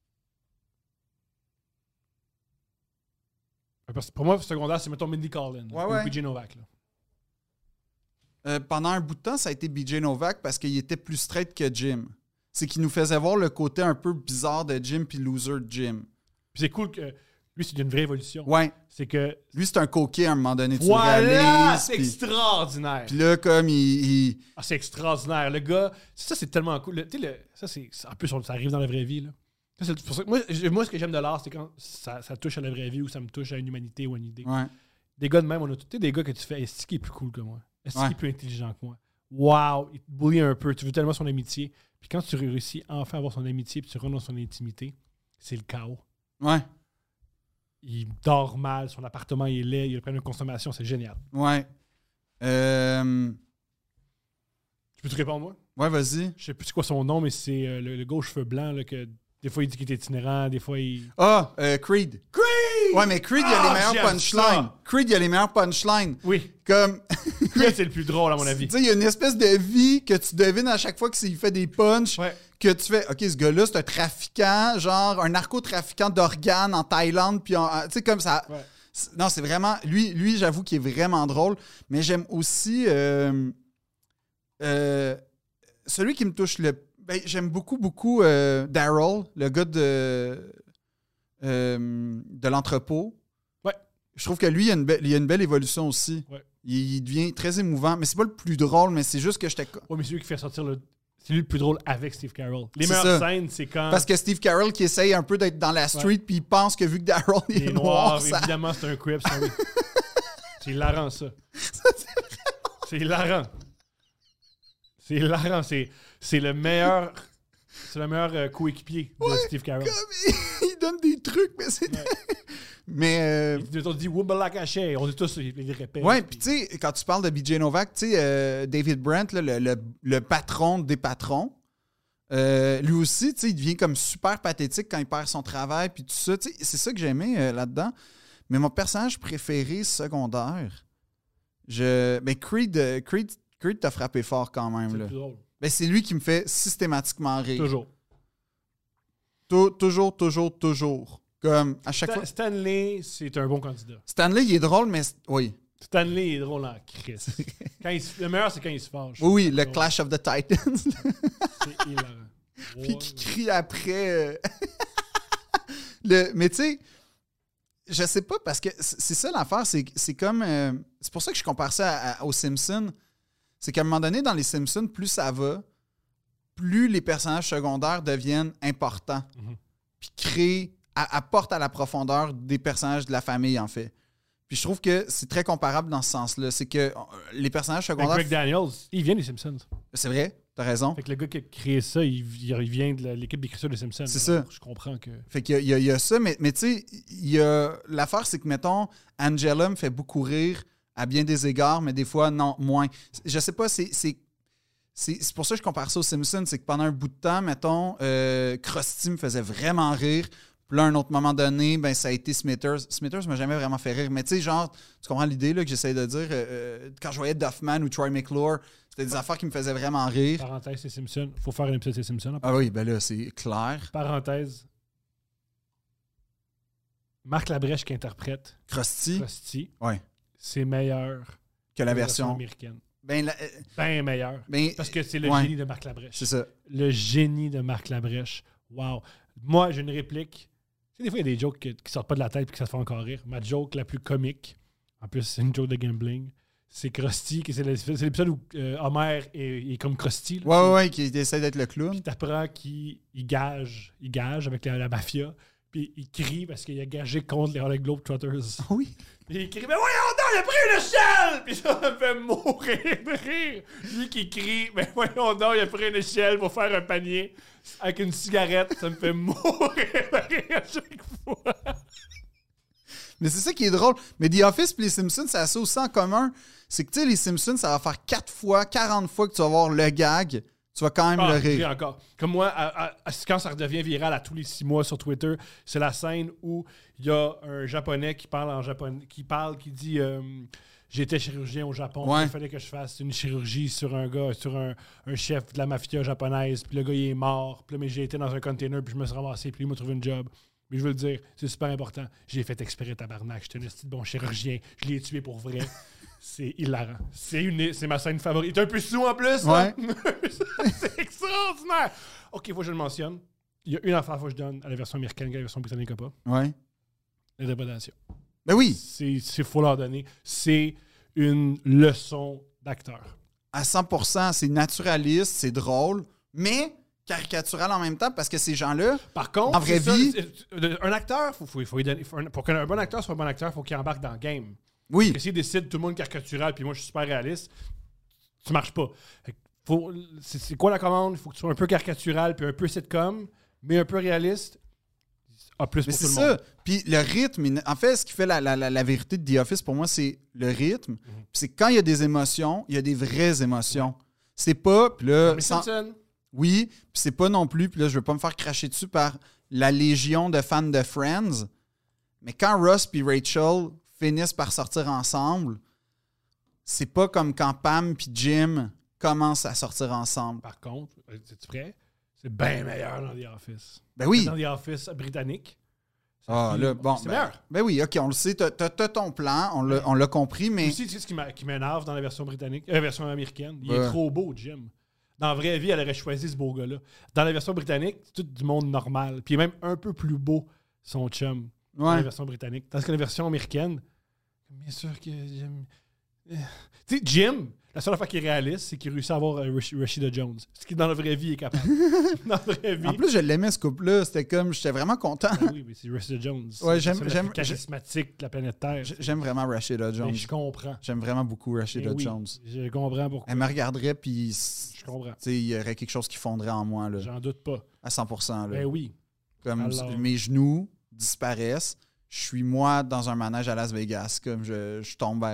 Pour moi, secondaire, c'est mettons Mindy Kaling ou PJ Novak. Là. Pendant un bout de temps, ça a été BJ Novak parce qu'il était plus straight que Jim. C'est qu'il nous faisait voir le côté un peu bizarre de Jim puis loser de Jim. Puis c'est cool que lui, c'est une vraie évolution. Ouais. C'est que... Lui, c'est un coquet à un moment donné. Tu voilà! le réalises, C'est extraordinaire! Puis là, comme il... Ah, c'est extraordinaire. Le gars, ça, c'est tellement cool. Tu sais, ça, c'est... En plus, ça arrive dans la vraie vie, là. Ça, c'est pour ça que moi, ce que j'aime de l'art, c'est quand ça touche à la vraie vie ou ça me touche à une humanité ou à une idée. Ouais. Des gars de même, on a tous des gars que tu fais, est-ce qu'il est plus cool que moi? Est-ce qu'il est plus intelligent que moi? Wow! Il te bully un peu. Tu veux tellement son amitié. Puis quand tu réussis enfin à avoir son amitié puis tu rentres dans son intimité, c'est le chaos. Ouais. Il dort mal, son appartement il est laid, il a le problème de consommation, c'est génial. Ouais. Tu peux te répondre, moi? Ouais, vas-y. Je sais plus c'est quoi son nom, mais c'est le gars aux cheveux blancs, là, que des fois il dit qu'il est itinérant, des fois il... Creed. Creed! Ouais, mais Creed, il a les meilleurs j'aime punchlines. ça. Creed, il a les meilleurs punchlines. Oui. Comme... Creed, c'est le plus drôle, à mon avis. Tu sais, il y a une espèce de vie que tu devines à chaque fois qu'il fait des punchs. Ouais. Que tu fais, OK, ce gars-là, c'est un trafiquant, genre un narcotrafiquant d'organes en Thaïlande. Puis, tu sais, comme ça. Ouais. Non, c'est vraiment... Lui, j'avoue qu'il est vraiment drôle. Mais j'aime aussi... celui qui me touche le... Ben, j'aime beaucoup Daryl, le gars de l'entrepôt. Ouais. Je trouve que lui, il y a une belle évolution aussi. Ouais. Il devient très émouvant. Mais c'est pas le plus drôle, mais c'est juste que j'étais... Ouais, mais c'est lui qui fait sortir le... C'est lui le plus drôle avec Steve Carell. Les C'est meilleures ça. scènes, c'est quand... Parce que Steve Carell qui essaye un peu d'être dans la street, puis il pense que vu que Daryl il est est noir, ça... évidemment, c'est un Crip. C'est hilarant, ça. C'est hilarant. C'est hilarant. C'est le meilleur... C'est le meilleur coéquipier de Steve Carell. Il donne des trucs, mais c'est... Ouais. Mais... On dit Wumbalakache. On dit tous, ils répètent. Ouais, puis tu sais, quand tu parles de BJ Novak, tu sais, David Brent, là, le patron des patrons, lui aussi, tu sais, il devient comme super pathétique quand il perd son travail, puis tout ça. Tu sais, c'est ça que j'aimais là-dedans. Mais mon personnage préféré secondaire, ben Creed t'a frappé fort quand même. C'est Là. le plus drôle. Ben, c'est lui qui me fait systématiquement rire. Toujours. Toujours. Comme à chaque fois. Stanley, c'est un bon candidat. Stanley, il est drôle, mais oui. Stanley est drôle en crise. Le meilleur, c'est quand il se fâche. Oui, le Clash of the Titans. C'est hilarant. Puis qui crie après. Mais tu sais, je sais pas, parce que c'est ça l'affaire, c'est comme... c'est pour ça que je compare ça aux Simpsons. C'est qu'à un moment donné, dans les Simpsons, plus ça va, plus les personnages secondaires deviennent importants. Mhm. Puis apportent à la profondeur des personnages de la famille, en fait. Puis je trouve que c'est très comparable dans ce sens-là. C'est que les personnages secondaires... Greg Daniels, il vient des Simpsons. C'est vrai, t'as raison. Fait que le gars qui a créé ça, il vient de l'équipe d'écriture des Simpsons. C'est Alors, ça. Je comprends que... Fait qu'il y a ça, mais tu sais, l'affaire, c'est que, mettons, Angela me fait beaucoup rire à bien des égards, mais des fois, non, moins. Je sais pas, c'est pour ça que je compare ça aux Simpsons, c'est que pendant un bout de temps, mettons, Krusty me faisait vraiment rire. Puis là, à un autre moment donné, ben, ça a été Smithers. Smithers m'a jamais vraiment fait rire. Mais tu sais, genre, tu comprends l'idée là, que j'essaie de dire? Quand je voyais Duffman ou Troy McClure, c'était des affaires qui me faisaient vraiment rire. Parenthèse, c'est Simpsons. Faut faire un épisode des Simpsons. Ah oui, ben là, c'est clair. Parenthèse. Marc Labrèche qui interprète Krusty, ouais, c'est meilleur que la version américaine. Ben Meilleur. Parce que c'est le ouais, génie de Marc Labrèche. c'est ça. Le génie de Marc Labrèche. Wow. Moi, j'ai une réplique. Tu sais, des fois, il y a des jokes qui sortent pas de la tête et que ça te fait encore rire. Ma joke la plus comique, en plus, c'est une joke de gambling, c'est Krusty. C'est l'épisode où Homer est comme Krusty. Là, Ouais, qui essaie d'être le clown. Puis t'apprends qu'il gage avec la mafia. Puis il crie parce qu'il a gagé contre les Harlem Globetrotters. Oui. Puis il crie, mais voyons donc, il a pris une échelle! Puis ça me fait mourir de rire. Lui qui crie, mais voyons donc, il a pris une échelle pour faire un panier avec une cigarette. Ça me fait mourir de rire à chaque fois. Mais c'est ça qui est drôle. Mais The Office et les Simpsons, ça a ça aussi en commun. C'est que, tu sais, les Simpsons, ça va faire 40 fois que tu vas voir le gag. Tu vas quand même le rire. Encore. Comme moi, quand ça redevient viral à tous les 6 mois sur Twitter, c'est la scène où il y a un Japonais qui parle en japonais, qui dit j'étais chirurgien au Japon, Ouais. il fallait que je fasse une chirurgie sur un gars, sur un chef de la mafia japonaise, puis le gars il est mort, puis là, mais j'ai été dans un container, puis je me suis ramassé, puis il m'a trouvé une job. Mais je veux le dire, c'est super important. J'ai fait exprès, tabarnak. J'étais un esti de bon chirurgien. Je l'ai tué pour vrai. C'est hilarant. C'est ma scène favorite. Il est un peu sous en plus. Ouais. C'est extraordinaire. OK, faut que je le mentionne. Il y a une affaire faut que je donne à la version américaine et à la version britannique ou pas. Ouais. L'interprétation. Ben oui, C'est faut leur donner. C'est une leçon d'acteur. à 100%, c'est naturaliste, c'est drôle, mais caricatural en même temps parce que ces gens-là, Par contre, En vraie c'est ça, vie- un acteur, faut lui donner, pour qu'un bon acteur soit un bon acteur, il faut qu'il embarque dans le game. oui, S'il décide tout le monde caricatural puis moi je suis super réaliste, tu marches pas. C'est quoi la commande? Il faut que tu sois un peu caricatural puis un peu sitcom, mais un peu réaliste. Plus mais pour c'est tout le monde. ça. Puis le rythme, en fait, ce qui fait la vérité de The Office pour moi, c'est le rythme. Puis c'est quand il y a des émotions, il y a des vraies émotions. C'est pas, puis là, Mais sans- Simpson, oui, puis c'est pas non plus, puis là, je veux pas me faire cracher dessus par la légion de fans de Friends, mais quand Ross et Rachel finissent par sortir ensemble, c'est pas comme quand Pam et Jim commencent à sortir ensemble. par contre, es-tu prêt? C'est bien meilleur dans The Office. Ben oui. Dans The Office britannique. Ah, là, bon, c'est ben, meilleur. ben oui, OK, on le sait, t'as ton plan, on l'a compris, mais... Aussi, tu sais ce qui m'énerve dans la version britannique, la version américaine, il est Ouais. trop beau, Jim. Dans la vraie vie, elle aurait choisi ce beau gars-là. Dans la version britannique, c'est tout du monde normal. Puis il est même un peu plus beau, son chum, dans la Ouais. version britannique. Tandis que la version américaine, bien sûr que Jim... Tu sais, Jim, la seule affaire qui est réaliste, c'est qu'il réussit à avoir Rashida Jones. Ce qui, dans la vraie vie, est capable. Dans la vraie vie. En plus, je l'aimais, ce couple-là, c'était comme, j'étais vraiment content. Ben oui, mais c'est Rashida Jones. Ouais, C'est la personne la j'aime- plus charismatique de la planète Terre. J'aime vraiment Rashida Mais Jones. je comprends. J'aime vraiment beaucoup Rashida Ben oui, Jones. Je comprends pourquoi. Elle me regarderait, puis Je comprends. tu sais, il y aurait quelque chose qui fondrait en moi, là, J'en doute pas. à 100%. Là. Ben oui. Comme Alors- mes genoux disparaissent, je suis moi dans un manège à Las Vegas, comme je tombe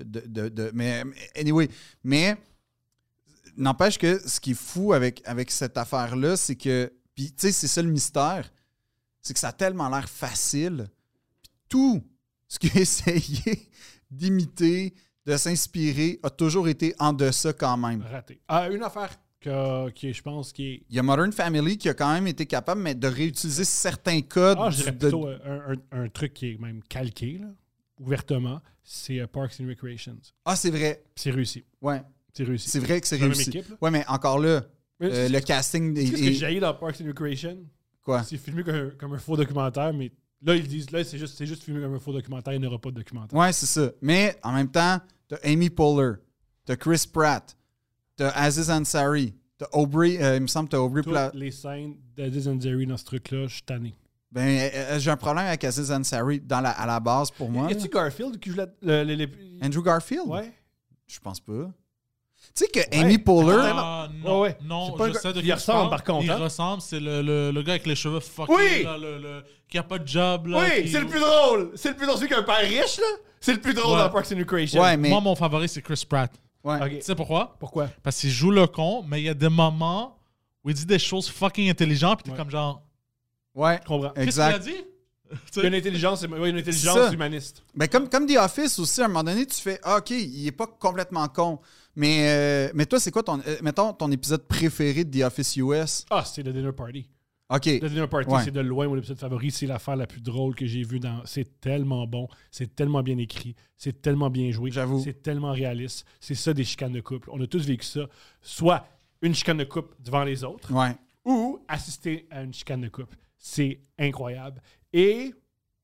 mais anyway, mais n'empêche que ce qui est fou avec cette affaire-là, c'est que, puis tu sais, c'est ça le mystère, c'est que ça a tellement l'air facile, puis tout ce qu'il a essayé d'imiter, de s'inspirer, a toujours été en deçà quand même. Raté. Une affaire qui est, je pense, qui est... Il y a Modern Family qui a quand même été capable mais de réutiliser certains codes. Je dirais de- plutôt un truc qui est même calqué, là, ouvertement, c'est Parks and Recreations. Ah, c'est vrai. Puis c'est réussi. Ouais. C'est réussi. C'est vrai que c'est C'est la même réussi. équipe, là. Ouais, mais encore là, Mais le casting Qu'est-ce que est. j'ai dans Parks and Recreation? Quoi? C'est filmé comme un faux documentaire, mais là, ils disent, là, c'est juste filmé comme un faux documentaire, il n'y aura pas de documentaire. Ouais, c'est ça. Mais en même temps, t'as Amy Poehler, t'as Chris Pratt, t'as Aziz Ansari, t'as Aubrey, il me semble que t'as Aubrey Toutes les scènes d'Aziz Ansari dans ce truc-là, je suis tanné. Ben, j'ai un problème avec Aziz Ansari à la base pour moi. Y a-tu Garfield qui joue Andrew Garfield? Ouais. Je pense pas. Tu sais que Amy Poehler. Ah, non, Ouais. non, C'est pas je un sais de gars- qui il tu ressemble, parles. par contre, Il hein? ressemble, c'est le gars avec les cheveux fuckés, Oui! là, qui a pas de job. Là, Oui, qui- c'est le plus drôle. C'est le plus drôle. Celui qui a un père riche, là. C'est le plus drôle Ouais. dans Parks and Recreation. Ouais, mais. Moi, mon favori, c'est Chris Pratt. Ouais. OK. Tu sais pourquoi? Pourquoi? Parce qu'il joue le con, mais il y a des moments où il dit des choses fucking intelligentes, puis t'es Ouais. comme genre... Ouais. Je comprends. Qu'est-ce qu'il a Exact. dit? Il y a une intelligence, ça. humaniste. Ben comme The Office aussi, à un moment donné, tu fais ah, OK, il est pas complètement con. Mais toi, c'est quoi mettons, ton épisode préféré de The Office US? Ah, c'est le Dinner Party. OK. Le Dinner Party, Ouais. c'est de loin mon épisode favori. C'est l'affaire la plus drôle que j'ai vue dans. C'est tellement bon, c'est tellement bien écrit, c'est tellement bien joué. J'avoue. C'est tellement réaliste. C'est ça des chicanes de couple. On a tous vécu ça. Soit une chicane de couple devant les autres, Ouais. ou assister à une chicane de couple. C'est incroyable. Et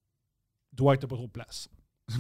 Dwight n'a pas trop de place.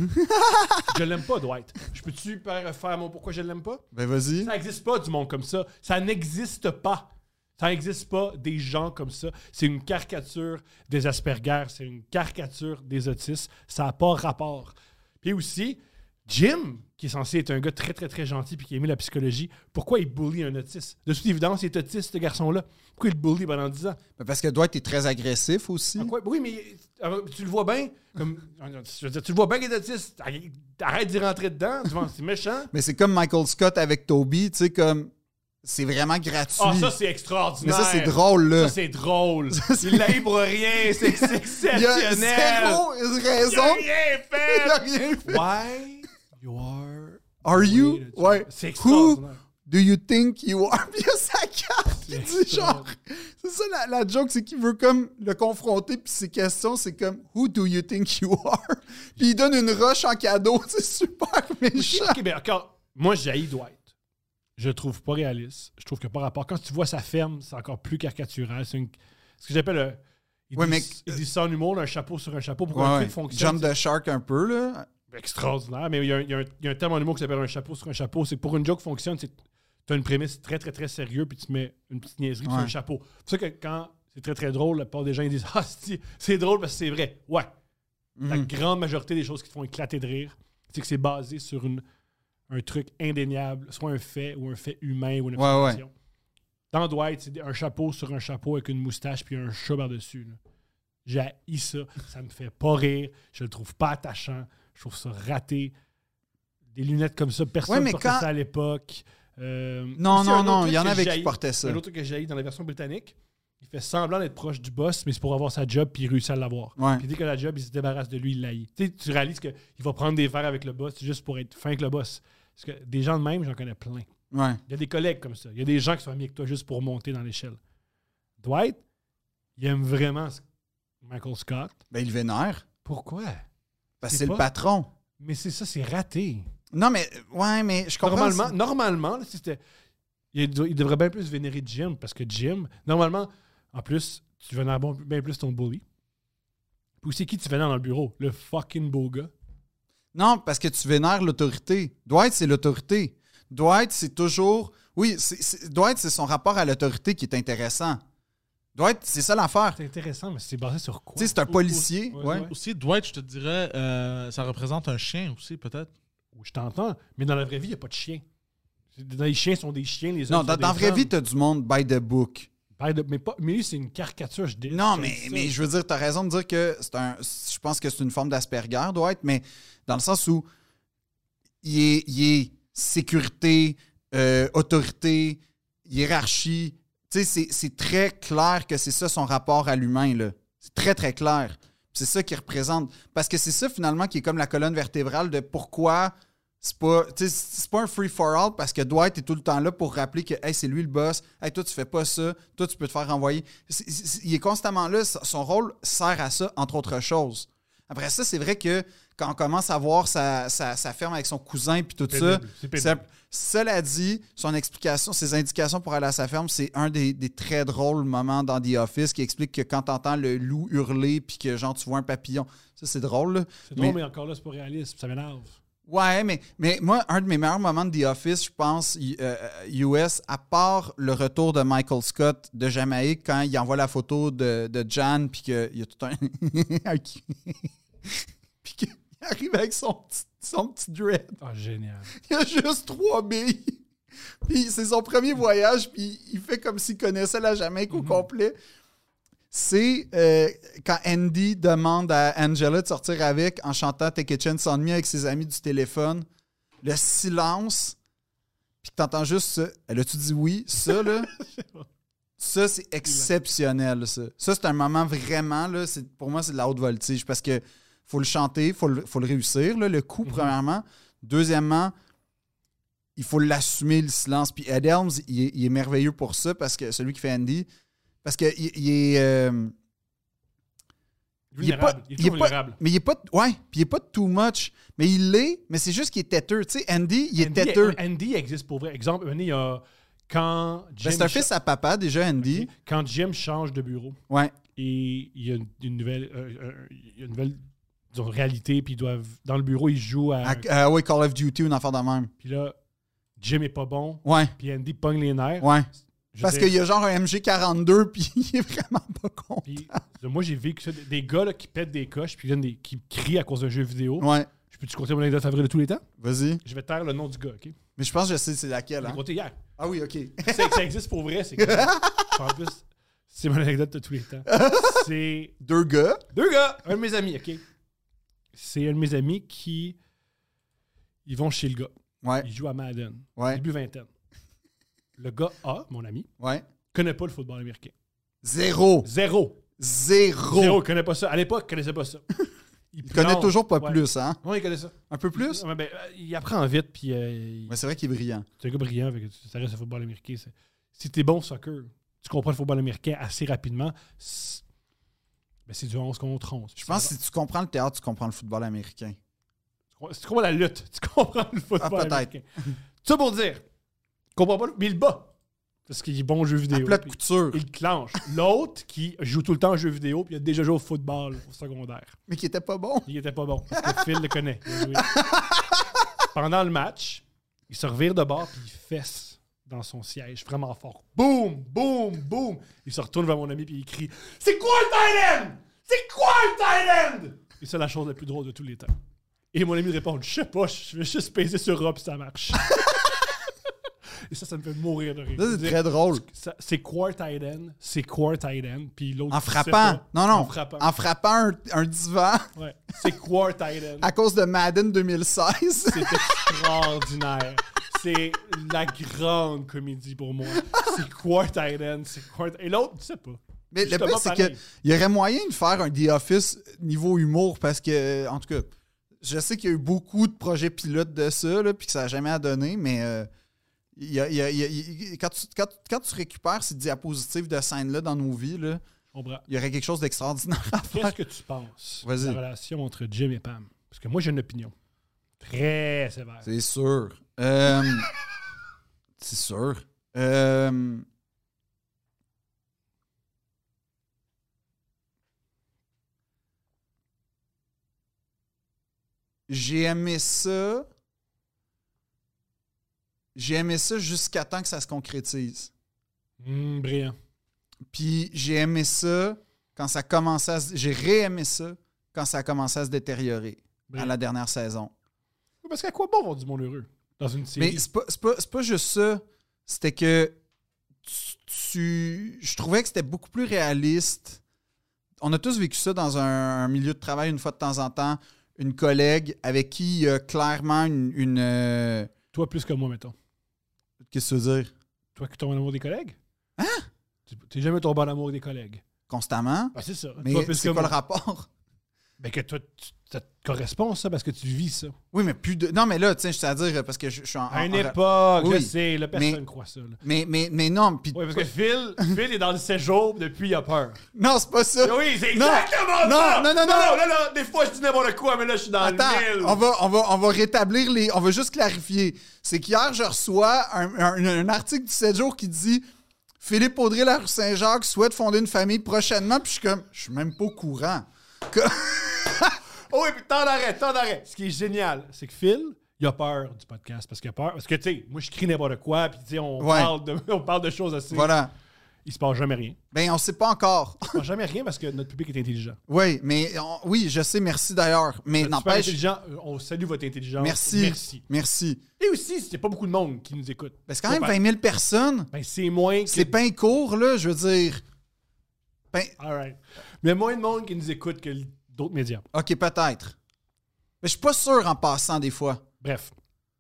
Je l'aime pas, Dwight. Je peux-tu faire mon pourquoi je l'aime pas? Ben vas-y. Ça n'existe pas du monde comme ça. Ça n'existe pas. Ça n'existe pas des gens comme ça. C'est une caricature des Asperger. C'est une caricature des autistes. Ça n'a pas rapport. Puis aussi, Jim, qui est censé être un gars très, très, très gentil puis qui aimait la psychologie, pourquoi il bully un autiste? De toute évidence, il est autiste, ce garçon-là. Pourquoi il le bully pendant 10 ans? Parce que Dwight est très agressif aussi. Oui, mais tu le vois bien. Je veux dire, tu le vois bien qu'il est autiste. Arrête d'y rentrer dedans. C'est méchant. Mais c'est comme Michael Scott avec Toby, tu sais, comme... C'est vraiment gratuit. Ah, ça, c'est extraordinaire. Mais ça, c'est drôle, là. Ça, c'est drôle. Il l'aille pour rien. C'est exceptionnel. Il y a zéro raison. Il a rien fait. Il a rien fait. Why you Are you? Ouais. C'est Who extraordinaire. do you think you are? Puis il y a sa carte qui dit genre... C'est ça la joke, c'est qu'il veut comme le confronter, puis ses questions, c'est comme « Who do you think you are? » Puis il donne une roche en cadeau. C'est super méchant. OK, mais encore, moi, j'haïs Dwight. Je le trouve pas réaliste. Je trouve que par rapport... Quand tu vois sa ferme, c'est encore plus caricatural. C'est ce que j'appelle... Il dit ça en humour, là, un chapeau sur un chapeau pour qu'un truc fonctionne. Jump the shark un peu, là. Extraordinaire. Mais il y a un terme en humour qui s'appelle un chapeau sur un chapeau. C'est que pour une joke fonctionne, c'est tu as une prémisse très, très, très sérieuse puis tu mets une petite niaiserie sur un chapeau. C'est pour ça que quand c'est très, très drôle, la plupart des gens ils disent « Ah, c'est drôle parce que c'est vrai. » Ouais. La grande majorité des choses qui te font éclater de rire, c'est que c'est basé sur un truc indéniable, soit un fait ou un fait humain ou une observation. Dans Dwight, c'est un chapeau sur un chapeau avec une moustache puis un chat par-dessus. J'haïs ça. Ça me fait pas rire. Je le trouve pas attachant. Je trouve ça raté. Des lunettes comme ça, personne ne portait ça à l'époque. Non, il y en avait qui portaient ça. Un autre truc que j'ai dans la version britannique, il fait semblant d'être proche du boss, mais c'est pour avoir sa job puis il réussit à l'avoir. Ouais. Puis dès que la job, il se débarrasse de lui, il l'haït. Tu réalises qu'il va prendre des verres avec le boss juste pour être fin avec le boss. Parce que des gens de même, j'en connais plein. Ouais. Il y a des collègues comme ça. Il y a des gens qui sont amis avec toi juste pour monter dans l'échelle. Dwight, il aime vraiment Michael Scott. Ben, il vénère. Pourquoi? Parce que c'est le patron. Mais c'est ça, c'est raté. Non, mais je comprends. Normalement là, il devrait bien plus vénérer Jim parce que Jim, normalement, en plus, tu vénères bien plus ton bully. Puis c'est qui tu vénères dans le bureau? Le fucking beau gars. Non, parce que tu vénères l'autorité. Dwight, c'est l'autorité. Dwight, c'est toujours... Oui, Dwight, c'est son rapport à l'autorité qui est intéressant. Dwight, c'est ça l'affaire. C'est intéressant, mais c'est basé sur quoi? Tu sais, c'est un policier. Ouais. Aussi, Dwight, je te dirais, ça représente un chien aussi, peut-être. Oui, je t'entends, mais dans la vraie vie, il n'y a pas de chien. Les chiens sont des chiens, les hommes sont dans la vraie vie, tu as du monde by the book. Mais lui, c'est une caricature. Non, mais je veux dire, tu as raison de dire que je pense que c'est une forme d'Asperger, Dwight, mais dans le sens où il est sécurité, autorité, hiérarchie. Tu sais, c'est très clair que c'est ça son rapport à l'humain, là. C'est très, très clair. C'est ça qu'il représente. Parce que c'est ça, finalement, qui est comme la colonne vertébrale de pourquoi c'est pas un free-for-all, parce que Dwight est tout le temps là pour rappeler que hey, c'est lui le boss. Hey, toi, tu fais pas ça. Toi, tu peux te faire renvoyer. Il est constamment là. Son rôle sert à ça, entre autres choses. Après ça, c'est vrai que quand on commence à voir sa ferme avec son cousin puis tout ça, cela dit, son explication, ses indications pour aller à sa ferme, c'est un des très drôles moments dans The Office qui explique que quand tu entends le loup hurler puis que genre tu vois un papillon, ça c'est drôle. Là. C'est drôle, mais encore là, c'est pas réaliste. Ça m'énerve. Ouais, mais moi, un de mes meilleurs moments de The Office, je pense, US, à part le retour de Michael Scott de Jamaïque, quand il envoie la photo de Jan, puis qu'il y a tout un... puis qu'il arrive avec son petit dread. Ah, génial. Il a juste 3 billes. Puis c'est son premier voyage, puis il fait comme s'il connaissait la Jamaïque au complet. C'est quand Andy demande à Angela de sortir avec en chantant Take a Chance on Me avec ses amis du téléphone. Le silence. Puis t'entends juste ça. Elle a-tu dit oui? Ça, là, ça, c'est exceptionnel. Ça, c'est un moment vraiment, là, pour moi, c'est de la haute voltige parce que faut le chanter, faut le réussir, là, le coup, premièrement. Deuxièmement, il faut l'assumer, le silence. Puis Ed Helms, il est merveilleux pour ça parce que celui qui fait Andy... Parce qu'il est... vulnérable. Il est vulnérable. Mais il est pas... Ouais, puis il est pas too much. Mais il l'est, mais c'est juste qu'il est têteux. Tu sais, Andy, il est têteux. Andy existe pour vrai. Exemple, il y a... Quand Jim... c'est un fils à papa, déjà, Andy. Okay. Quand Jim change de bureau. Ouais. Et il y a une nouvelle... disons, réalité, puis ils doivent... Dans le bureau, ils jouent à... oui, Call of Duty, une affaire de même. Puis là, Jim est pas bon. Ouais. Puis Andy pogne les nerfs. Ouais. Parce qu'il y a genre un MG42 puis il est vraiment pas content. Puis, moi, j'ai vécu ça. Des gars là, qui pètent des coches puis qui crient à cause d'un jeu vidéo. Ouais. Je Je peux-te compter mon anecdote favorite de tous les temps? Vas-y. Je vais taire le nom du gars, OK? Mais je pense que je sais c'est laquelle. Je l'ai Hein? compté hier. Ah oui, OK. Ça existe pour vrai, c'est que... En plus, c'est mon anecdote de tous les temps. C'est... Deux gars. Deux gars! Un de mes amis, OK? C'est un de mes amis qui... Ils vont chez le gars. Ouais. Ils jouent à Madden. Ouais. Début vingtaine. Le gars A, mon ami, Ouais. connaît pas le football américain. Zéro. Zéro. Zéro. Zéro, il connaît pas ça. À l'époque, il connaissait pas ça. Il connaît toujours pas Ouais. plus, hein? Oui, il connaît ça. Un peu plus? Ouais, ben, il apprend vite, puis Mais c'est vrai qu'il est brillant. c'est un gars brillant, fait que ça reste le football américain. Si t'es bon au soccer, tu comprends le football américain assez rapidement, c'est du 11 contre 11. Je pense que si tu comprends le théâtre, tu comprends le football américain. Si tu comprends la lutte, tu comprends le football peut-être. américain. Ça pour dire, il comprend pas, mais il le bat. Parce qu'il est bon au jeu À vidéo. plat de puis couture. il clenche. L'autre, qui joue tout le temps au jeu vidéo, puis il a déjà joué au football au secondaire. Mais qui était pas bon. Il était pas bon, parce que Phil le connaît. Il a joué. Pendant le match, il se revire de bord, puis il fesse dans son siège vraiment fort. Boum, boum, boum. Il se retourne vers mon ami, puis il crie « C'est quoi le tight end? C'est quoi le tight end? » Et c'est la chose la plus drôle de tous les temps. Et mon ami répond « Je sais pas, je vais juste peser sur A, puis ça marche. » Et ça me fait mourir de rire. Ça, c'est très drôle. C'est quoi tight end? C'est quoi tight end? Puis l'autre En sait frappant. pas. Non. En frappant. En frappant un divan Ouais. C'est quoi tight end? à cause de Madden 2016. C'est extraordinaire. C'est la grande comédie pour moi. C'est quoi tight end? C'est quoi... Et l'autre, tu sais pas. Mais le Justement, pire, c'est pareil. qu'il y aurait moyen de faire un The Office niveau humour parce que, en tout cas, je sais qu'il y a eu beaucoup de projets pilotes de ça, là, puis que ça n'a jamais à donner, mais quand tu récupères ces diapositives de scènes-là dans nos vies, là, On bras. il y aurait quelque chose d'extraordinaire à faire. Qu'est-ce que tu penses de Vas-y. la relation entre Jim et Pam? Parce que moi, j'ai une opinion très sévère. C'est sûr. C'est sûr. J'ai aimé ça. J'ai aimé ça jusqu'à temps que ça se concrétise. Brillant. Puis j'ai aimé ça quand ça commençait à se... J'ai réaimé ça quand ça a commencé à se détériorer à Brillant. la dernière saison. Parce qu'à quoi bon avoir du monde heureux dans une série? Mais c'est pas juste ça. C'était que je trouvais que c'était beaucoup plus réaliste. On a tous vécu ça dans un milieu de travail une fois de temps en temps. Une collègue avec qui il y a clairement une Toi, plus que moi, mettons. qu'est-ce que ça veut dire? Toi qui tombes en amour des collègues? Hein? T'es jamais tombé en amour des collègues. Constamment. Ah, c'est ça. Mais Toi, plus c'est que quoi le moi. rapport? Ben que toi, ça te correspond, ça, parce que tu vis ça. Oui, mais plus de. Non, mais là, tiens, je sais à dire parce que je suis À une époque, Oui, je sais, là, personne mais- ne croit ça. Là. Mais non, puis. Oui, parce que Phil est dans le séjour depuis il a peur. Non, c'est pas ça. Oui, c'est Non. exactement Non, ça! non. Des fois, je dis n'importe quoi, mais là, je suis dans Attends, le mille. on va rétablir les. On va juste clarifier. C'est qu'hier, je reçois un article du 7 jours qui dit Philippe Audrey, la rue Saint-Jacques, souhaite fonder une famille prochainement. Puis je suis comme, je suis même pas au courant. Oh oui, puis tant d'arrêt. Ce qui est génial, c'est que Phil, il a peur du podcast. Parce qu'il a peur. Parce que, tu sais, moi, je crie n'importe quoi, puis, tu sais, on parle de choses assez. Voilà. Il se passe jamais rien. Ben, on sait pas encore. Il se passe jamais rien parce que notre public est intelligent. Oui, mais oui, je sais, merci d'ailleurs. Mais Super n'empêche. intelligent, on salue votre intelligence. Merci. Merci. Et aussi, c'est pas beaucoup de monde qui nous écoute. Ben, c'est quand même 20 000 personnes. Ben, c'est moins que... C'est pain court, là, je veux dire. Ben, All right. Mais moins de monde qui nous écoute que d'autres médias. OK, peut-être. Mais je suis pas sûr en passant des fois. Bref.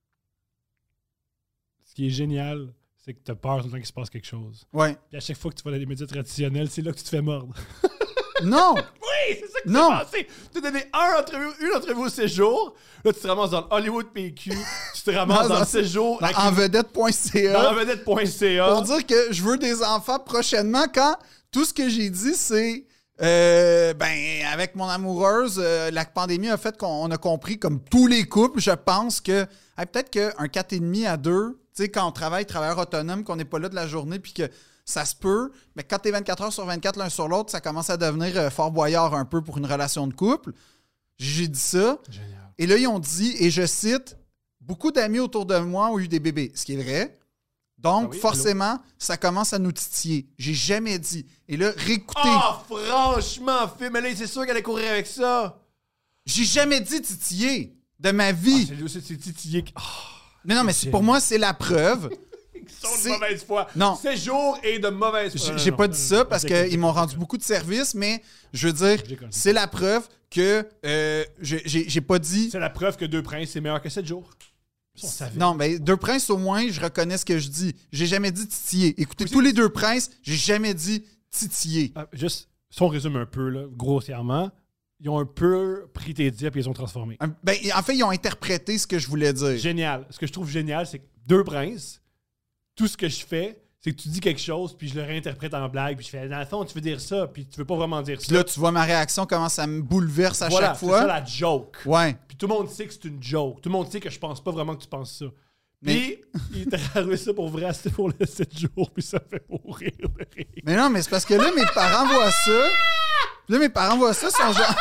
Ce qui est génial, c'est que tu as peur tout le temps qu'il se passe quelque chose. Ouais. Puis à chaque fois que tu vas dans les médias traditionnels, c'est là que tu te fais mordre. Non! Oui, c'est ça que Non. tu passé. Tu as donné une entrevue au séjour. Là, tu te ramasses dans le Hollywood PQ. Tu te ramasses dans le séjour avec En une- vedette.ca. dans vedette.ca. Pour dire que je veux des enfants prochainement quand tout ce que j'ai dit, c'est ben avec mon amoureuse, la pandémie a fait qu'on a compris, comme tous les couples, je pense que peut-être qu'un 4,5 à 2, tu sais, quand on travailleur autonome, qu'on n'est pas là de la journée, puis que ça se peut, mais quand t'es 24 heures sur 24 l'un sur l'autre, ça commence à devenir Fort Boyard un peu pour une relation de couple. J'ai dit ça. Génial. Et là, ils ont dit, et je cite, « Beaucoup d'amis autour de moi ont eu des bébés », ce qui est vrai. Donc, Ah oui, forcément, ça commence à nous titiller. J'ai jamais dit. Et là, réécoutez. Ah, franchement, Phil, mais là, c'est sûr qu'elle allait courir avec ça. J'ai jamais dit titiller. de ma vie. C'est titillé. Non, mais pour moi, c'est la preuve. Ils sont de mauvaise foi. Non. Séjour et de mauvaise foi. J'ai pas dit ça parce qu'ils m'ont rendu beaucoup de services, mais je veux dire, c'est la preuve que j'ai pas dit... C'est la preuve que Deux Princes, c'est meilleur que 7 jours. Non, mais Deux Princes, au moins, je reconnais ce que je dis. J'ai jamais dit titiller. Écoutez, tous les Deux Princes, j'ai jamais dit titiller. Juste, si on résume un peu, là, grossièrement, ils ont un peu pris tes dires et ils les ont transformés. En fait, ils ont interprété ce que je voulais dire. Génial. Ce que je trouve génial, c'est que Deux Princes, tout ce que je fais, c'est que tu dis quelque chose, puis je le réinterprète en blague, puis je fais, dans le fond, tu veux dire ça, puis tu veux pas vraiment dire ça. Puis là, tu vois ma réaction, comment ça me bouleverse à chaque fois. C'est ça la joke. Ouais. Puis tout le monde sait que c'est une joke. Tout le monde sait que je pense pas vraiment que tu penses ça. Puis, il t'est arrivé ça pour vrai, c'était pour le 7 jours, puis ça fait mourir de rire. Mais non, mais c'est parce que là, mes parents voient ça. Là, mes parents voient ça, sont genre...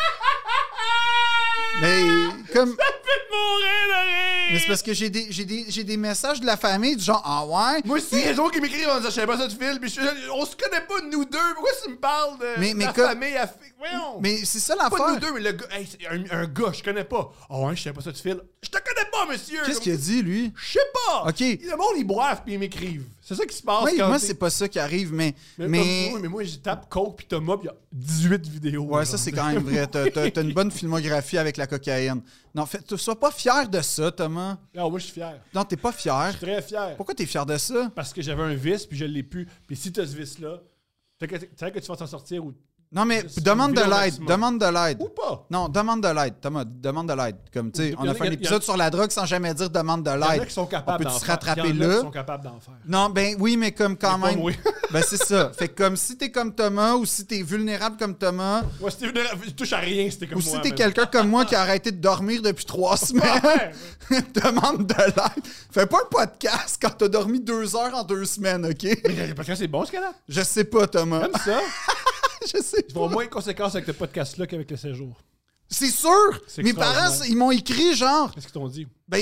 Mais comme... Ça fait mourir de rire! Mais c'est parce que j'ai des messages de la famille du genre « Ah ouais? » Moi aussi, les autres qui m'écrivent en disant « Je savais pas ça de film, puis on se connaît pas, nous deux. Pourquoi tu me parles de la famille à... Voyons! Mais c'est ça l'affaire. Pas nous deux, mais le gars... Hey, un gars, je connais pas. « Ah ouais, je savais pas ça de film. » Je te connais pas, monsieur! Qu'est-ce qu'il a dit, lui? Je sais pas! OK. Le monde, ils boivent puis ils m'écrivent. C'est ça qui se passe Oui, quand moi, c'est pas ça qui arrive, mais... Mais moi, je tape Coke puis Thomas, puis il y a 18 vidéos. Ouais, ça, c'est quand même vrai. T'as une bonne filmographie avec la cocaïne. Non, sois pas fier de ça, Thomas. Non, moi, je suis fier. Non, t'es pas fier. Je suis très fier. Pourquoi t'es fier de ça? Parce que j'avais un vice, puis je l'ai plus. Puis si t'as ce vice-là, tu sais que tu vas t'en sortir ou... Non, mais demande de l'aide. Demande de l'aide. Ou pas. Non, demande de l'aide, Thomas. Demande de l'aide. Comme, tu sais, on a fait un y a- épisode sur la drogue sans jamais dire demande de Il y en a l'aide. qui sont capables On d'en peut-tu se faire. rattraper Il y en a là? qui sont capables d'en faire. Non, ben oui, mais comme quand Mais pas même. moi. Ben c'est ça. Fait que comme si t'es comme Thomas ou si t'es vulnérable comme Thomas Ouais, si t'es vulnérable, tu touches à rien si t'es comme ou moi. si t'es même. quelqu'un comme moi qui a arrêté de dormir depuis 3 semaines, Ouais. demande de l'aide. Fais pas un podcast quand t'as dormi 2 heures en 2 semaines, OK? Mais parce que c'est bon ce qu'elle a. Je sais pas, Thomas. Comme ça. Je sais Tu vas pas. moins de conséquences avec le podcast-là qu'avec le séjour. C'est sûr! C'est Mes parents, extraordinaire. ils m'ont écrit genre, Qu'est-ce qu'ils t'ont dit? ben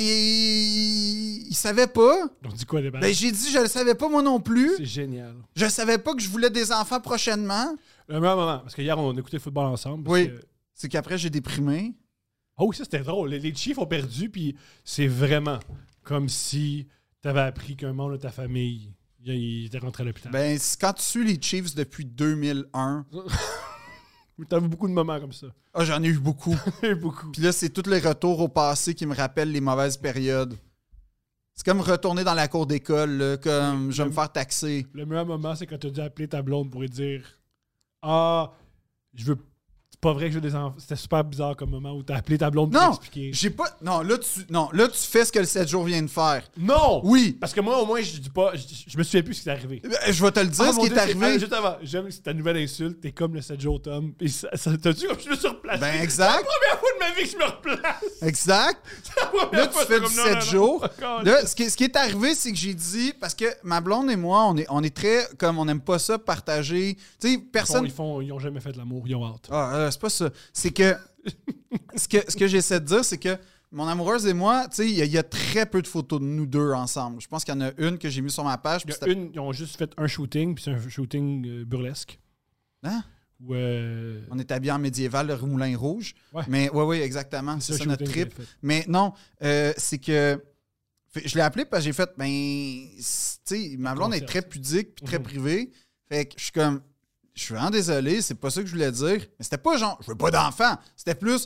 ils savaient pas. Ils t'ont dit quoi, les parents? Ben j'ai dit, je le savais pas moi non plus. C'est génial. Je savais pas que je voulais des enfants prochainement. Le meilleur moment, parce que hier, on a écouté le football ensemble. parce Oui. que- C'est qu'après, j'ai déprimé. Oh, ça, c'était drôle. Les Chiefs ont perdu, puis c'est vraiment comme si t'avais appris qu'un membre de ta famille, il était rentré à l'hôpital. Ben, quand tu suis les Chiefs depuis 2001, T'as vu beaucoup de moments comme ça. j'en ai eu beaucoup. Beaucoup. Puis là, c'est tous les retours au passé qui me rappellent les mauvaises périodes. C'est comme retourner dans la cour d'école, là, comme je vais me faire taxer. Le meilleur moment, c'est quand tu as dû appeler ta blonde pour lui dire Ah, je veux. C'est pas vrai que je veux des enfants. C'était super bizarre comme moment où t'as appelé ta blonde pour Non, expliquer. j'ai pas. Non, là, tu fais ce que le 7 jours vient de faire. Non! Oui. Parce que moi, au moins, je dis pas. Je me souviens plus ce qui est arrivé. Je vais te le dire, Ah, ce mon qui Dieu, est arrivé. juste avant, j'aime ta nouvelle insulte. T'es comme le 7 jours, Tom. Puis t'as-tu comme je me suis replacé? Ben, C'est exact. la première fois de ma vie que je me replace. Exact. C'est la première Là, tu fois, fais c'est du comme, non, 7 non, non. jours. Oh, Là, ce qui est arrivé, c'est que j'ai dit, parce que ma blonde et moi, on est très, comme on n'aime pas ça, partager. Tu sais, personne. Ils ont jamais fait de l'amour, ils ont hâte. Ah, c'est pas ça. C'est que ce que j'essaie de dire, c'est que mon amoureuse et moi, tu sais, il y a très peu de photos de nous deux ensemble. Je pense qu'il y en a une que j'ai mise sur ma page. Il y puis a une, ils ont juste fait un shooting, puis c'est un shooting burlesque. Hein? Où, On est habillé en médiéval, le Moulin Rouge. Ouais. Mais oui, exactement. C'est un ça notre shooting trip. qu'il a fait. Mais non, c'est que je l'ai appelé parce que j'ai fait, ben, tu sais, ma blonde est très pudique puis très Mhm. privée. Fait que je suis comme, je suis vraiment désolé, c'est pas ça que je voulais dire. Mais c'était pas genre, je veux pas d'enfant. C'était plus,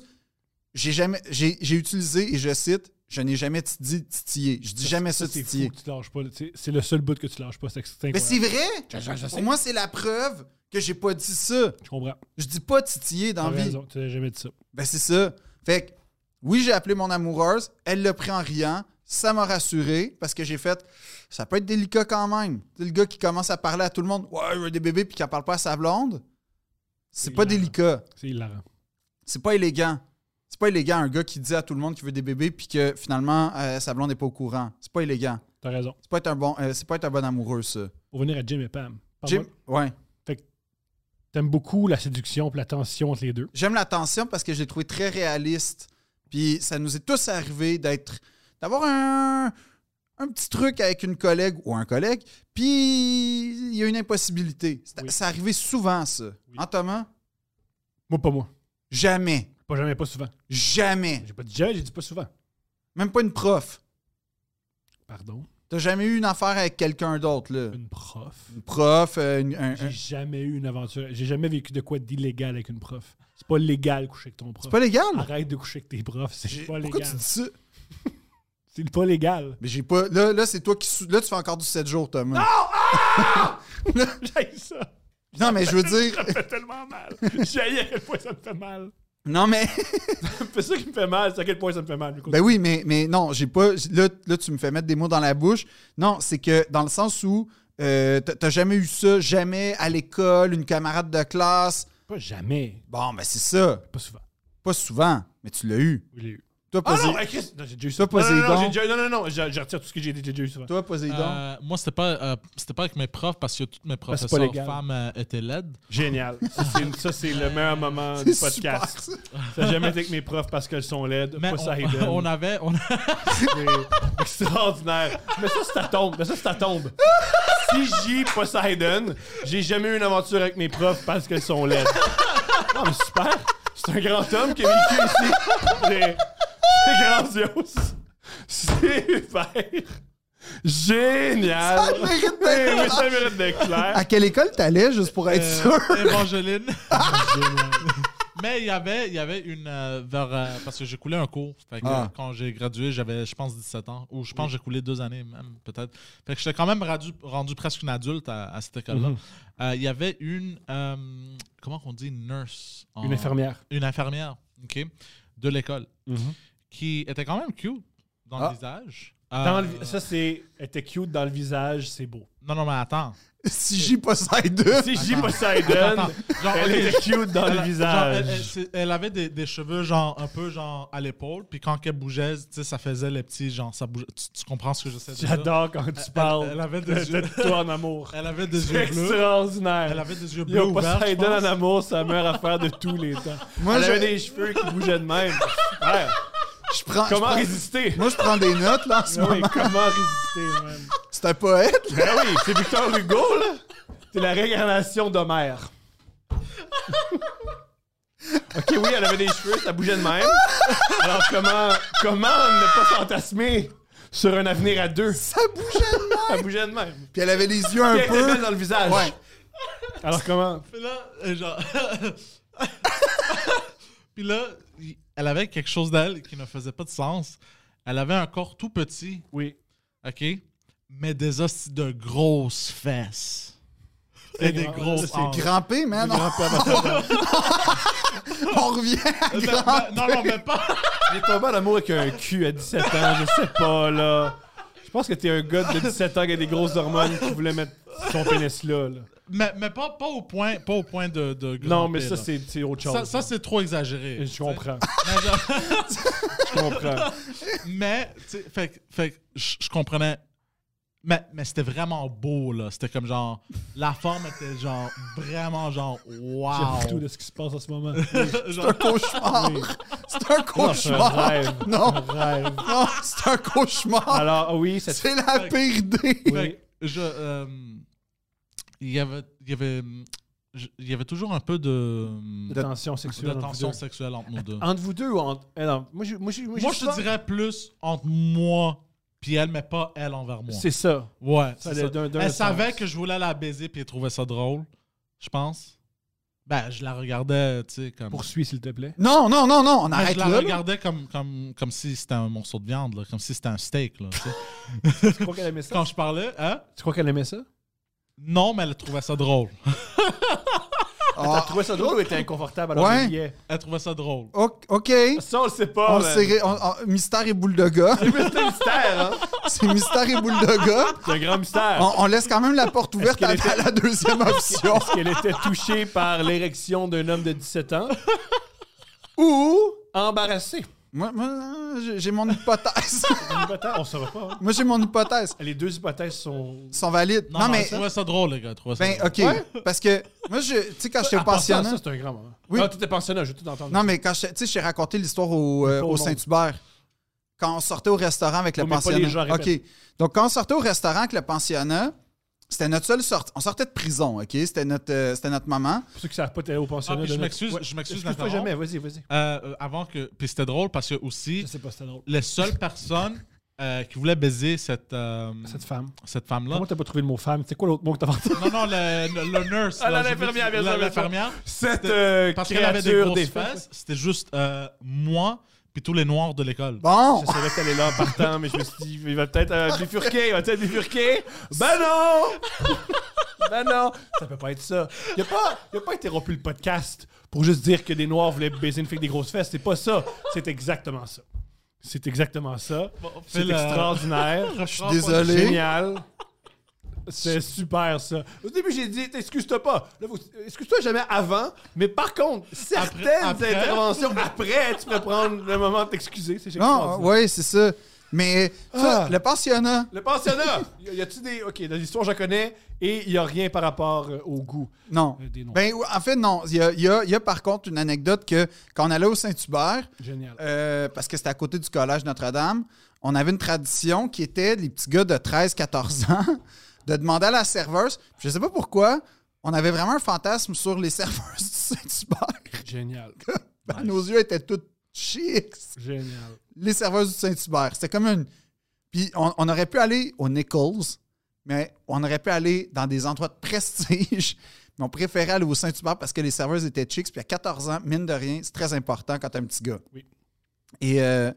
j'ai utilisé, et je cite, je n'ai jamais dit titiller. Je dis jamais ça, c'est titiller. fou que tu lâches pas. C'est le seul bout que tu lâches pas. C'est Mais c'est incroyable. vrai! Je sais. Pour moi, c'est la preuve que j'ai pas dit ça. Je comprends. Je dis pas titiller dans T'as la vie. raison, tu n'as jamais dit ça. Ben, c'est ça. Fait que, oui, j'ai appelé mon amoureuse. Elle l'a pris en riant. Ça m'a rassuré parce que j'ai fait, ça peut être délicat quand même. Tu sais, le gars qui commence à parler à tout le monde, ouais, je veux des bébés, puis qui en parle pas à sa blonde, c'est pas hilarant. délicat. C'est hilarant. C'est pas élégant. C'est pas élégant un gars qui dit à tout le monde qu'il veut des bébés, puis que finalement, sa blonde n'est pas au courant. C'est pas élégant. T'as raison. C'est pas être un bon amoureux, ça. Pour venir à Jim et Pam. Jim, Parle-moi. ouais. T'aimes beaucoup la séduction et la tension entre les deux. J'aime la tension parce que je l'ai trouvé très réaliste. Puis ça nous est tous arrivé d'avoir un petit truc avec une collègue ou un collègue, puis il y a une impossibilité. Oui. C'est arrivé souvent, ça. Oui. Hein, Thomas? Moi, pas moi. Jamais. Pas jamais, pas souvent. Jamais. J'ai pas dit jamais, j'ai dit pas souvent. Même pas une prof. Pardon? T'as jamais eu une affaire avec quelqu'un d'autre, là? Une prof? Une prof, J'ai jamais eu une aventure. J'ai jamais vécu de quoi d'illégal avec une prof. C'est pas légal de coucher avec ton prof. C'est pas légal? Arrête de coucher avec tes profs, c'est pas Pourquoi légal. tu dis ça? C'est pas légal. Mais j'ai pas... Là c'est toi qui... Là, tu fais encore du 7 jours, Thomas. Non! J'haïs ça. Non, mais je veux dire... Ça me fait tellement mal. J'haïs à quel point ça me fait mal. Non, mais... C'est ça qui me fait mal, c'est à quel point ça me fait mal. Ben oui, mais non, j'ai pas... Là, tu me fais mettre des mots dans la bouche. Non, c'est que dans le sens où t'as jamais eu ça, jamais à l'école, une camarade de classe. Pas jamais. Bon, ben c'est ça. Pas souvent. Pas souvent, mais tu l'as eu. Oui, je l'ai eu. Toi, Ah Poséidon. non, Chris, non, j'ai déjà eu ça. Toi, Poséidon. Non, je retire tout ce que j'ai dit, j'ai déjà eu ça. Toi, Poséidon. Moi, c'était pas avec mes profs parce que toutes mes c'est pas professeurs légal. femmes étaient laides. Génial. Ça, c'est le meilleur moment C'est du super, podcast. ça. Ça n'a jamais été avec mes profs parce qu'elles sont laides. Mais Poseidon. on avait... C'est extraordinaire. Mais ça, c'est ta tombe. Si j'ai Poseidon, j'ai jamais eu une aventure avec mes profs parce qu'elles sont laides. Non, mais super. C'est un grand homme qui a vécu ici. C'est grandiose. Super. Génial. Ça mérite d'être Oui, ça mérite d'être clair. À quelle école t'allais, juste pour être sûr? Évangeline. Mais il y avait une... parce que j'ai coulé un cours. Fait que, quand j'ai gradué, j'avais, je pense, 17 ans. Ou je pense que j'ai coulé 2 années même, peut-être. Fait que j'étais quand même rendu presque une adulte à cette école-là. Il y avait une... comment on dit? Nurse. Une infirmière. Une infirmière, OK, de l'école. Qui était quand même cute dans le visage. Ça, c'est... Elle était cute dans le visage, c'est beau. Non, mais attends. Si j'ai Poséidon. Si j'ai Poseidon, Genre, elle était cute dans le visage. Elle avait des cheveux genre un peu genre à l'épaule, puis quand elle bougeait, tu sais, ça faisait les petits genre ça bougeait. Tu comprends ce que j'essaie de dire? J'adore quand tu parles elle avait des yeux. de toi en amour. Elle avait des C'est yeux bleus. extraordinaire. Elle avait des yeux bleus Yo, ouverts. je Poseidon en pense. amour, c'est la meilleure affaire de tous les temps. Moi, Elle je- avait des cheveux qui bougeaient de même. Ouais. Comment résister? Moi, je prends des notes, là, en ce Ah oui, moment. comment résister, man? C'est un poète, là. Ben oui, c'est Victor Hugo, là. C'est la réincarnation d'Homère. OK, oui, elle avait des cheveux, ça bougeait de même. Alors, comment ne pas fantasmer sur un avenir à deux? Ça bougeait de même. Ça bougeait de même. Puis elle avait les yeux un Puis elle était peu... belle dans le visage. Ouais. Alors, comment? Puis là, genre. Puis là, elle avait quelque chose d'elle qui ne faisait pas de sens. Elle avait un corps tout petit, Oui. OK? Mais des hosties de grosses fesses. Et des grosses C'est hanches. Grand P, man. On revient à grand... Non, mais pas. J'ai tombé en amour avec un cul à 17 ans, je sais pas, là. Je pense que t'es un gars de 17 ans qui a des grosses hormones qui voulait mettre son pénis là. Mais pas au point de grand Non, mais P, ça, là. c'est autre chose. Ça, c'est trop exagéré. Je comprends. Mais genre- Je comprends. Mais, tu sais, fait que je comprenais. Mais c'était vraiment beau, là. C'était comme genre. La forme était genre. Vraiment genre. Wow. J'ai tout de ce qui se passe en ce moment. C'est un cauchemar. Oui. C'est un Non, c'est un cauchemar. rêve. Non. Un rêve. Non, c'est un cauchemar. Alors, oui, C'est la pire idée. Oui. Il y avait toujours un peu de tension sexuelle. entre vous tension deux. sexuelle entre nous deux. Entre vous deux ou entre. Non, moi, Moi, je te dirais plus entre moi puis elle, mais pas elle envers moi. C'est ça. Ouais, Ça c'est allait ça. d'un Elle sens. savait que je voulais la baiser puis elle trouvait ça drôle, je pense. Ben, je la regardais, tu sais, comme... Poursuis, s'il te plaît. Non, on Ben, arrête je la là. là. regardais comme si c'était un morceau de viande, là, comme si c'était un steak, là, tu sais. Tu crois qu'elle aimait ça? Quand je parlais, hein? Tu crois qu'elle aimait ça? Non, mais elle trouvait ça drôle. T'as trouvé ça drôle ou elle était inconfortable alors Ouais. qu'elle riait? Elle trouvait ça drôle. OK. Ça, on le sait pas. On le man. sait, mystère et boule de gars. C'est un mystère, hein? C'est mystère et boule de gars. C'est un grand mystère. On laisse quand même la porte ouverte qu'elle à était- la deuxième option. Est-ce qu'elle était touchée par l'érection d'un homme de 17 ans? Ou embarrassée? Moi, j'ai mon hypothèse. On saura pas. Hein? Moi, j'ai mon hypothèse. Les deux hypothèses sont... Ils sont valides. Non, mais... elle trouvait ça drôle, les gars. Elle trouvait ça Ben, drôle. OK. Parce que moi, tu sais, quand j'étais au À part ça, pensionnat... ça, c'est un grand moment. Oui. Ah, tu étais pensionnat, je vais tout entendre. Non, mais quand tu sais, j'ai raconté l'histoire au monde. Saint-Hubert. Quand on sortait au restaurant avec le Oui, mais pas pensionnat. les gens, répète. OK. Donc, quand on sortait au restaurant avec le pensionnat, C'était notre seule sortie. On sortait de prison, OK? C'était notre moment. Pour ceux qui ne savent pas, t'es au pensionnat. Je m'excuse Excuse-toi d'interrompre. jamais, vas-y. Avant que... Puis c'était drôle parce que aussi, Je sais pas, c'était drôle. les seules personnes qui voulaient baiser cette Cette femme-là... Comment t'as pas trouvé le mot femme? C'est quoi l'autre mot que t'as inventé? Non, le nurse. Ah, là, l'infirmière, bien sûr. L'infirmière. Cette Parce qu'elle avait des créature grosses des fesses. C'était juste moi puis tous les noirs de l'école. Bon! Je savais que t'allais là en partant, mais je me suis dit, il va peut-être bifurquer. Ben non! Ben non! Ça peut pas être ça. Il a pas interrompu le podcast pour juste dire que des noirs voulaient baiser une fille avec des grosses fesses. C'est pas ça. C'est exactement ça. C'est exactement ça. C'est extraordinaire. Je suis désolé. Génial. C'est super, ça. Au début, j'ai dit, excuse-toi pas. Là, excuse-toi jamais avant, mais par contre, certaines Après. interventions après, tu peux prendre le moment de t'excuser. C'est Non, extraordinaire. oui, c'est ça. Mais ça, le pensionnat, Le pensionnat! Y a-tu des. Ok, dans l'histoire, je connais, et il n'y a rien par rapport au goût non. des noms. Ben, en fait, non. Il y a par contre une anecdote que quand on allait au Saint-Hubert, Génial. parce que c'était à côté du collège Notre-Dame, on avait une tradition qui était les petits gars de 13-14 ans de demander à la serveuse, je sais pas pourquoi, on avait vraiment un fantasme sur les serveuses du Saint-Hubert. Génial. Ben, nos yeux étaient tous chics. Génial. Les serveuses du Saint-Hubert. C'était comme une... Puis on aurait pu aller au Nichols, mais on aurait pu aller dans des endroits de prestige. Mais on préférait aller au Saint-Hubert parce que les serveuses étaient chics. Puis à 14 ans, mine de rien, c'est très important quand t'es un petit gars. Oui. Et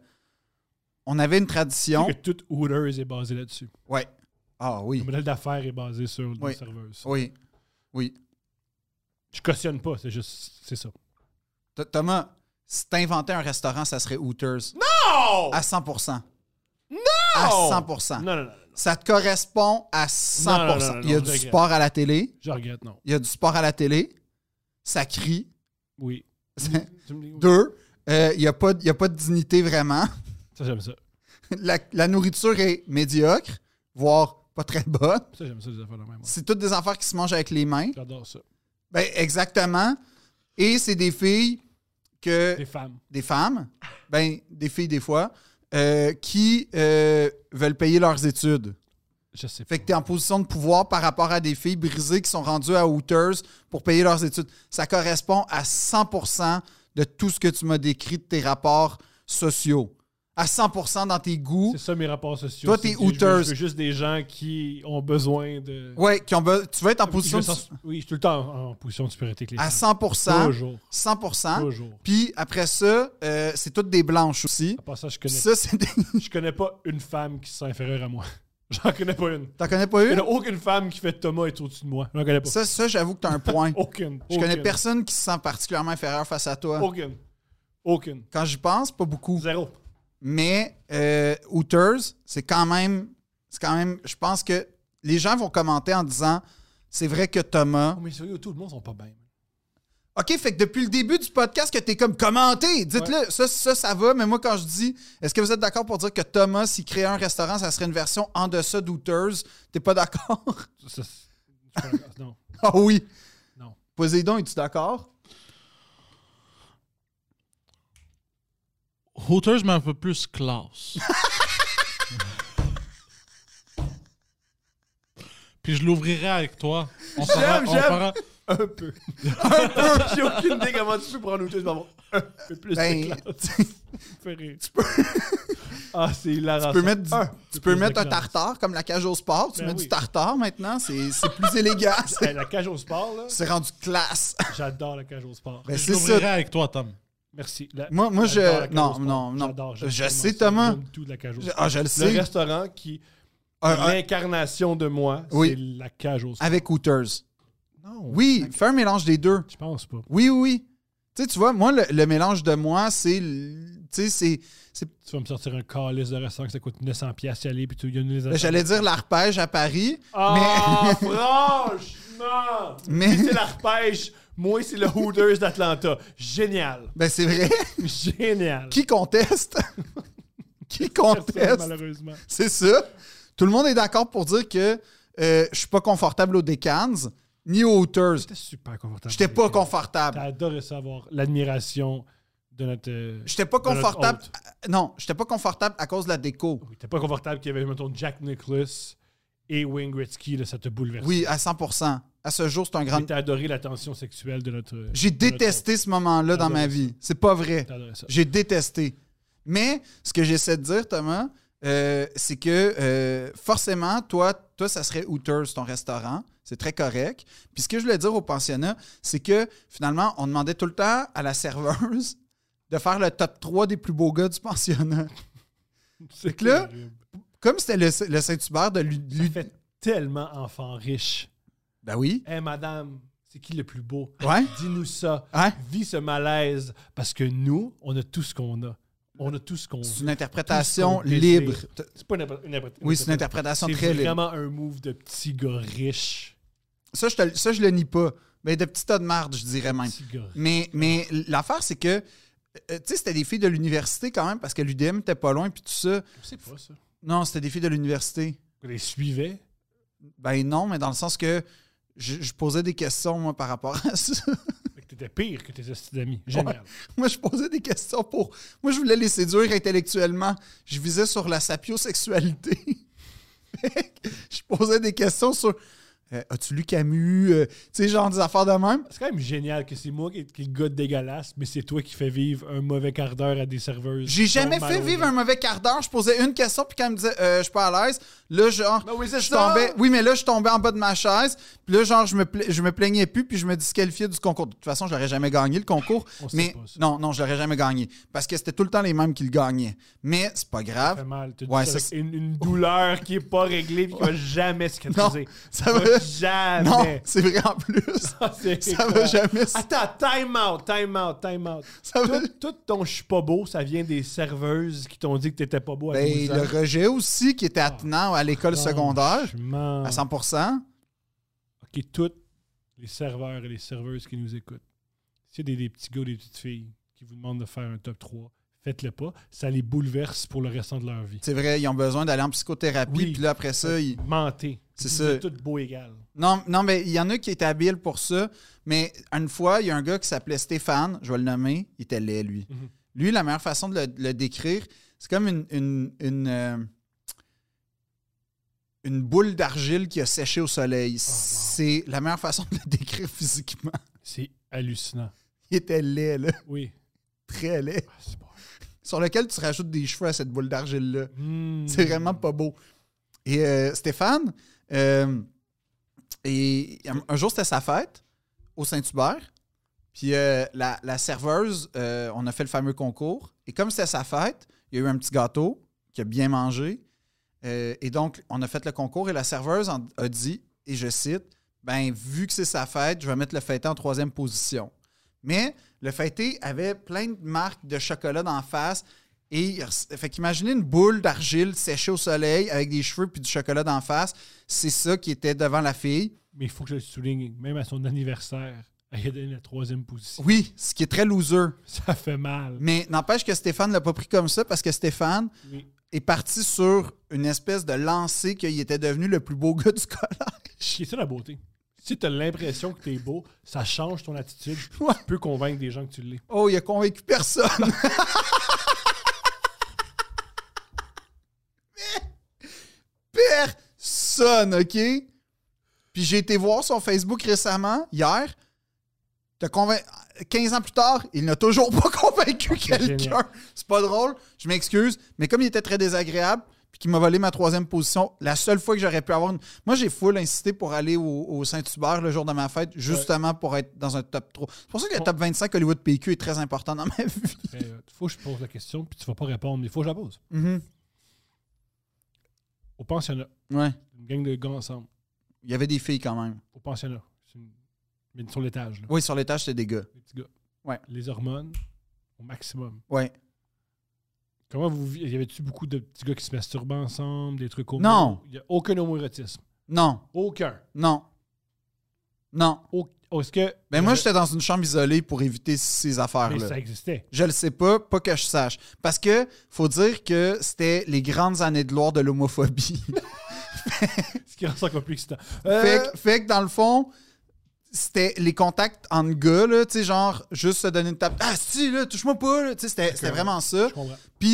on avait une tradition... Que toute Hooters est basée là-dessus. Ouais. Ah oui. Le modèle d'affaires est basé sur Oui. les serveuses. Oui. Oui. Je cautionne pas, c'est juste. C'est ça. Thomas, si t'inventais un restaurant, ça serait Hooters. Non! À 100%. Non! À 100%. Non. Ça te correspond à 100%. Non, Il y a je du regrette. sport à la télé. Je regrette, non. Il y a du sport à la télé. Ça crie. Oui. Tu me dis- 2. Il n'y a pas de dignité vraiment. Ça, j'aime ça. La nourriture est médiocre, voire pas très bonne. Ça, j'aime ça, les affaires de même. Ouais. C'est toutes des affaires qui se mangent avec les mains. J'adore ça. Ben, exactement. Et c'est des filles que... Des femmes. Des femmes, ben, des filles des fois, qui veulent payer leurs études. Je sais pas. Fait que tu es en position de pouvoir par rapport à des filles brisées qui sont rendues à Hooters pour payer leurs études. Ça correspond à 100% de tout ce que tu m'as décrit de tes rapports sociaux. À 100% dans tes goûts. C'est ça mes rapports sociaux. Toi, c'est t'es que je veux- Hooters. Je veux juste des gens qui ont besoin de. Ouais, tu vas être en position Oui, je suis tout le temps en position de supériorité avec les à femmes. 100%. Toujours. 100%. Toujours. Puis après ça, c'est toutes des blanches aussi. À part ça, Puis ça, c'est des... je connais pas une femme qui se sent inférieure à moi. J'en connais pas une. T'en connais pas Il n'y une? a aucune femme qui fait Thomas est au-dessus de moi. J'en connais pas. Ça, j'avoue que t'as un point. Aucune. Je connais Aucune. personne qui se sent particulièrement inférieur face à toi. Aucune. Quand j'y pense, pas beaucoup. Zéro. Mais Hooters, c'est quand même... Je pense que les gens vont commenter en disant c'est vrai que Thomas... Oh, mais sur YouTube, le monde sont pas bien. OK, fait que depuis le début du podcast que t'es comme commenté, dites-le, ça va, mais moi quand je dis, est-ce que vous êtes d'accord pour dire que Thomas, s'il créait un restaurant, ça serait une version en deçà d'Hooters, t'es pas d'accord? Ça, je suis pas d'accord. Non. Ah oui. Non. Poséidon, es-tu d'accord? Hooters, mais un peu plus classe. Puis je l'ouvrirai avec toi. On J'aime. fera- Un peu. J'ai aucune idée comment tu peux prendre Hooters pour avoir un peu plus Ben, de classe. Fait rire. Ah, c'est hilarant. Tu peux mettre, tu peux plus mettre de un classe. tartare comme la cage au sport. Tu Ben mets oui. du tartare maintenant. C'est plus élégant. Hey, la cage au sport, là, C'est rendu classe. j'adore la cage au sport. Ben, Je c'est l'ouvrirai ça. avec toi, Tom. Merci. Moi, j'adore la cage au non, sport. non. J'adore, Je j'aime sais, tellement ça. Thomas. J'aime tout de la cage au sport. Ah, je le Le sais. restaurant qui Un- l'incarnation de moi, Oui. c'est la cage au sport. avec Hooters. Non. Oui, fais un mélange des deux. Je pense pas. Oui. Tu vois, moi, le mélange de moi, c'est... Tu sais, c'est... Tu vas me sortir un calice de restaurant que ça coûte 900$ y aller, puis tu y a les J'allais dire l'arpège à Paris, Ah, franchement! Mais- C'est l'arpège. Moi, c'est le Hooters d'Atlanta. Génial. ben c'est vrai. Génial. Qui conteste? Qui Personne, conteste? malheureusement. C'est ça. Tout le monde est d'accord pour dire que je suis pas confortable au Decans, ni au Hooters. J'étais super confortable. J'étais avec pas elle. confortable. T'as adoré savoir l'admiration de notre. J'étais pas de notre confortable. hôte. Non, j'étais pas confortable à cause de la déco. Oui, t'es pas confortable qu'il y avait, mettons, Jack Nicklaus et Wayne Gretzky, là, ça te bouleverse. Oui, à 100%. À ce jour, c'est un grand... T'as adoré la tension sexuelle de notre... J'ai détesté ce moment-là dans ma vie. C'est pas vrai. T'as adoré ça. J'ai détesté. Mais ce que j'essaie de dire, Thomas, c'est que forcément, toi, ça serait Hooters, ton restaurant. C'est très correct. Puis ce que je voulais dire au pensionnat, c'est que finalement, on demandait tout le temps à la serveuse de faire le top 3 des plus beaux gars du pensionnat. C'est que là, terrible. Comme c'était le Saint-Hubert de Ça fait tellement enfant riche. Ben oui. Hé, madame, c'est qui le plus beau? Ouais. Dis-nous ça. Hein? Vis ce malaise. Parce que nous, on a tout ce qu'on a. On a tout ce qu'on C'est veut. une interprétation Tout ce qu'on désire. libre. C'est pas une interprétation. Oui, c'est une interprétation C'est très libre. vraiment un move de petit gars riche. Ça, je le nie pas. Mais de petits tas de marde, je dirais même. Petit gars. Mais l'affaire, c'est que, tu sais, c'était des filles de l'université quand même, parce que l'UDM était pas loin, puis tout ça. Je sais pas ça. Non, c'était des filles de l'université. On les suivait. Ben non, mais dans le sens que je posais des questions, moi, par rapport à ça. Fait que t'étais pire que tes amis. Génial. Moi, je posais des questions pour... Moi, je voulais les séduire intellectuellement. Je visais sur la sapiosexualité. Je posais des questions sur... as-tu lu Camus? Tu sais, genre des affaires de même. C'est quand même génial que c'est moi qui est le gars dégueulasse, mais c'est toi qui fais vivre un mauvais quart d'heure à des serveuses. J'ai jamais fait vivre un mauvais quart d'heure. Je posais une question, puis quand elle me disait je suis pas à l'aise, là, genre, Ben oui, c'est je ça! tombais. Oui, mais là, je tombais en bas de ma chaise, puis là, genre, je me plaignais plus, puis je me disqualifiais du concours. De toute façon, je l'aurais jamais gagné, le concours. On sait Mais pas ça. non, je l'aurais jamais gagné. Parce que c'était tout le temps les mêmes qui le gagnaient. Mais c'est pas Ça fait grave. mal. Tu Ouais, dis ça ça, avec une douleur qui est pas réglée et qui va jamais cicatriser. ça va- Jamais. Non, c'est vrai en plus. C'est Ça quoi? va jamais. Attends, time out. Ça va- Tout ton je suis pas beau, ça vient des serveuses qui t'ont dit que t'étais pas beau à Ben, 12 ans. le rejet aussi, qui était attenant à l'école secondaire, Franchement. à 100%. OK, tous les serveurs et les serveuses qui nous écoutent, s'il y a des petits gars ou des petites filles qui vous demandent de faire un top 3, faites-le pas. Ça les bouleverse pour le restant de leur vie. C'est vrai, ils ont besoin d'aller en psychothérapie, Oui. puis là, après ça, ils... Mentez. C'est Vous ça. êtes tous beaux égal. Non, mais il y en a qui étaient habiles pour ça. Mais une fois, il y a un gars qui s'appelait Stéphane, je vais le nommer, il était laid, lui. Mhm. Lui, la meilleure façon de le décrire, c'est comme une boule d'argile qui a séché au soleil. C'est la meilleure façon de le décrire physiquement. C'est hallucinant. Il était laid, là. Oui. Très laid. Ah, c'est bon. Sur lequel tu rajoutes des cheveux à cette boule d'argile-là. Hmm. C'est vraiment pas beau. Et Stéphane, et un jour, c'était sa fête au Saint-Hubert. Puis la serveuse, on a fait le fameux concours. Et comme c'était sa fête, il y a eu un petit gâteau qui a bien mangé. Et donc, on a fait le concours et la serveuse a dit, et je cite, « Ben, vu que c'est sa fête, je vais mettre le fêté en 3e position. » Mais le fêté avait plein de marques de chocolat d'en face. Et fait qu'imaginez une boule d'argile séchée au soleil avec des cheveux puis du chocolat d'en face. C'est ça qui était devant la fille. Mais il faut que je le souligne, même à son anniversaire, elle a donné la 3e position. Oui, ce qui est très loser. Ça fait mal. Mais n'empêche que Stéphane ne l'a pas pris comme ça parce que Stéphane Oui. est parti sur une espèce de lancée qu'il était devenu le plus beau gars du collège. C'est ça la beauté. Si tu as l'impression que tu es beau, ça change ton attitude. Ouais. Tu peux convaincre des gens que tu l'es. Oh, il a convaincu personne. Personne, OK? Puis j'ai été voir son Facebook récemment, hier. 15 ans plus tard, il n'a toujours pas convaincu quelqu'un. génial. C'est pas drôle, je m'excuse. Mais comme il était très désagréable, puis qu'il m'a volé ma 3e position, la seule fois que j'aurais pu avoir une... Moi, j'ai full insisté pour aller au Saint-Hubert le jour de ma fête, justement pour être dans un top 3. C'est pour ça que le top 25 Hollywood PQ est très important dans ma vie. Il faut que je pose la question, puis tu vas pas répondre, mais il faut que je la pose. Mhm. Au pensionnat, Ouais. une gang de gars ensemble. Il y avait des filles quand même. Au pensionnat. Mais sur l'étage, là. Oui, sur l'étage, c'était des gars. Les petits gars. Ouais. Les hormones, au maximum. Ouais. Comment y avait-tu beaucoup de petits gars qui se masturbaient ensemble, des trucs Non. Il n'y a aucun homoérotisme. Non. Aucun. Non. Non. Est-ce que. Ben moi, j'étais dans une chambre isolée pour éviter ces Mais affaires-là. ça existait. Je le sais pas que je sache. Parce que faut dire que c'était les grandes années de gloire de l'homophobie. Ce qui rend ça encore plus excitant. Fait que dans le fond, c'était les contacts entre gars, là, tu sais, genre, juste se donner une tape. Ah, si, là, touche-moi pas, là. Tu sais, c'était vraiment ça. Je comprends. Puis,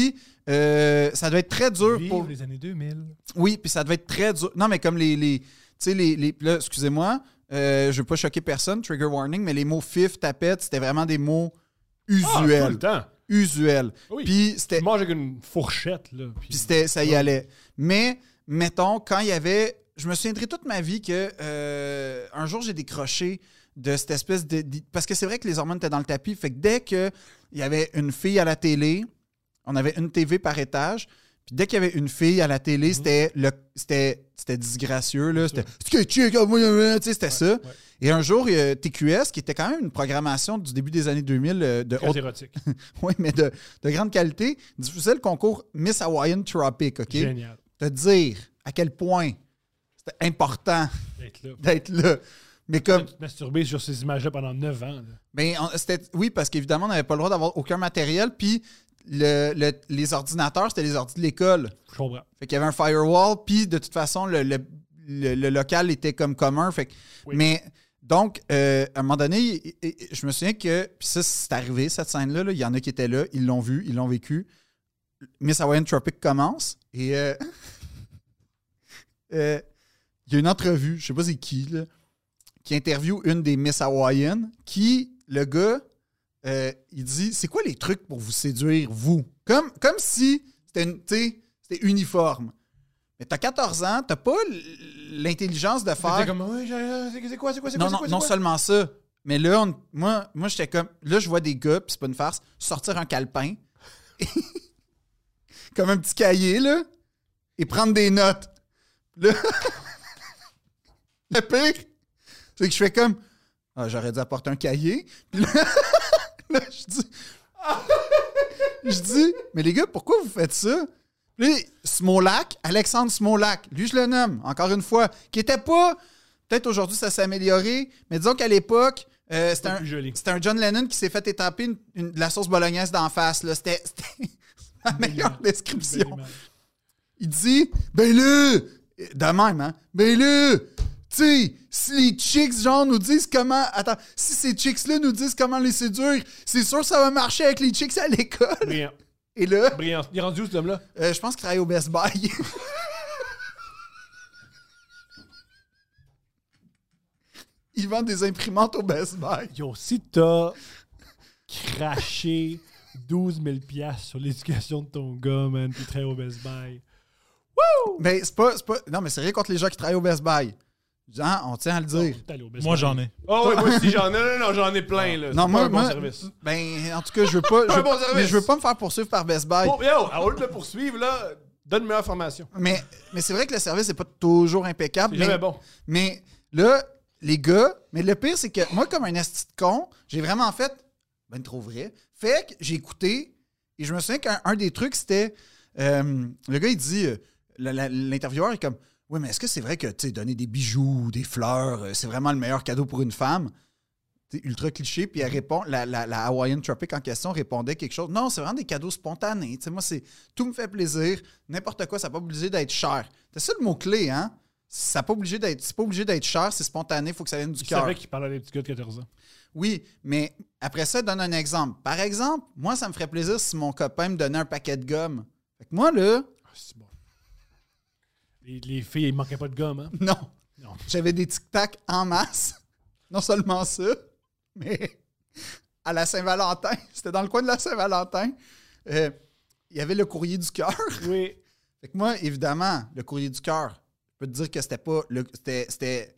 ça devait être très dur Vive pour... les années 2000. Oui, puis ça devait être très dur. Non, mais comme tu sais, là, excusez-moi, je veux pas choquer personne, trigger warning, mais les mots fif, tapette, c'était vraiment des mots Tout usuels. le temps. Usuels. Oui. Puis c'était... Tu manges avec une fourchette, là. Puis ça y allait. Mais, mettons, quand il y avait... Je me souviendrai toute ma vie que un jour, j'ai décroché de cette espèce de... Parce que c'est vrai que les hormones étaient dans le tapis. Fait que dès qu'il y avait une fille à la télé, on avait une TV par étage, puis dès qu'il y avait une fille à la télé, c'était disgracieux. Là. C'était ça. Ouais. Et un jour, TQS, qui était quand même une programmation du début des années 2000 de Très érotique. oui, mais de grande qualité, diffusait le concours Miss Hawaiian Tropic, OK? Génial. Te dire à quel point c'était important D'être là. d'être là. Mais comme... Tu te masturbé sur ces images-là pendant 9 ans. Là. Ben, oui, parce qu'évidemment, on n'avait pas le droit d'avoir aucun matériel, puis les ordinateurs, c'était les ordi de l'école. Je comprends. Fait qu'il y avait un firewall, puis de toute façon, le local était comme commun. Fait que, Oui. mais donc, à un moment donné, je me souviens que, puis ça, c'est arrivé, cette scène-là, là, il y en a qui étaient là, ils l'ont vu, ils l'ont vécu. Miss Hawaiian Tropic commence, et il y a une entrevue, je sais pas c'est qui, là, qui interviewe une des Miss Hawaiian, qui, le gars, il dit, c'est quoi les trucs pour vous séduire, vous? Comme si c'était uniforme. Mais t'as 14 ans, t'as pas l'intelligence de faire... C'était comme, ouais, c'est quoi? Non seulement ça, mais là, moi j'étais comme... Là, je vois des gars, puis c'est pas une farce, sortir un calepin, comme un petit cahier, là, et prendre des notes. Là, le pire, c'est que je fais comme... Ah, j'aurais dû apporter un cahier. Puis là, je dis, mais les gars, pourquoi vous faites ça? Puis là, Smolak, Alexandre Smolak, lui, je le nomme, encore une fois, qui était pas... Peut-être aujourd'hui, ça s'est amélioré, mais disons qu'à l'époque, c'était un John Lennon qui s'est fait étaper de la sauce bolognaise d'en face. Là. C'était la meilleure description. Il dit, ben là, de même, hein, ben là, tu sais, si les chicks, genre, nous disent comment... Attends, si ces chicks-là nous disent comment les séduire, c'est sûr que ça va marcher avec les chicks à l'école. Brillant. Et là... Brillant. Il est rendu où, cet homme-là? Je pense qu'il travaille au Best Buy. Il vend des imprimantes au Best Buy. Yo, si t'as craché 12 000 $ sur l'éducation de ton gars, man, qui travaille au Best Buy. Wouh! Mais c'est pas... Non, mais c'est rien contre les gens qui travaillent au Best Buy. Genre, on tient à le dire. Moi, j'en ai. Oh, oui, moi aussi, j'en ai. Non, j'en ai plein, là. Non, C'est pas un bon service. Ben, en tout cas, je veux pas... Un bon service. Mais je veux pas me faire poursuivre par Best Buy. Bon, yo, au lieu de me poursuivre, là, donne une meilleure formation. Mais c'est vrai que le service n'est pas toujours impeccable. C'est jamais bon. Mais là, les gars... Mais le pire, c'est que moi, comme un esti de con, j'ai vraiment fait... Ben, trop vrai. Fait que j'ai écouté, et je me souviens qu'un des trucs, c'était... le gars, il dit... L'intervieweur est comme... Oui, mais est-ce que c'est vrai que donner des bijoux, des fleurs, c'est vraiment le meilleur cadeau pour une femme? C'est ultra cliché. Puis elle répond, la Hawaiian Tropic en question répondait quelque chose. Non, c'est vraiment des cadeaux spontanés. T'sais, moi, tout me fait plaisir. N'importe quoi, ça n'est pas obligé d'être cher. C'est ça le mot-clé, hein? C'est pas obligé d'être cher, c'est spontané, il faut que ça vienne du cœur. C'est vrai qu'il parlait des petits gars de 14 ans. Oui, mais après ça, donne un exemple. Par exemple, moi, ça me ferait plaisir si mon copain me donnait un paquet de gomme. Fait que moi, là... Ah, c'est bon. Les filles, il manquait pas de gomme, hein? Non. Non. J'avais des tic-tac en masse. Non seulement ça, mais à la Saint-Valentin, c'était dans le coin de la Saint-Valentin, il y avait le courrier du cœur. Oui. Fait que moi, évidemment, le courrier du cœur, je peux te dire que c'était pas... C'était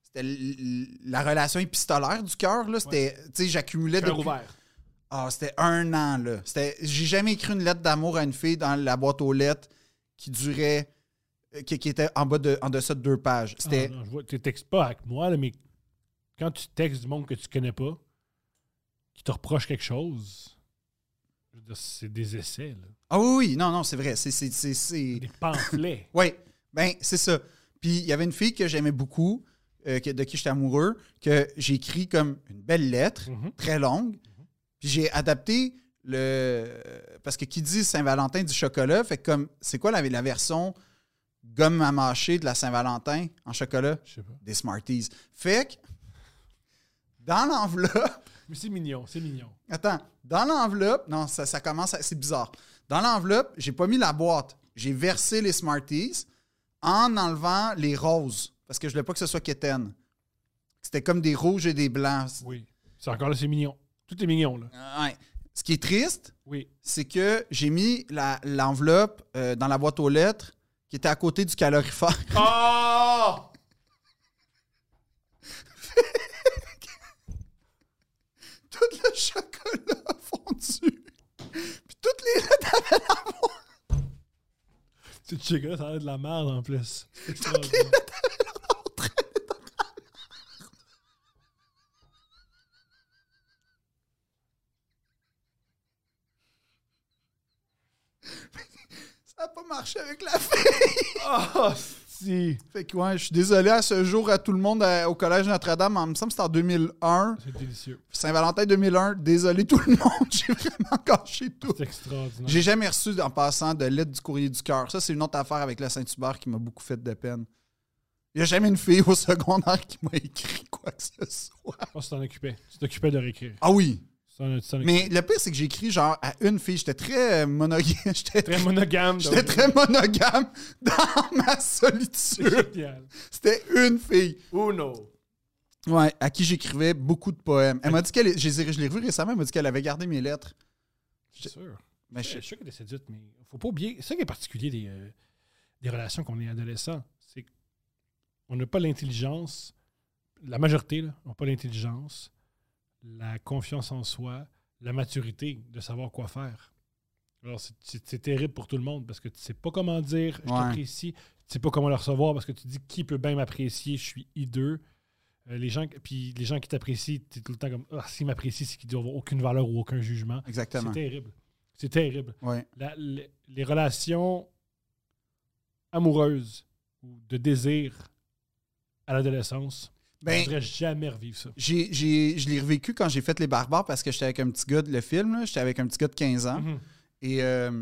la relation épistolaire du cœur, là. C'était... Tu sais, j'accumulais... Cœur ouvert. Ah, c'était 1 an, là. J'ai jamais écrit une lettre d'amour à une fille dans la boîte aux lettres qui durait... Qui était en deçà de 2 pages. C'était... Ah, non, je vois, tu textes pas avec moi, là, mais quand tu textes du monde que tu connais pas, qui te reproche quelque chose, je veux dire, c'est des essais, là. Ah oui, non, c'est vrai. C'est... Des pamphlets. Oui, ben c'est ça. Puis il y avait une fille que j'aimais beaucoup, de qui j'étais amoureux, que j'ai écrit comme une belle lettre, très longue. Puis j'ai adapté parce que qui dit Saint-Valentin dit chocolat, fait que comme, c'est quoi la version gomme à mâcher de la Saint-Valentin en chocolat? Je sais pas. Des Smarties. Fait que, dans l'enveloppe... Mais c'est mignon, c'est mignon. Attends, dans l'enveloppe... Non, ça commence... C'est bizarre. Dans l'enveloppe, j'ai pas mis la boîte. J'ai versé les Smarties en enlevant les roses. Parce que je voulais pas que ce soit quétaine. C'était comme des rouges et des blancs. Oui. C'est encore là, c'est mignon. Tout est mignon, là. Ouais. Ce qui est triste, Oui. c'est que j'ai mis l'enveloppe dans la boîte aux lettres qui était à côté du calorifère. Oh! Tout le chocolat fondu. Puis toutes les lettres avaient la boîte. Ce chocolat, ça a l'air de la merde en plus. Toutes les lettres avaient la boîte. Ça n'a pas marché avec la fille. Oh, si. Fait que ouais, je suis désolé à ce jour à tout le monde au Collège Notre-Dame. Il me semble que c'était en 2001. C'est délicieux. Saint-Valentin 2001. Désolé tout le monde. J'ai vraiment gâché tout. C'est extraordinaire. J'ai jamais reçu, en passant, de lettre du courrier du cœur. Ça, c'est une autre affaire avec le Saint-Hubert qui m'a beaucoup fait de peine. Il n'y a jamais une fille au secondaire qui m'a écrit quoi que ce soit. Je pense que tu t'en occupais. Tu t'occupais de réécrire. Ah oui. Tu t'en occupais. Mais le pire, c'est que j'ai écrit genre à une fille. J'étais très monogame. J'étais Très monogame. J'étais très monogame dans ma solitude. Génial. C'était une fille. Uno. Ouais, à qui j'écrivais beaucoup de poèmes. Elle m'a dit qu'elle... Je l'ai revue récemment, elle m'a dit qu'elle avait gardé mes lettres. C'est sûr. Mais Je suis sûr qu'elle est séduite, mais faut pas oublier. C'est ça qui est particulier des relations quand on est adolescent. C'est qu'on n'a pas l'intelligence. La majorité n'a pas l'intelligence, la confiance en soi, la maturité de savoir quoi faire. Alors, c'est terrible pour tout le monde parce que tu sais pas comment dire « je t'apprécie », tu sais pas comment le recevoir parce que tu dis « qui peut bien m'apprécier, je suis hideux ». Les gens qui t'apprécient, tu es tout le temps comme « s'ils m'apprécient, c'est qu'ils doivent avoir aucune valeur ou aucun jugement ». Exactement. C'est terrible. C'est terrible. Ouais. Les relations amoureuses ou de désir à l'adolescence, je ne voudrais jamais revivre ça. Je l'ai revécu quand j'ai fait Les Barbares parce que j'étais avec un petit gars de le film. Là. J'étais avec un petit gars de 15 ans. Mhm. Et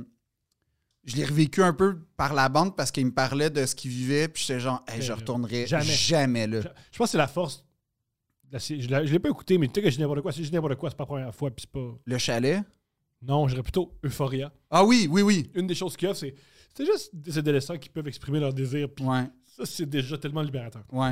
je l'ai revécu un peu par la bande parce qu'il me parlait de ce qu'il vivait. Puis j'étais genre, hey, je retournerai jamais là. Je pense que c'est la force. Je ne l'ai pas écouté, mais tu sais que je dis n'importe quoi. Si je dis n'importe quoi, c'est pas la première fois. Puis c'est pas... Le chalet? Non, j'aurais plutôt Euphoria. Ah oui, oui, oui. Une des choses qu'il y a, c'est juste des adolescents qui peuvent exprimer leur désir. Puis Ouais. ça, c'est déjà tellement libérateur. Ouais.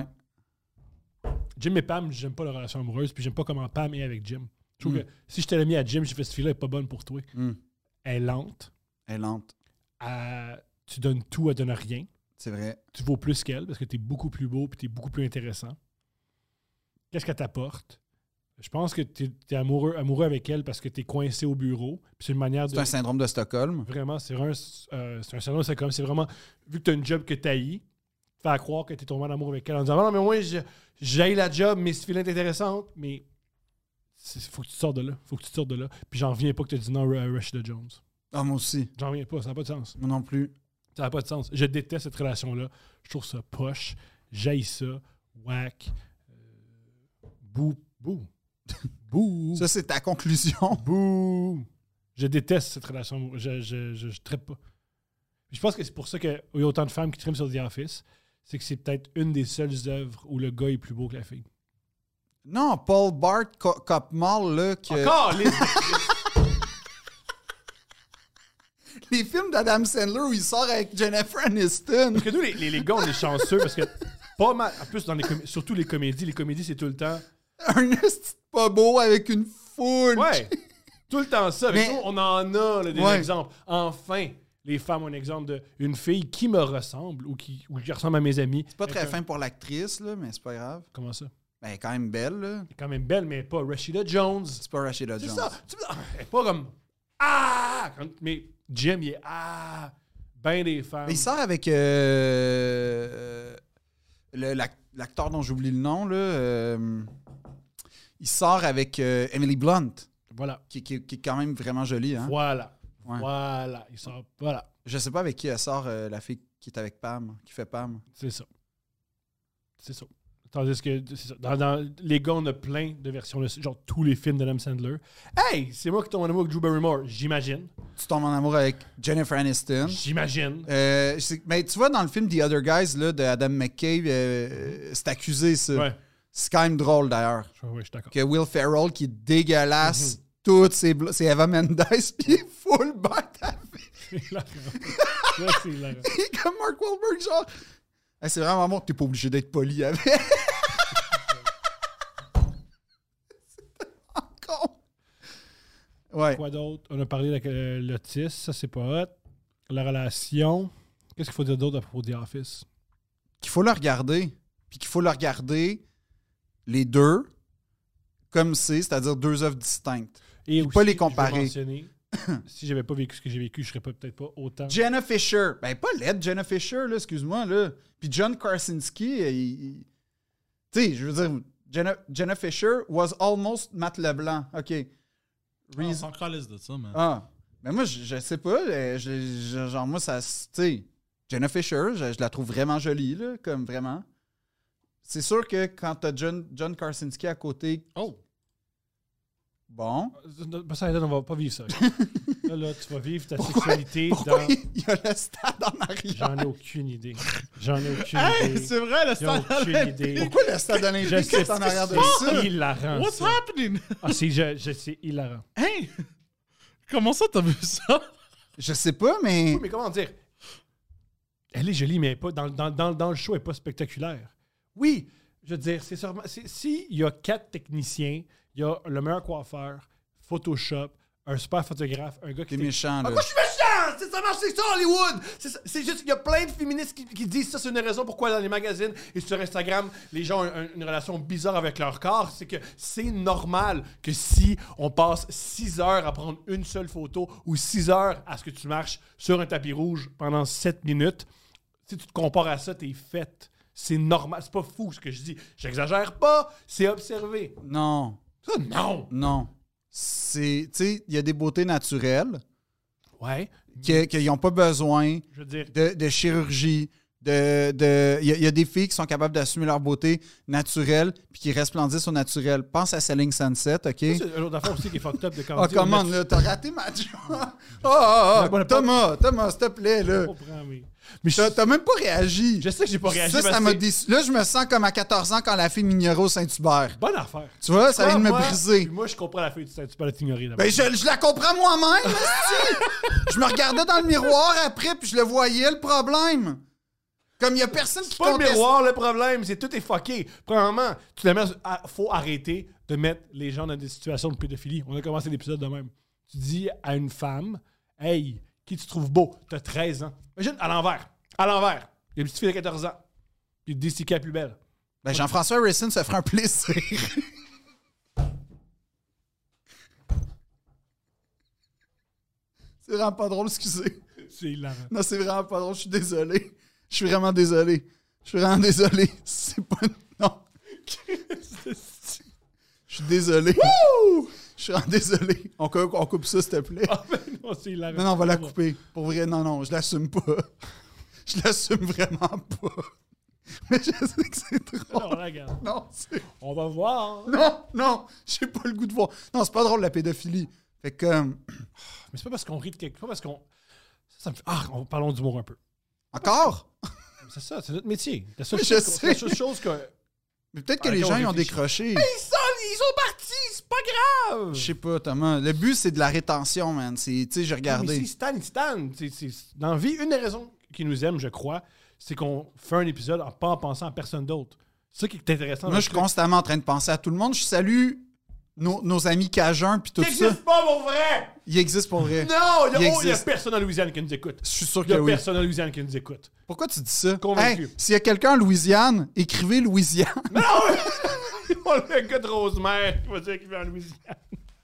Jim et Pam, j'aime pas leur relation amoureuse. Puis j'aime pas comment Pam est avec Jim. Je trouve que si je t'avais mis à Jim, j'ai fait cette fille-là, elle est pas bonne pour toi. Elle est lente. Elle est lente. Tu donnes tout, elle donne rien. C'est vrai. Tu vaux plus qu'elle parce que tu es beaucoup plus beau et tu es beaucoup plus intéressant. Qu'est-ce qu'elle t'apporte? Je pense que tu es amoureux avec elle parce que tu es coincé au bureau. Puis c'est une manière de... C'est un syndrome de Stockholm. Vraiment, c'est un syndrome de Stockholm. C'est vraiment, vu que tu as une job que tu haïs, faire croire que tu es tombé en amour avec elle en disant « Non, mais moi, j'haïs la job, mais cette fille est intéressante. » Mais il faut que tu te sortes de là. Faut que tu te sortes de là. Puis j'en reviens pas que tu as dit non à Rashida Jones. Ah, moi aussi. J'en reviens pas. Ça n'a pas de sens. Moi non plus. Ça n'a pas de sens. Je déteste cette relation-là. Je trouve ça poche. J'haïs ça. Whack. Bouh. Bouh. Ça, c'est ta conclusion. Bouh. Je déteste cette relation. Je trippe pas. Puis je pense que c'est pour ça qu'il y a autant de femmes qui triment sur The Office. C'est que c'est peut-être une des seules œuvres où le gars est plus beau que la fille. Non, Paul Bart Copmal, là, que... Encore, Les films d'Adam Sandler où il sort avec Jennifer Aniston. Parce que nous, les gars, on est chanceux parce que pas mal. En plus, surtout les comédies, c'est tout le temps. Un esti pas beau avec une foule. Ouais. Tout le temps ça. Avec nous, on en a là, des exemples. Enfin, les femmes ont un exemple d'une fille qui me ressemble ou qui ressemble à mes amis. C'est pas très fin pour l'actrice, là, mais c'est pas grave. Comment ça? Ben, elle est quand même belle, là. Elle est quand même belle, mais pas Rashida Jones. C'est pas Rashida Jones. C'est ça. Elle est pas comme Ah! Mais Jim, il est ben des femmes. Mais il sort avec l'acteur dont j'oublie le nom, là. Il sort avec Emily Blunt. Voilà. Qui est quand même vraiment jolie, hein? Voilà. Ouais. Voilà. Il sort. Voilà. Je sais pas avec qui elle sort, la fille qui est avec Pam, qui fait Pam. C'est ça. Tandis que c'est ça. Dans les gars, on a plein de versions de genre tous les films d'Adam Sandler. Hey, c'est moi qui tombe en amour avec Drew Barrymore, j'imagine. Tu tombes en amour avec Jennifer Aniston. J'imagine. Mais tu vois, dans le film The Other Guys là, de Adam McKay, c'est accusé, ça. Ouais. C'est quand même drôle, d'ailleurs. Ouais, je suis d'accord. Que Will Ferrell, qui est dégueulasse, toutes ses Eva Mendes, puis il est full bête avec. C'est hilarant. Ouais, c'est hilarant. Comme Mark Wahlberg, genre. Hey, c'est vraiment bon que t'es pas obligé d'être poli avec. C'est tellement con. Ouais. Quoi d'autre? On a parlé de l'autisme, ça c'est pas hot. La relation. Qu'est-ce qu'il faut dire d'autre à propos de The Office? Qu'il faut le regarder. Puis qu'il faut le regarder les deux comme c'est-à-dire deux œuvres distinctes. Et Puis aussi, pas les je veux comparer. mentionner, si j'avais pas vécu ce que j'ai vécu, je serais peut-être pas autant. Jenna Fisher. Ben, pas laide, Jenna Fisher, là, excuse-moi, là. Puis John Krasinski, tu sais, je veux dire, Jenna Fisher was almost Matt LeBlanc. OK. On s'en calisse de ça, man. Ah. Mais moi, je sais pas. Genre, moi, ça... Tu sais, Jenna Fisher, je la trouve vraiment jolie, là, comme vraiment. C'est sûr que quand t'as John Krasinski à côté... Oh! Bon. Ça, on va pas vivre ça. Là, tu vas vivre ta sexualité Pourquoi dans... il y a le stade en arrière? J'en ai aucune idée. J'en ai aucune Hey, idée. c'est vrai, le J'en ai stade aucune idée. Pourquoi le stade olympique Je sais est en arrière de c'est ça? hilarant. What's ça. happening? Ah, c'est hilarant. Hey! Comment ça, t'as vu ça? Je sais pas, mais... Oui, mais comment dire? Elle est jolie, mais pas dans le show, elle n'est pas spectaculaire. Oui, je veux dire, c'est sûrement... S'il y a 4 techniciens, il y a le meilleur coiffeur, Photoshop, un super photographe, un gars qui... T'es méchant, là. Moi, je suis méchant! Ça marche, c'est ça, Hollywood! C'est juste, il y a plein de féministes qui disent ça, c'est une raison pourquoi dans les magazines et sur Instagram, les gens ont une relation bizarre avec leur corps. C'est que c'est normal que si on passe 6 heures à prendre une seule photo ou 6 heures à ce que tu marches sur un tapis rouge pendant 7 minutes, si tu te compares à ça, t'es faite. C'est normal. C'est pas fou ce que je dis. J'exagère pas, c'est observé. Non. Ça, non! Non. Tu sais, il y a des beautés naturelles Ouais. qu'ils n'ont pas besoin Je veux dire... de chirurgie. Il y a des filles qui sont capables d'assumer leur beauté naturelle puis qui resplendissent au naturel. Pense à Selling Sunset, OK? C'est une autre affaire aussi qui est fucked up de quand Ah, comment, là? T'as raté ma job? Thomas, s'il te plaît, là. Mais T'as même pas réagi. je sais que j'ai pas réagi. Ça parce m'a que déçu. Là, je me sens comme à 14 ans quand la fille m'ignorait au Saint-Hubert. bonne affaire. Tu vois, ça vient de me Moi, briser. puis moi, je comprends la fille, tu peux pas t'ignorer d'abord. Ben, je la comprends moi-même, esti. Je me regardais dans le miroir après, puis je le voyais, le problème. Comme il y a personne qui C'est pas le conteste. miroir le problème, c'est tout est fucké. Premièrement, faut arrêter de mettre les gens dans des situations de pédophilie. On a commencé l'épisode de même. Tu dis à une femme, hey, qui tu trouves beau? T'as 13 ans. Imagine, à l'envers. Il y a une petite fille de 14 ans. Puis il te dit c'est qui la plus belle. Ben, Jean-François Harrison se ferait un plaisir. C'est vraiment pas drôle, excusez. C'est hilarant. Non, c'est vraiment pas drôle, je suis désolé. Je suis vraiment désolé. C'est pas... Non. Je suis désolé. Je suis vraiment désolé. On coupe ça, s'il te plaît. Ah, ben non, c'est hilarant. Non, on va la couper. Pour vrai, non, je l'assume pas. Je l'assume vraiment pas. Mais je sais que c'est drôle. Alors, regarde. Non, c'est... On va voir. Non, j'ai pas le goût de voir. Non, c'est pas drôle, la pédophilie. Fait que... Mais c'est pas parce qu'on rit de quelque chose. Pas parce qu'on. Ça me fait. Ah, parlons d'humour un peu. Encore? C'est ça, c'est notre métier. La seule Je chose, sais. la seule chose que. Mais peut-être que Ah, les quand gens, on ils ont réfléchit. décroché. Ils sont partis, c'est pas grave. Je sais pas, Thomas. Le but, c'est de la rétention, man. C'est, tu sais, j'ai Mais regardé. si Stan, il Stan. Dans la vie, une des raisons qu'ils nous aiment, je crois, c'est qu'on fait un épisode pas en pensant à personne d'autre. C'est ça qui est intéressant. Moi, je suis constamment en train de penser à tout le monde. Je salue nos amis cajuns puis tout Ça ça. n'existe pas, mon vrai! Ils existent pour vrai. Non! Il y a existe. personne en Louisiane qui nous écoute. Je suis sûr Il y que a oui. personne en Louisiane qui nous écoute. Pourquoi tu dis ça? Convaincu. Hey, s'il y a quelqu'un en Louisiane, écrivez Louisiane. Non! On a un gars de Rosemère qui va dire qu'il vit en Louisiane.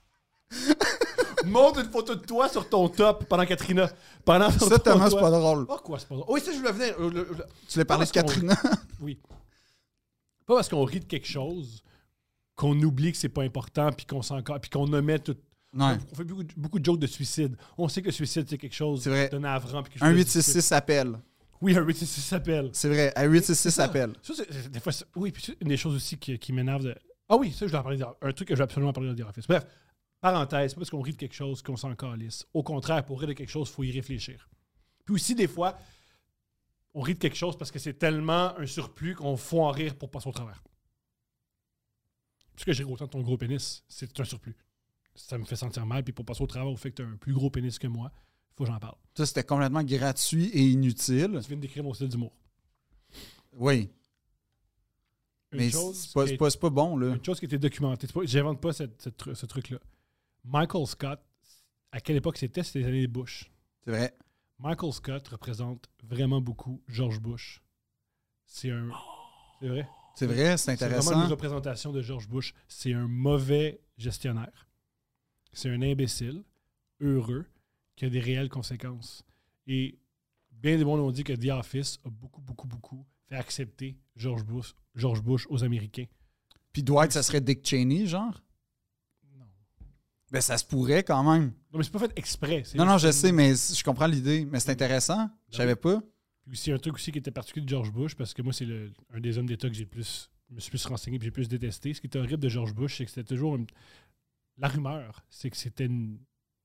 Montre une photo de toi sur ton top pendant Katrina. Pendant ton Ça, Thomas, toi. c'est pas drôle. Pourquoi c'est pas drôle? Oui, ça, je voulais venir. Tu l'as parlé de Katrina. Oui. Pas parce qu'on rit de quelque chose qu'on oublie que c'est pas important puis qu'on puis qu'on omet tout. Ouais. On fait beaucoup de jokes de suicide. On sait que le suicide, c'est quelque chose C'est vrai. de navrant. Puis quelque chose Un de 866 s'appelle. Oui, un 866 s'appelle. C'est vrai. Un 866 s'appelle. Ça, des fois, oui, puis c'est une des choses aussi qui m'énerve. Ah oui, ça, je dois en parler. Un truc que je vais absolument parler de The Office. Bref, parenthèse, c'est pas parce qu'on rit de quelque chose qu'on s'en calisse. Au contraire, pour rire de quelque chose, il faut y réfléchir. Puis aussi, des fois, on rit de quelque chose parce que c'est tellement un surplus qu'on faut en rire pour passer au travers. Parce que j'ai autant de ton gros pénis, c'est un surplus. Ça me fait sentir mal, puis pour passer au travers, au fait que tu as un plus gros pénis que moi, faut que j'en parle. Ça, c'était complètement gratuit et inutile. Tu viens de décrire mon style d'humour. Oui. Une Mais chose c'est pas bon, là. Une chose qui était documentée. J'invente pas ce truc-là. Michael Scott, à quelle époque c'était? C'était les années Bush. C'est vrai. Michael Scott représente vraiment beaucoup George Bush. C'est vrai. C'est vrai, c'est C'est vraiment intéressant. une représentation de George Bush. C'est un mauvais gestionnaire. C'est un imbécile, heureux, qui a des réelles conséquences. Et bien des gens ont dit que The Office a beaucoup fait accepter George Bush aux Américains. Puis Dwight, ça serait Dick Cheney, genre? Non. Ben, ça se pourrait quand même. Non, mais c'est pas fait exprès. Non, je sais, mais je comprends l'idée. Mais c'est intéressant. Je savais pas. Puis aussi, un truc aussi qui était particulier de George Bush, parce que moi, c'est un des hommes d'État que je me suis plus renseigné et j'ai plus détesté. Ce qui était horrible de George Bush, c'est que c'était toujours la rumeur, c'est que c'était une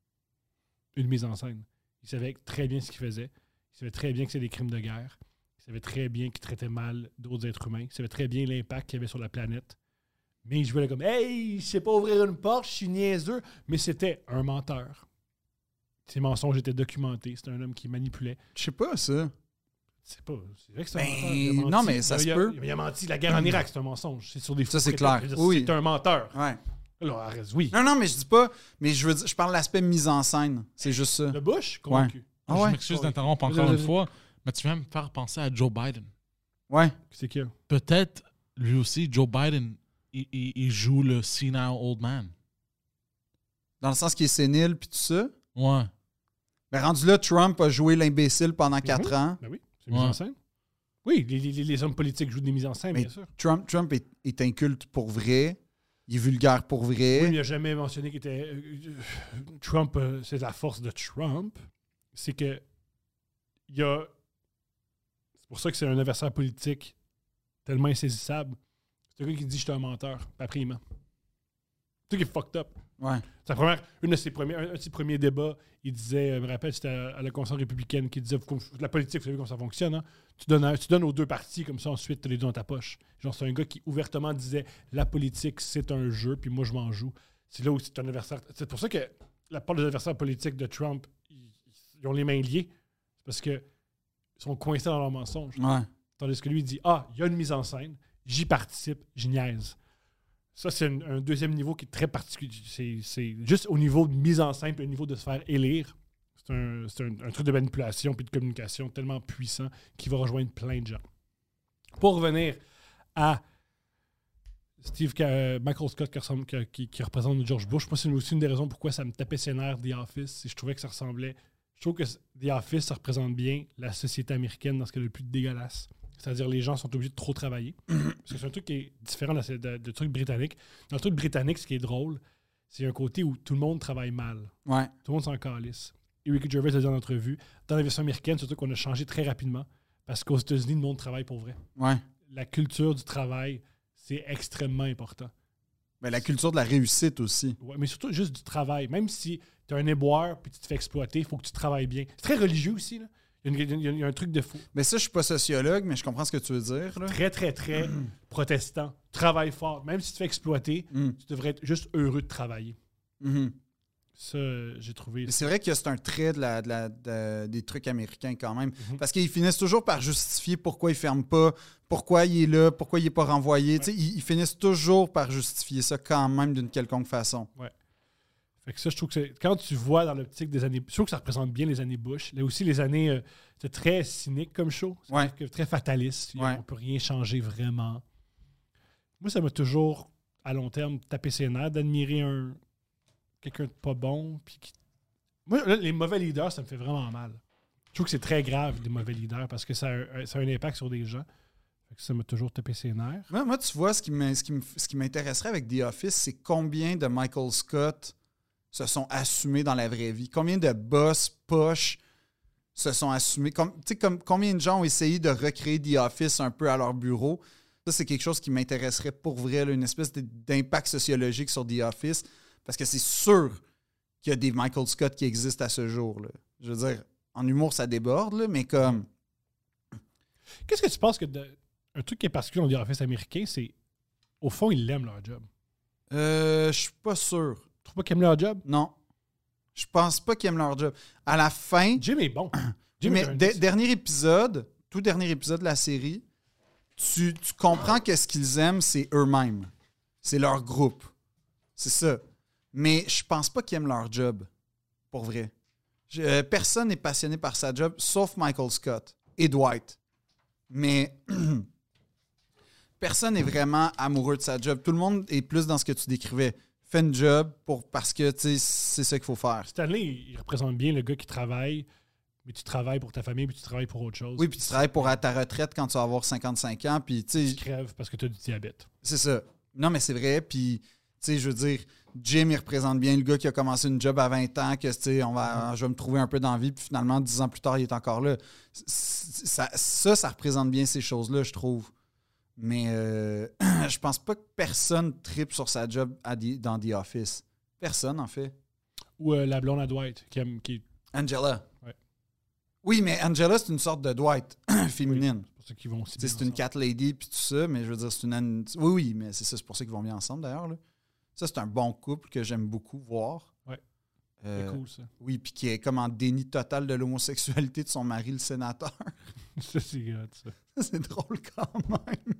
mise en scène. Il savait très bien ce qu'il faisait. Il savait très bien que c'était des crimes de guerre. Il savait très bien qu'il traitait mal d'autres êtres humains. Il savait très bien l'impact qu'il y avait sur la planète. Mais il jouait là comme « Hey, je sais pas ouvrir une porte, je suis niaiseux. » Mais c'était un menteur. Ses mensonges étaient documentés. C'était un homme qui manipulait. Je sais pas, ça. C'est vrai que c'est un Ben, menteur. Il a menti. non, mais ça se peut. Il a menti. La guerre en Irak, c'est un mensonge. C'est sur des Ça, c'est faits. clair. Je veux dire, Oui. C'est un menteur. Ouais. Alors, arrête, oui. Non, mais je dis pas. Mais je parle de l'aspect mise en scène. C'est juste ça. Le Bush, convaincu. Ah Je ouais? m'excuse d'interrompre encore une fois, mais tu viens me faire penser à Joe Biden. Ouais. C'est qui? Peut-être, lui aussi, Joe Biden, il joue le senile old man. Dans le sens qu'il est sénile puis tout ça. Ouais. Mais rendu là, Trump a joué l'imbécile pendant 4 ans. Ben oui, c'est mise en scène. Oui, les hommes politiques jouent des mises en scène, Mais bien sûr. Trump est inculte pour vrai. Il est vulgaire pour vrai. Oui, mais il n'a jamais mentionné qu'il était... Trump, c'est la force de Trump. C'est que il y a... C'est pour ça que c'est un adversaire politique tellement insaisissable. C'est un gars qui dit « Je suis un menteur », puis après il ment. C'est ça qui est fucked up. Ouais. Un de ses premiers débats, il disait, je me rappelle, c'était à la Convention républicaine, qui disait la politique, vous savez comment ça fonctionne, hein? Tu donnes aux deux partis, comme ça, ensuite, tu les deux dans ta poche. Genre, c'est un gars qui ouvertement disait la politique, c'est un jeu, puis moi, je m'en joue. C'est là où c'est un adversaire. C'est pour ça que la part des adversaires politiques de Trump, ils ont les mains liées. C'est parce qu'ils sont coincés dans leurs mensonges. Ouais. Tandis que lui, il dit il y a une mise en scène, j'y participe, j'y niaise. Ça, c'est un deuxième niveau qui est très particulier. C'est juste au niveau de mise en scène et au niveau de se faire élire. C'est un truc de manipulation puis de communication tellement puissant qui va rejoindre plein de gens. Pour revenir à Michael Scott qui représente George Bush, moi, c'est aussi une des raisons pourquoi ça me tapait ses nerfs, The Office. Je trouvais que ça ressemblait... Je trouve que The Office, ça représente bien la société américaine dans ce qu'elle a le plus dégueulasse. C'est-à-dire les gens sont obligés de trop travailler. Parce que c'est un truc qui est différent de truc britannique. Dans le truc britannique, ce qui est drôle, c'est un côté où tout le monde travaille mal. Ouais. Tout le monde s'en calisse. Et Ricky Gervais l'a dit en entrevue. Dans la version américaine, c'est un truc qu'on a changé très rapidement. Parce qu'aux États-Unis, le monde travaille pour vrai. Ouais. La culture du travail, c'est extrêmement important. Mais la culture de la réussite aussi. Ouais, mais surtout juste du travail. Même si tu as un éboueur et tu te fais exploiter, il faut que tu travailles bien. C'est très religieux aussi, là. Il y a un truc de fou. Mais ça, je suis pas sociologue, mais je comprends ce que tu veux dire. Là. Très, très, très protestant. Travaille fort. Même si tu te fais exploiter, tu devrais être juste heureux de travailler. Mm-hmm. Ça, j'ai trouvé... Mais c'est vrai que c'est un trait des trucs américains quand même. Parce qu'ils finissent toujours par justifier pourquoi ils ne ferment pas, pourquoi il est là, pourquoi il n'est pas renvoyé. Ouais. Ils finissent toujours par justifier ça quand même d'une quelconque façon. Ouais. Fait que ça, je trouve que quand tu vois dans l'optique des années... Je trouve que ça représente bien les années Bush. Là aussi, les années... c'est très cynique comme show. C'est très fataliste. On ne peut rien changer vraiment. Moi, ça m'a toujours, à long terme, tapé ses nerfs d'admirer quelqu'un de pas bon. Moi, là, les mauvais leaders, ça me fait vraiment mal. Je trouve que c'est très grave, les mauvais leaders, parce que ça a un impact sur des gens. Fait que ça m'a toujours tapé ses nerfs. Moi, tu vois, ce qui m'intéresserait avec The Office, c'est combien de Michael Scott se sont assumés dans la vraie vie. Combien de boss poches se sont assumés. Combien de gens ont essayé de recréer The Office un peu à leur bureau. Ça, c'est quelque chose qui m'intéresserait pour vrai, là, une espèce d'impact sociologique sur The Office. Parce que c'est sûr qu'il y a des Michael Scott qui existent à ce jour. Là. Je veux dire, en humour, ça déborde, là, mais comme... Qu'est-ce que tu penses que... Un truc qui est particulier dans The Office américain, c'est... Au fond, ils l'aiment leur job. Je suis pas sûr. Tu trouves pas qu'ils aiment leur job? Non. Je pense pas qu'ils aiment leur job. À la fin... Jim est bon. Jim mais est un- dernier épisode, tout dernier épisode de la série, tu comprends que ce qu'ils aiment, c'est eux-mêmes. C'est leur groupe. C'est ça. Mais je pense pas qu'ils aiment leur job. Pour vrai. Personne n'est passionné par sa job, sauf Michael Scott et Dwight. Mais personne n'est vraiment amoureux de sa job. Tout le monde est plus dans ce que tu décrivais. Fais une job parce que c'est ça qu'il faut faire. Stanley, il représente bien le gars qui travaille, mais tu travailles pour ta famille, puis tu travailles pour autre chose. Oui, puis tu travailles pour ta retraite quand tu vas avoir 55 ans, puis Tu crèves parce que tu as du diabète. c'est ça. Non, mais c'est vrai, puis je veux dire, Jim, il représente bien le gars qui a commencé une job à 20 ans, que je vais me trouver un peu d'envie, puis finalement, 10 ans plus tard, il est encore là. Ça représente bien ces choses-là, je trouve. Mais je pense pas que personne tripe sur sa job dans The Office. Personne, en fait. Ou la blonde à Dwight, qui est Angela. Ouais. Oui, mais Angela, c'est une sorte de Dwight féminine. pour ceux qui vont aussi. C'est une cat lady puis tout ça, mais je veux dire, c'est une... Oui, mais c'est ça, c'est pour ça qu'ils vont bien ensemble, d'ailleurs. Là. Ça, c'est un bon couple que j'aime beaucoup voir. Ouais. C'est cool, ça. Oui, puis qui est comme en déni total de l'homosexualité de son mari, le sénateur. Ça, c'est hot, ça. C'est drôle quand même.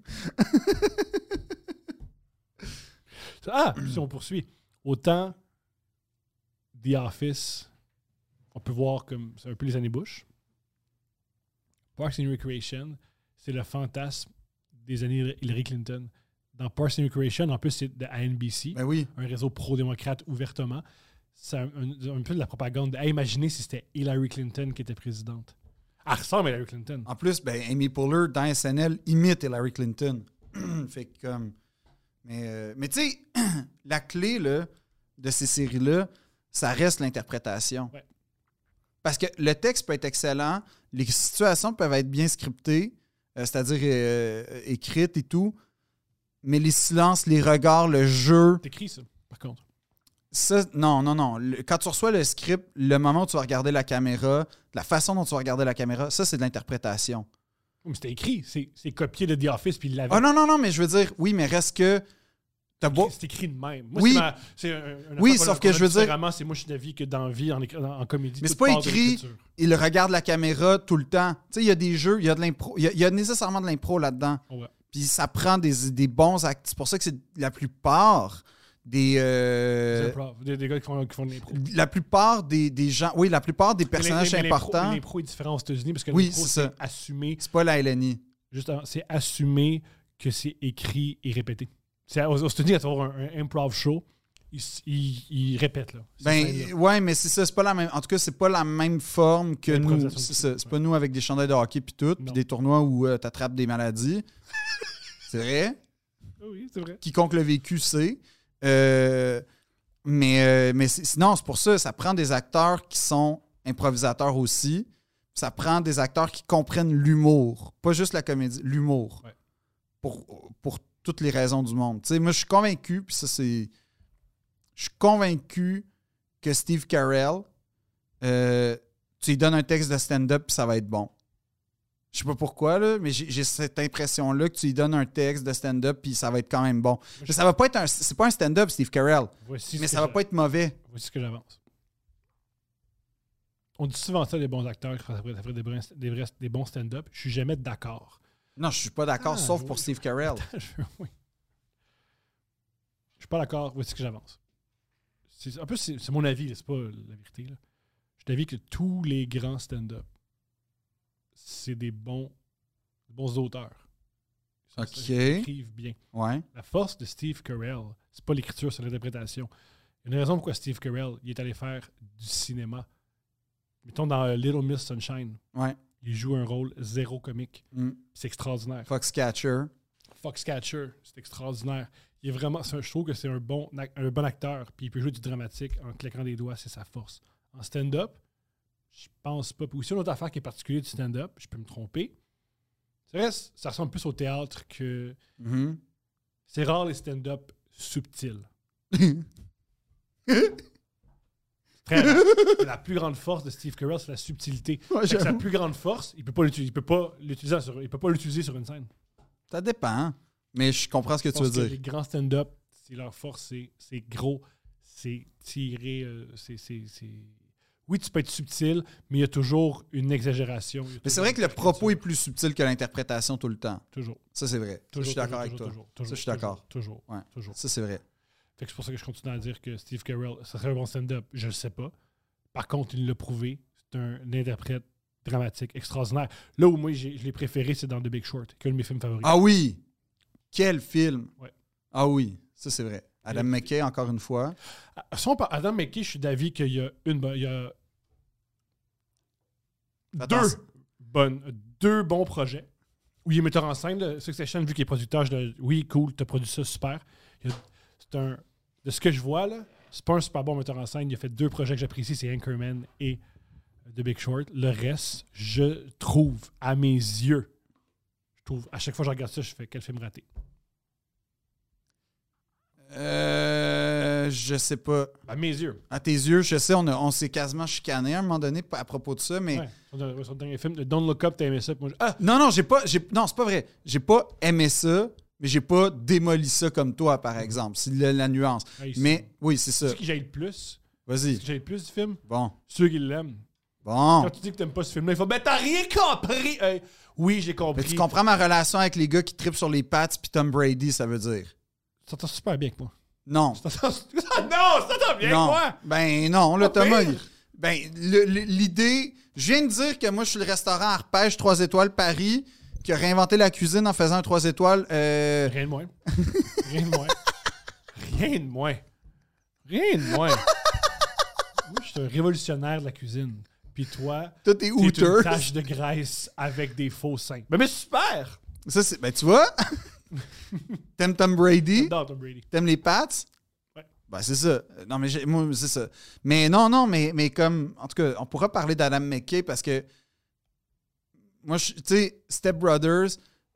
Si on poursuit. Autant The Office, on peut voir comme c'est un peu les années Bush. Parks and Recreation, c'est le fantasme des années Hillary Clinton. Dans Parks and Recreation, en plus, c'est à NBC, Ben oui. un réseau pro-démocrate ouvertement. C'est un peu de la propagande. Imaginez si c'était Hillary Clinton qui était présidente. Elle ressemble à Hillary Clinton. En plus, ben, Amy Poehler, dans SNL, imite Hillary Clinton. Fait que comme... Mais tu sais, la clé là, de ces séries-là, ça reste l'interprétation. Ouais. Parce que le texte peut être excellent, les situations peuvent être bien scriptées, c'est-à-dire écrites et tout, mais les silences, les regards, le jeu... T'écris ça, par contre. Ça, non. Quand tu reçois le script, le moment où tu vas regarder la caméra, la façon dont tu vas regarder la caméra, ça, c'est de l'interprétation. Mais c'était écrit. C'est copié de The Office, puis il l'avait. Ah non, mais je veux dire, oui, mais reste que... C'est écrit de même. Moi, Oui. oui, sauf que je veux dire... C'est moi, je suis d'avis que dans la vie, en comédie, Mais tout c'est pas part de écrit, l'écriture. il regarde la caméra tout le temps. Tu sais, il y a des jeux, il y a de l'impro, il y a nécessairement de l'impro là-dedans. Ouais. Puis ça prend des bons actes. C'est pour ça que c'est la plupart des... Des gars qui font de l'impro. La plupart des gens... Oui, la plupart des personnages importants... L'impro est différent aux États-Unis parce que Oui, l'impro, c'est ça. c'est assumé. C'est pas la LNI. Justement, c'est assumé que c'est écrit et répété. Aux États-Unis, à avoir un improv show, ils répètent, là. Ben, ouais, mais c'est ça, c'est pas la même... En tout cas, c'est pas la même forme que nous. L'improvisation C'est de ça. tout, C'est pas nous avec des chandails de hockey puis tout, puis Non. des tournois où t'attrapes des maladies. C'est vrai. Oui, c'est vrai. Quiconque l'a vécu sait. Mais non, c'est pour ça, ça prend des acteurs qui sont improvisateurs aussi. Ça prend des acteurs qui comprennent l'humour. Pas juste la comédie, l'humour. Ouais. Pour toutes les raisons du monde. Tu sais, moi, je suis convaincu, puis ça, c'est... Je suis convaincu que Steve Carell, tu lui donnes un texte de stand-up, puis ça va être bon. Je sais pas pourquoi, là, mais j'ai cette impression-là que tu lui donnes un texte de stand-up, puis ça va être quand même bon. Mais ça va pas être c'est pas un stand-up, Steve Carell, mais ça va pas être mauvais. Voici ce que j'avance. On dit souvent ça des bons acteurs, ça ferait des bons stand-up. Je suis jamais d'accord. Non, je suis pas d'accord, sauf pour Steve Carell. Oui. Je suis pas d'accord. Voici ce que j'avance. En plus, c'est mon avis, c'est pas la vérité. Là. Je suis d'avis que tous les grands stand-up, c'est des bons auteurs. OK. Ils écrivent bien. Ouais. La force de Steve Carell, c'est pas l'écriture, c'est l'interprétation. Il y a une raison pourquoi Steve Carell il est allé faire du cinéma. Mettons dans Little Miss Sunshine. Ouais. Il joue un rôle zéro comique. Mm. C'est extraordinaire. Foxcatcher. Foxcatcher, c'est extraordinaire. Il est vraiment, je trouve que c'est un bon acteur. Puis il peut jouer du dramatique en claquant des doigts, c'est sa force. En stand-up, je pense pas. Puis aussi, une autre affaire qui est particulière du stand-up, je peux me tromper. C'est vrai, ça ressemble plus au théâtre que. Mm-hmm. C'est rare les stand-up subtils. Très rare. La plus grande force de Steve Carell, c'est la subtilité. Ouais, Sa plus grande force, il peut pas l'utiliser sur une scène. Ça dépend, mais je comprends ce que tu veux Je pense que dire. les grands stand-up, c'est leur force, c'est gros, c'est tiré... Oui, tu peux être subtil, mais il y a toujours une exagération. Mais c'est vrai que le propos est plus subtil que l'interprétation tout le temps. Toujours. Ça, c'est vrai. Toujours, je suis d'accord toujours, avec toi. toujours, Ça, je suis d'accord. Toujours. Ouais. Toujours. Ça, c'est vrai. Fait que c'est pour ça que je continue à dire que Steve Carell, ça serait un bon stand-up. Je le sais pas. Par contre, il l'a prouvé. C'est un interprète dramatique extraordinaire. Là où moi, je l'ai préféré, c'est dans The Big Short, qui est un de mes films favoris. Ah oui! Quel film! Ouais. Ah oui, ça, c'est vrai. Adam McKay, encore une fois. Si on parle Adam McKay, je suis d'avis qu'il y a deux bons projets où il est metteur en scène. Là, Succession, vu qu'il est producteur, oui, cool, t'as produit ça, super. De ce que je vois, là, c'est pas un super bon metteur en scène. Il a fait 2 projets que j'apprécie, c'est Anchorman et The Big Short. Le reste, je trouve, à mes yeux, à chaque fois que je regarde ça, je fais quel film raté. Je sais pas. À mes yeux. À tes yeux, je sais, on s'est quasiment chicané à un moment donné à propos de ça, mais... Ouais, son dernier film, Don't Look Up, t'as aimé ça. Moi, Non, non, non, c'est pas vrai. J'ai pas aimé ça, mais j'ai pas démoli ça comme toi, par exemple. C'est la nuance. Mais, oui, c'est ça. C'est ce qui j'aille le plus. Vas-y. Ce qui j'aille le plus du film, Bon. ceux qui l'aiment. Bon. Quand tu dis que t'aimes pas ce film-là, il faut « Ben, t'as rien compris! Oui, j'ai compris. Mais tu comprends ma relation avec les gars qui trippent sur les Pats puis Tom Brady, ça veut dire? Ça t'entend super bien avec moi. Non. Non, ça t'entend bien avec moi! Ben non, là, Pas Thomas. pire. Ben, l'idée... Je viens de dire que moi, je suis le restaurant Arpège 3 étoiles Paris qui a réinventé la cuisine en faisant un 3 étoiles. Rien de moins. Rien de moins. Rien de moins. Rien de moins. Moi, je suis un révolutionnaire de la cuisine. Puis toi, t'es t'es Hooters. une tache de graisse avec des faux seins. Mais super! Ça, c'est... Ben, tu vois? T'aimes Tom Brady? J'adore Tom Brady. T'aimes les Pats? Ouais. Ben, c'est ça. Non, mais moi, c'est ça. Mais non, mais comme... En tout cas, on pourra parler d'Adam McKay parce que moi, tu sais, Step Brothers,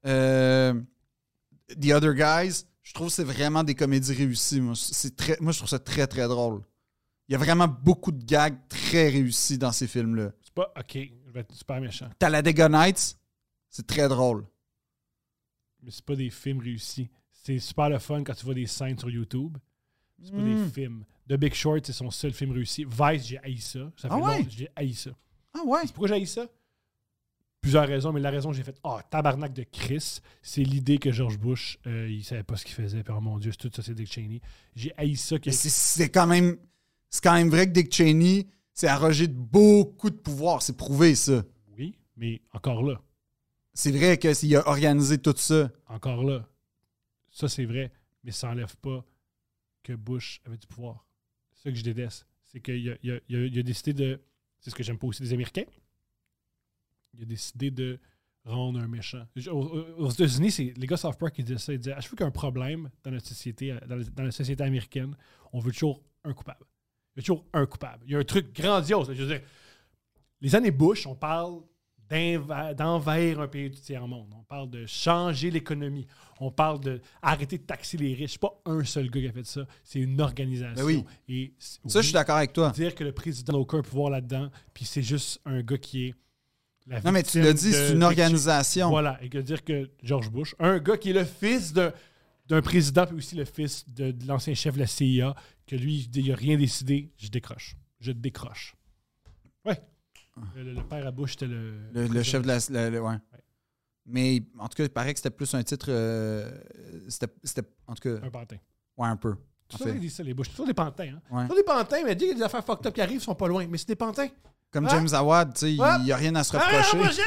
The Other Guys, je trouve que c'est vraiment des comédies réussies. Moi, je trouve ça très, très drôle. Il y a vraiment beaucoup de gags très réussis dans ces films-là. C'est pas... OK, je vais être super méchant. Talladega Nights, c'est très drôle. Mais c'est pas des films réussis. C'est super le fun quand tu vois des scènes sur YouTube. C'est pas des films. The Big Short, c'est son seul film réussi. Vice, j'ai haï ça. Ça fait longtemps que j'ai haï ça. Ah ouais? C'est pourquoi j'ai haï ça? Plusieurs raisons, mais la raison que j'ai fait tabarnak de Chris, c'est l'idée que George Bush, il savait pas ce qu'il faisait. Puis oh mon Dieu, c'est tout ça, c'est Dick Cheney. J'ai haï ça. Mais c'est quand même vrai que Dick Cheney s'est arrogé de beaucoup de pouvoir. C'est prouvé, ça. Oui, mais encore là. C'est vrai qu'il a organisé tout ça. Encore là. Ça, c'est vrai. Mais ça n'enlève pas que Bush avait du pouvoir. C'est ça que je déteste. C'est qu'il a décidé de... C'est ce que j'aime pas aussi des Américains. Il a décidé de rendre un méchant. Aux États-Unis, c'est les gars South Park qui disaient ça. Ils disaient, à chaque fois qu'il y a un problème dans notre société, dans la société américaine, on veut toujours un coupable. Il y a toujours un coupable. Il y a un truc grandiose. Je veux dire, les années Bush, on parle d'envahir un pays du tiers-monde. On parle de changer l'économie. On parle d'arrêter de taxer les riches. C'est pas un seul gars qui a fait ça. C'est une organisation. Ben oui. Et Ça, je suis d'accord avec toi. Dire que le président n'a aucun pouvoir là-dedans, puis c'est juste un gars qui est la Non, mais tu l'as dit, c'est une organisation. Voilà. Et que dire que George Bush, un gars qui est le fils d'un président, puis aussi le fils de l'ancien chef de la CIA, que lui, il n'a rien décidé, je décroche. Je décroche. Ouais. Le père à Bush, c'était le chef de la... ouais. Mais en tout cas, il paraît que c'était plus un titre... c'était en tout cas... Un pantin. Ouais, un peu. Tout ça, ils disent ça, les Bush. C'est toujours des pantins. Hein? Ouais. C'est toujours des pantins, mais dit qu'il y a des affaires fucked up qui arrivent, ils sont pas loin. Mais c'est des pantins. Comme James Awad, tu sais, il n'y a rien à se reprocher.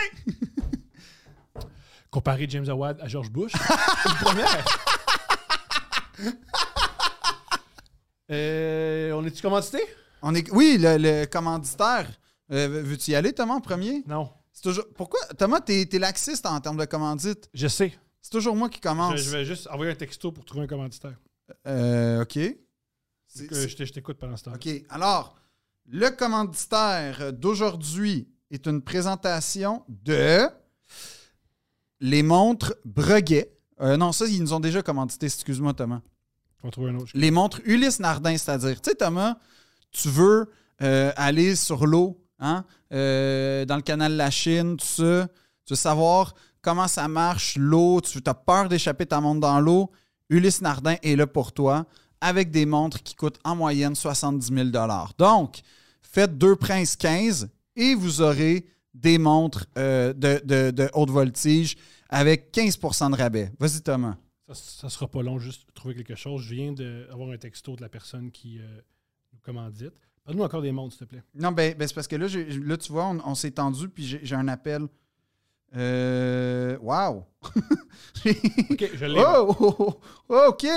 Comparer James Awad à George Bush, c'est une première. On est-tu commandité? Oui, le commanditaire. Veux-tu y aller, Thomas, en premier? Non. C'est toujours... Pourquoi? Thomas, t'es laxiste en termes de commandite. Je sais. C'est toujours moi qui commence. Je vais juste envoyer un texto pour trouver un commanditaire. OK. Je t'écoute pendant ce temps. OK. Alors, le commanditaire d'aujourd'hui est une présentation de les montres Breguet. Non, ça, ils nous ont déjà commandité. Excuse-moi, Thomas. On va trouver un autre. Les montres Ulysse Nardin, c'est-à-dire, tu sais, Thomas, tu veux aller sur l'eau, hein, dans le canal de la Chine, tout ça. Tu veux savoir comment ça marche, l'eau. Tu as peur d'échapper ta montre dans l'eau. Ulysse Nardin est là pour toi. avec des montres qui coûtent en moyenne 70 000 $. Donc, faites 2 princes 15 et vous aurez des montres de haute voltige avec 15 % de rabais. Vas-y, Thomas. Ça sera pas long, juste trouver quelque chose. Je viens d'avoir un texto de la personne qui nous commandite. Parle-nous encore des montres, s'il te plaît. Non, ben c'est parce que là, tu vois, on s'est tendu, puis j'ai un appel. Wow! OK, je l'ai. OK!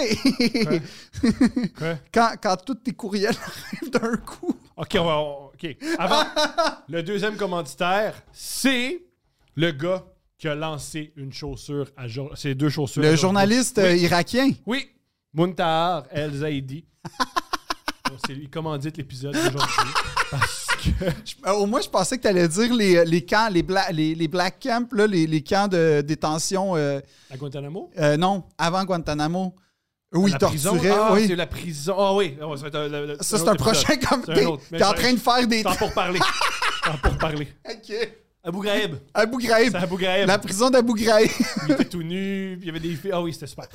Quoi? Quand tous tes courriels arrivent d'un coup. OK, OK. Avant, le deuxième commanditaire, c'est le gars qui a lancé une chaussure à c'est 2 chaussures. Le journaliste irakien. Oui, Muntahar El Zaidi. C'est lui qui commandite l'épisode d'aujourd'hui. Parce que... Au moins, je pensais que tu allais dire les camps, les black camps, là, les camps de détention. À Guantanamo? Non, avant Guantanamo. Où ils torturaient. Ah, oui. c'est la prison. Ah oui. Ça, c'est un prochain comme t'es en train de faire des... Temps pour parler. OK. Abu Ghraib. Abu Ghraib. C'est Abu Ghraib. La prison d'Abu Ghraib. Il était tout nu, puis il y avait des filles. Ah oui, c'était super.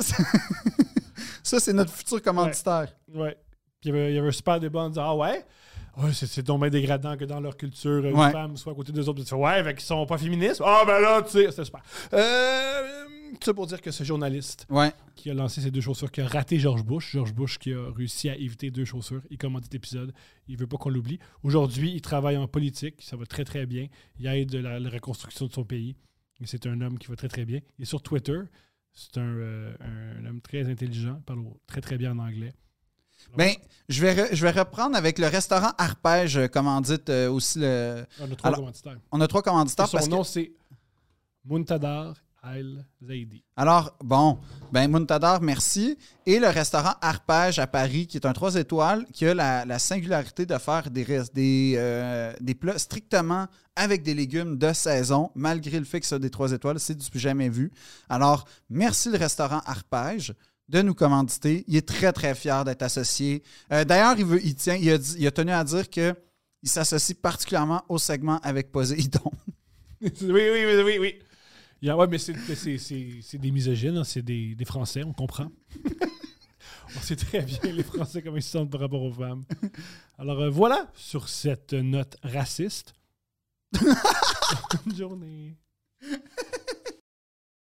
Ça, c'est notre futur commanditaire. Ouais. Puis il y avait un super débat en disant « Ah ouais? C'est donc bien dégradant que dans leur culture, les femmes soient à côté d'eux autres. » Puis tu fais « Ouais, fait qu'ils sont pas féministes. » Ah ben là, tu sais, c'était super. Tout ça pour dire que ce journaliste qui a lancé ces 2 chaussures, qui a raté George Bush qui a réussi à éviter 2 chaussures, il commandite l'épisode, il veut pas qu'on l'oublie. Aujourd'hui, il travaille en politique, ça va très très bien. Il aide la reconstruction de son pays. Et c'est un homme qui va très très bien. Il est sur Twitter. C'est un homme très intelligent, il parle très très bien en anglais. Bien, je vais reprendre avec le restaurant Arpège, commandite aussi le... On a 3 commanditaires. On a 3 commanditaires. Son nom, c'est Muntahar El Zaidi. Alors, bon, Muntahar, merci. Et le restaurant Arpège à Paris, qui est un 3 étoiles, qui a la singularité de faire des plats strictement avec des légumes de saison, malgré le fait que ça a des 3 étoiles, c'est du jamais vu. Alors, merci le restaurant Arpège de nous commanditer. Il est très, très fier d'être associé. D'ailleurs, il a tenu à dire qu'il s'associe particulièrement au segment avec Poséidon. Oui. Ouais, mais c'est des misogynes, hein, c'est des Français, on comprend. On sait très bien les Français comment ils se sentent par rapport aux femmes. Alors voilà, sur cette note raciste. Bonne journée.